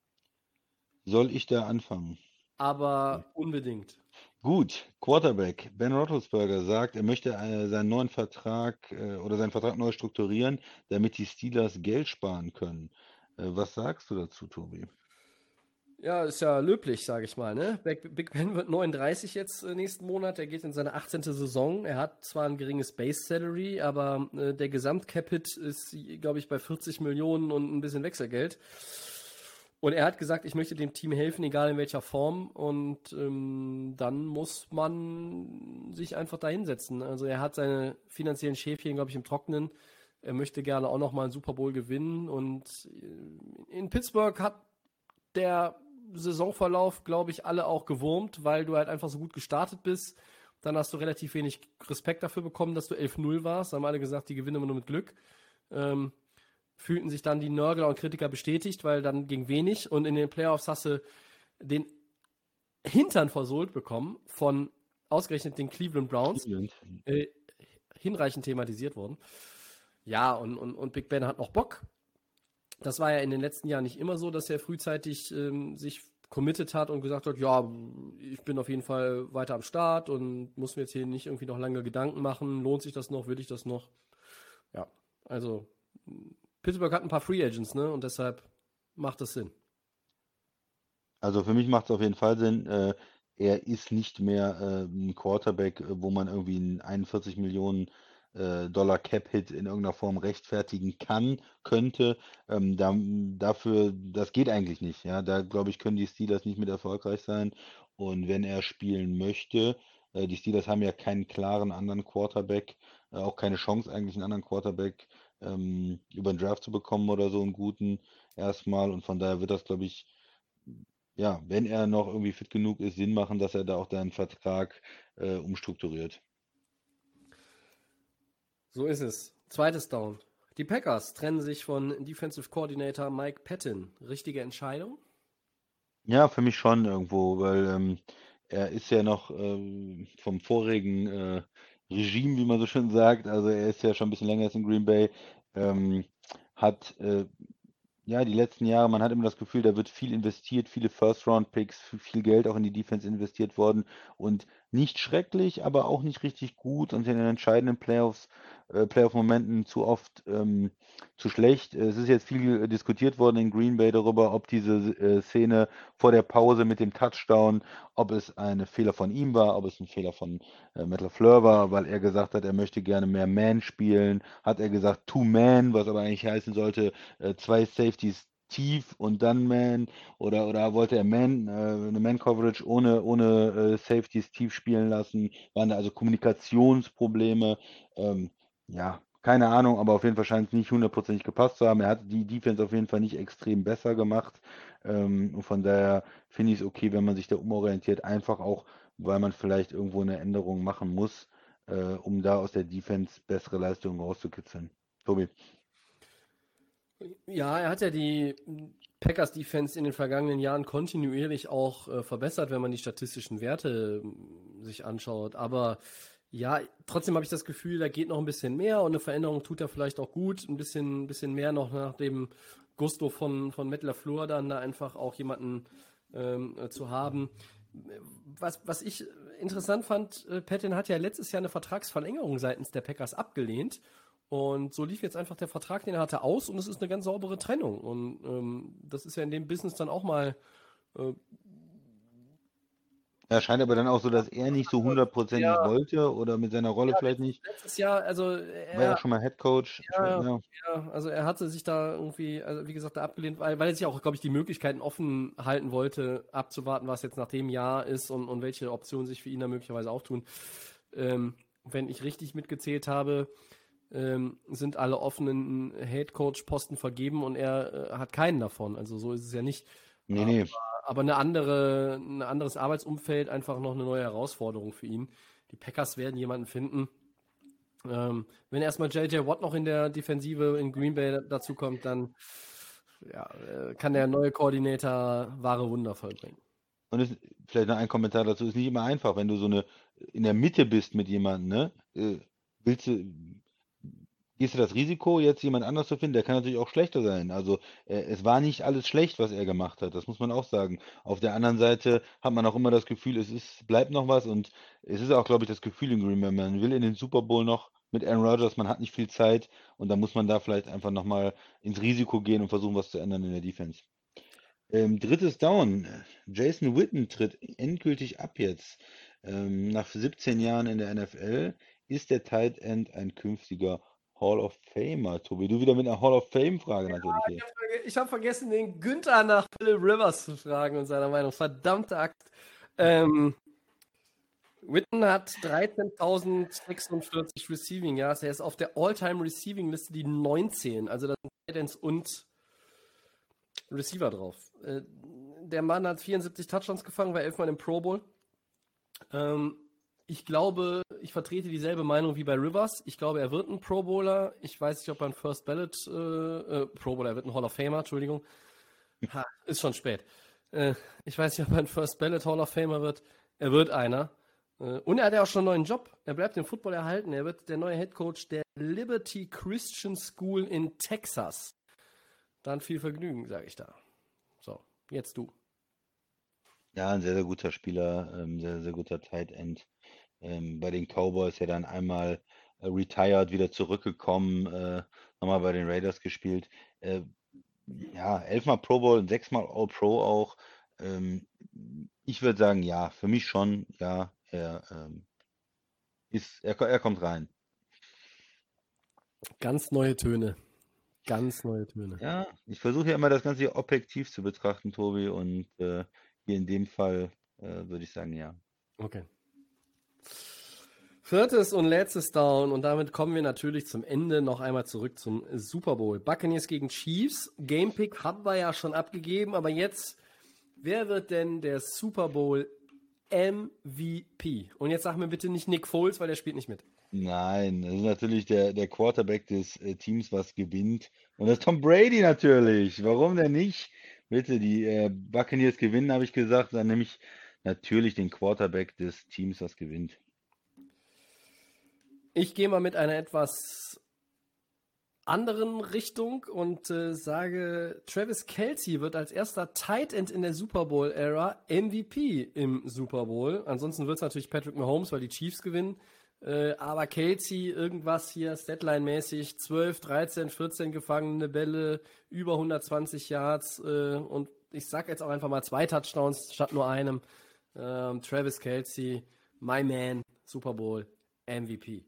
Soll ich da anfangen? Aber unbedingt. Gut, Quarterback. Ben Roethlisberger sagt, er möchte äh, seinen neuen Vertrag äh, oder seinen Vertrag neu strukturieren, damit die Steelers Geld sparen können. Äh, was sagst du dazu, Tobi? Ja, ist ja löblich, sage ich mal. Ne? Big, Big Ben wird neununddreißig jetzt äh, nächsten Monat. Er geht in seine achtzehnte Saison. Er hat zwar ein geringes Base-Salary, aber äh, der Gesamt-Cap-Hit ist, glaube ich, bei vierzig Millionen und ein bisschen Wechselgeld. Und er hat gesagt, ich möchte dem Team helfen, egal in welcher Form. Und ähm, dann muss man sich einfach da hinsetzen. Also er hat seine finanziellen Schäfchen, glaube ich, im Trockenen. Er möchte gerne auch nochmal einen Super Bowl gewinnen. Und in Pittsburgh hat der Saisonverlauf, glaube ich, alle auch gewurmt, weil du halt einfach so gut gestartet bist. Dann hast du relativ wenig Respekt dafür bekommen, dass du elf null warst. Da haben alle gesagt, die gewinnen immer nur mit Glück. Ähm, fühlten sich dann die Nörgler und Kritiker bestätigt, weil dann ging wenig. Und in den Playoffs hast du den Hintern versohlt bekommen von ausgerechnet den Cleveland Browns. Äh, hinreichend thematisiert worden. Ja, und, und, und Big Ben hat noch Bock. Das war ja in den letzten Jahren nicht immer so, dass er frühzeitig ähm, sich committed hat und gesagt hat, ja, ich bin auf jeden Fall weiter am Start und muss mir jetzt hier nicht irgendwie noch lange Gedanken machen, lohnt sich das noch, will ich das noch? Ja, also Pittsburgh hat ein paar Free Agents, ne, und deshalb macht das Sinn. Also für mich macht es auf jeden Fall Sinn. Äh, er ist nicht mehr äh, ein Quarterback, äh, wo man irgendwie einen einundvierzig Millionen äh, Dollar Cap-Hit in irgendeiner Form rechtfertigen kann, könnte. Ähm, da, dafür, das geht eigentlich nicht. Ja, da glaube ich, können die Steelers nicht mit erfolgreich sein. Und wenn er spielen möchte, äh, die Steelers haben ja keinen klaren anderen Quarterback, äh, auch keine Chance eigentlich einen anderen Quarterback ähm, über den Draft zu bekommen oder so einen guten erstmal. Und von daher wird das, glaube ich, ja, wenn er noch irgendwie fit genug ist, Sinn machen, dass er da auch seinen Vertrag äh, umstrukturiert. So ist es. Zweites Down. Die Packers trennen sich von Defensive Coordinator Mike Patton. Richtige Entscheidung? Ja, für mich schon irgendwo, weil ähm, er ist ja noch ähm, vom vorigen äh, Regime, wie man so schön sagt, also er ist ja schon ein bisschen länger jetzt in Green Bay, ähm, hat äh, ja, die letzten Jahre, man hat immer das Gefühl, da wird viel investiert, viele First-Round-Picks, viel Geld auch in die Defense investiert worden und nicht schrecklich, aber auch nicht richtig gut und in den entscheidenden Playoffs, äh, Playoff-Momenten zu oft ähm, zu schlecht. Es ist jetzt viel äh, diskutiert worden in Green Bay darüber, ob diese äh, Szene vor der Pause mit dem Touchdown, ob es ein Fehler von ihm war, ob es ein Fehler von äh, Matt LaFleur war, weil er gesagt hat, er möchte gerne mehr Man spielen, hat er gesagt Two-Man, was aber eigentlich heißen sollte, äh, zwei Safeties tief und dann Man oder oder wollte er Man, äh, eine Man-Coverage ohne, ohne äh, Safeties tief spielen lassen, waren da also Kommunikationsprobleme, ähm, ja, keine Ahnung, aber auf jeden Fall scheint es nicht hundertprozentig gepasst zu haben. Er hat die Defense auf jeden Fall nicht extrem besser gemacht ähm, und von daher finde ich es okay, wenn man sich da umorientiert, einfach auch, weil man vielleicht irgendwo eine Änderung machen muss, äh, um da aus der Defense bessere Leistungen rauszukitzeln. Tobi. Ja, er hat ja die Packers Defense in den vergangenen Jahren kontinuierlich auch äh, verbessert, wenn man die statistischen Werte äh, sich anschaut. Aber Ja, trotzdem habe ich das Gefühl, da geht noch ein bisschen mehr und eine Veränderung tut er vielleicht auch gut. Ein bisschen, ein bisschen mehr noch nach dem Gusto von, von Matt LaFleur dann da einfach auch jemanden ähm, äh, zu haben. Was, was ich interessant fand, äh, Pettine hat ja letztes Jahr eine Vertragsverlängerung seitens der Packers abgelehnt. Und so lief jetzt einfach der Vertrag, den er hatte, aus und es ist eine ganz saubere Trennung. Und ähm, das ist ja in dem Business dann auch mal äh, Ja, scheint aber dann auch so, dass er nicht so hundertprozentig ja, wollte oder mit seiner Rolle ja, vielleicht nicht. letztes Jahr, also War ja er, auch schon mal Head Coach. Ich weiß, ja, ja. ja, also er hatte sich da irgendwie, also wie gesagt, da abgelehnt, weil, weil er sich auch, glaube ich, die Möglichkeiten offen halten wollte, abzuwarten, was jetzt nach dem Jahr ist und, und welche Optionen sich für ihn da möglicherweise auftun. Ähm, wenn ich richtig mitgezählt habe, ähm, sind alle offenen Head Coach Posten vergeben und er äh, hat keinen davon. Also so ist es ja nicht. Nee, nee. Aber eine andere, ein anderes Arbeitsumfeld, einfach noch eine neue Herausforderung für ihn. Die Packers werden jemanden finden. Ähm, wenn erstmal J J Watt noch in der Defensive in Green Bay dazu kommt, dann ja, äh, kann der neue Koordinator wahre Wunder vollbringen. Und es, vielleicht noch ein Kommentar dazu, ist nicht immer einfach, wenn du so eine in der Mitte bist mit jemandem, ne? Äh, willst du, gehst du das Risiko, jetzt jemand anders zu finden? Der kann natürlich auch schlechter sein. Also äh, es war nicht alles schlecht, was er gemacht hat. Das muss man auch sagen. Auf der anderen Seite hat man auch immer das Gefühl, es ist, bleibt noch was und es ist auch, glaube ich, das Gefühl in Green Bay. Man will in den Super Bowl noch mit Aaron Rodgers, man hat nicht viel Zeit und da muss man da vielleicht einfach nochmal ins Risiko gehen und versuchen, was zu ändern in der Defense. Ähm, drittes Down. Jason Witten tritt endgültig ab jetzt. Ähm, nach siebzehn Jahren in der N F L ist der Tight End ein künftiger Hall of Famer. Tobi, du wieder mit einer Hall of Fame-Frage natürlich hier. Ich habe verge hab vergessen, den Günther nach Philip Rivers zu fragen und seiner Meinung. Verdammte Axt. Ähm, Witten hat dreizehntausendsechsundvierzig Receiving Yards. Er ist auf der All-Time-Receiving-Liste die neunzehn. Also da sind Tight Ends und Receiver drauf. Äh, der Mann hat vierundsiebzig Touchdowns gefangen, war elfmal im Pro Bowl. Ähm, ich glaube, ich vertrete dieselbe Meinung wie bei Rivers. Ich glaube, er wird ein Pro Bowler. Ich weiß nicht, ob er ein First Ballot äh, äh, Pro Bowler, er wird ein Hall of Famer, Entschuldigung. Ha, ist schon spät. Äh, ich weiß nicht, ob er ein First Ballot Hall of Famer wird. Er wird einer. Äh, und er hat ja auch schon einen neuen Job. Er bleibt im Football erhalten. Er wird der neue Head Coach der Liberty Christian School in Texas. Dann viel Vergnügen, sage ich da. So, jetzt du. Ja, ein sehr, sehr guter Spieler, ähm, sehr, sehr guter Tight End. Ähm, bei den Cowboys ja dann einmal äh, retired, wieder zurückgekommen, äh, nochmal bei den Raiders gespielt. Äh, ja, elfmal Pro Bowl und sechsmal All-Pro auch. Ähm, ich würde sagen, ja, für mich schon, ja, er ähm, ist, er, ko- er kommt rein. Ganz neue Töne. Ganz neue Töne. Ja, ich versuche ja immer das Ganze hier objektiv zu betrachten, Tobi, und äh, hier in dem Fall äh, würde ich sagen, ja. Okay. Viertes und letztes Down und damit kommen wir natürlich zum Ende noch einmal zurück zum Super Bowl. Buccaneers gegen Chiefs. Gamepick haben wir ja schon abgegeben, aber jetzt, wer wird denn der Super Bowl M V P? Und jetzt sag mir bitte nicht Nick Foles, weil der spielt nicht mit. Nein, das ist natürlich der, der Quarterback des äh, Teams, was gewinnt. Und das ist Tom Brady natürlich. Warum denn nicht? Bitte, die äh, Buccaneers gewinnen, habe ich gesagt. Dann nehme ich natürlich den Quarterback des Teams, was gewinnt. Ich gehe mal mit einer etwas anderen Richtung und äh, sage, Travis Kelce wird als erster Tight End in der Super Bowl-Ära M V P im Super Bowl. Ansonsten wird es natürlich Patrick Mahomes, weil die Chiefs gewinnen. Äh, aber Kelce, irgendwas hier Statline-mäßig, zwölf, dreizehn, vierzehn gefangene Bälle, über hundertzwanzig Yards äh, und ich sag jetzt auch einfach mal zwei Touchdowns statt nur einem. Ähm, Travis Kelce, my man, Super Bowl M V P.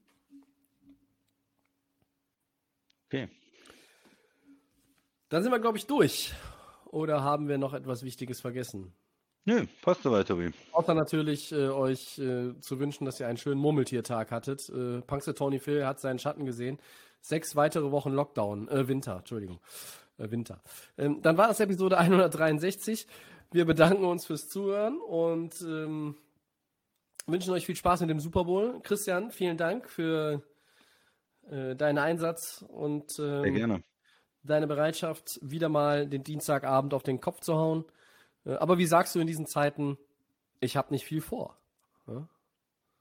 Okay. Dann sind wir, glaube ich, durch. Oder haben wir noch etwas Wichtiges vergessen? Nö, passt soweit, Tobi. Außer natürlich äh, euch äh, zu wünschen, dass ihr einen schönen Murmeltiertag hattet. Äh, Punxsutawney Phil hat seinen Schatten gesehen. Sechs weitere Wochen Lockdown. Äh, Winter, Entschuldigung. Äh, Winter. Ähm, dann war das Episode hundertdreiundsechzig. Wir bedanken uns fürs Zuhören und ähm, wünschen euch viel Spaß mit dem Super Bowl. Christian, vielen Dank für äh, deinen Einsatz und ähm, Sehr gerne. deine Bereitschaft, wieder mal den Dienstagabend auf den Kopf zu hauen. Aber wie sagst du in diesen Zeiten, ich habe nicht viel vor? Ja?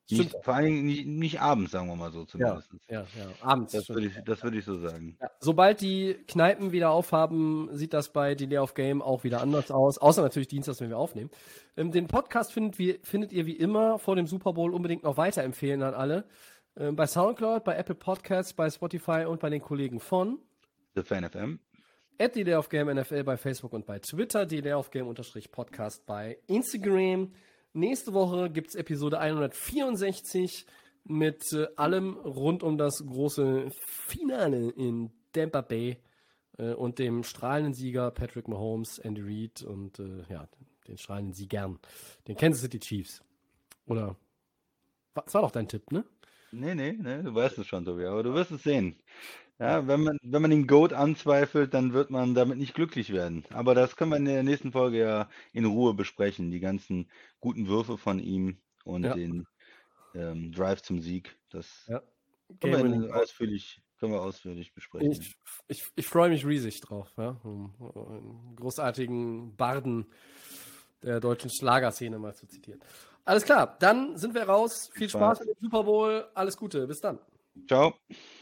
Nicht, vor allen Dingen nicht, nicht abends, sagen wir mal so zumindest. Ja, ja, ja. Abends. Das würde ich, das würde ich so sagen. Ja. Sobald die Kneipen wieder aufhaben, sieht das bei Delay of Game auch wieder anders aus. Außer natürlich dienstags, wenn wir aufnehmen. Ähm, den Podcast findet, wie, findet ihr wie immer vor dem Super Bowl unbedingt noch weiterempfehlen an alle. Ähm, bei Soundcloud, bei Apple Podcasts, bei Spotify und bei den Kollegen von The Fan F M. At Delay of Game N F L bei Facebook und bei Twitter. Delay of Game Podcast bei Instagram. Nächste Woche gibt es Episode hundertvierundsechzig mit äh, allem rund um das große Finale in Tampa Bay äh, und dem strahlenden Sieger Patrick Mahomes, Andy Reid und äh, ja, den strahlenden Siegern, den Kansas City Chiefs. Oder, das war doch dein Tipp, ne? Nee, nee, nee, du weißt es schon, Tobi, aber du wirst es sehen. Ja, wenn man, wenn man den GOAT anzweifelt, dann wird man damit nicht glücklich werden. Aber das können wir in der nächsten Folge ja in Ruhe besprechen. Die ganzen guten Würfe von ihm und Ja. den ähm, Drive zum Sieg. Das Ja. können wir, ausführlich, können wir ausführlich besprechen. Ich, ich, ich freue mich riesig drauf. Ja? Einen großartigen Barden der deutschen Schlagerszene mal zu zitieren. Alles klar, dann sind wir raus. Viel Spaß mit dem Super Bowl. Alles Gute. Bis dann. Ciao.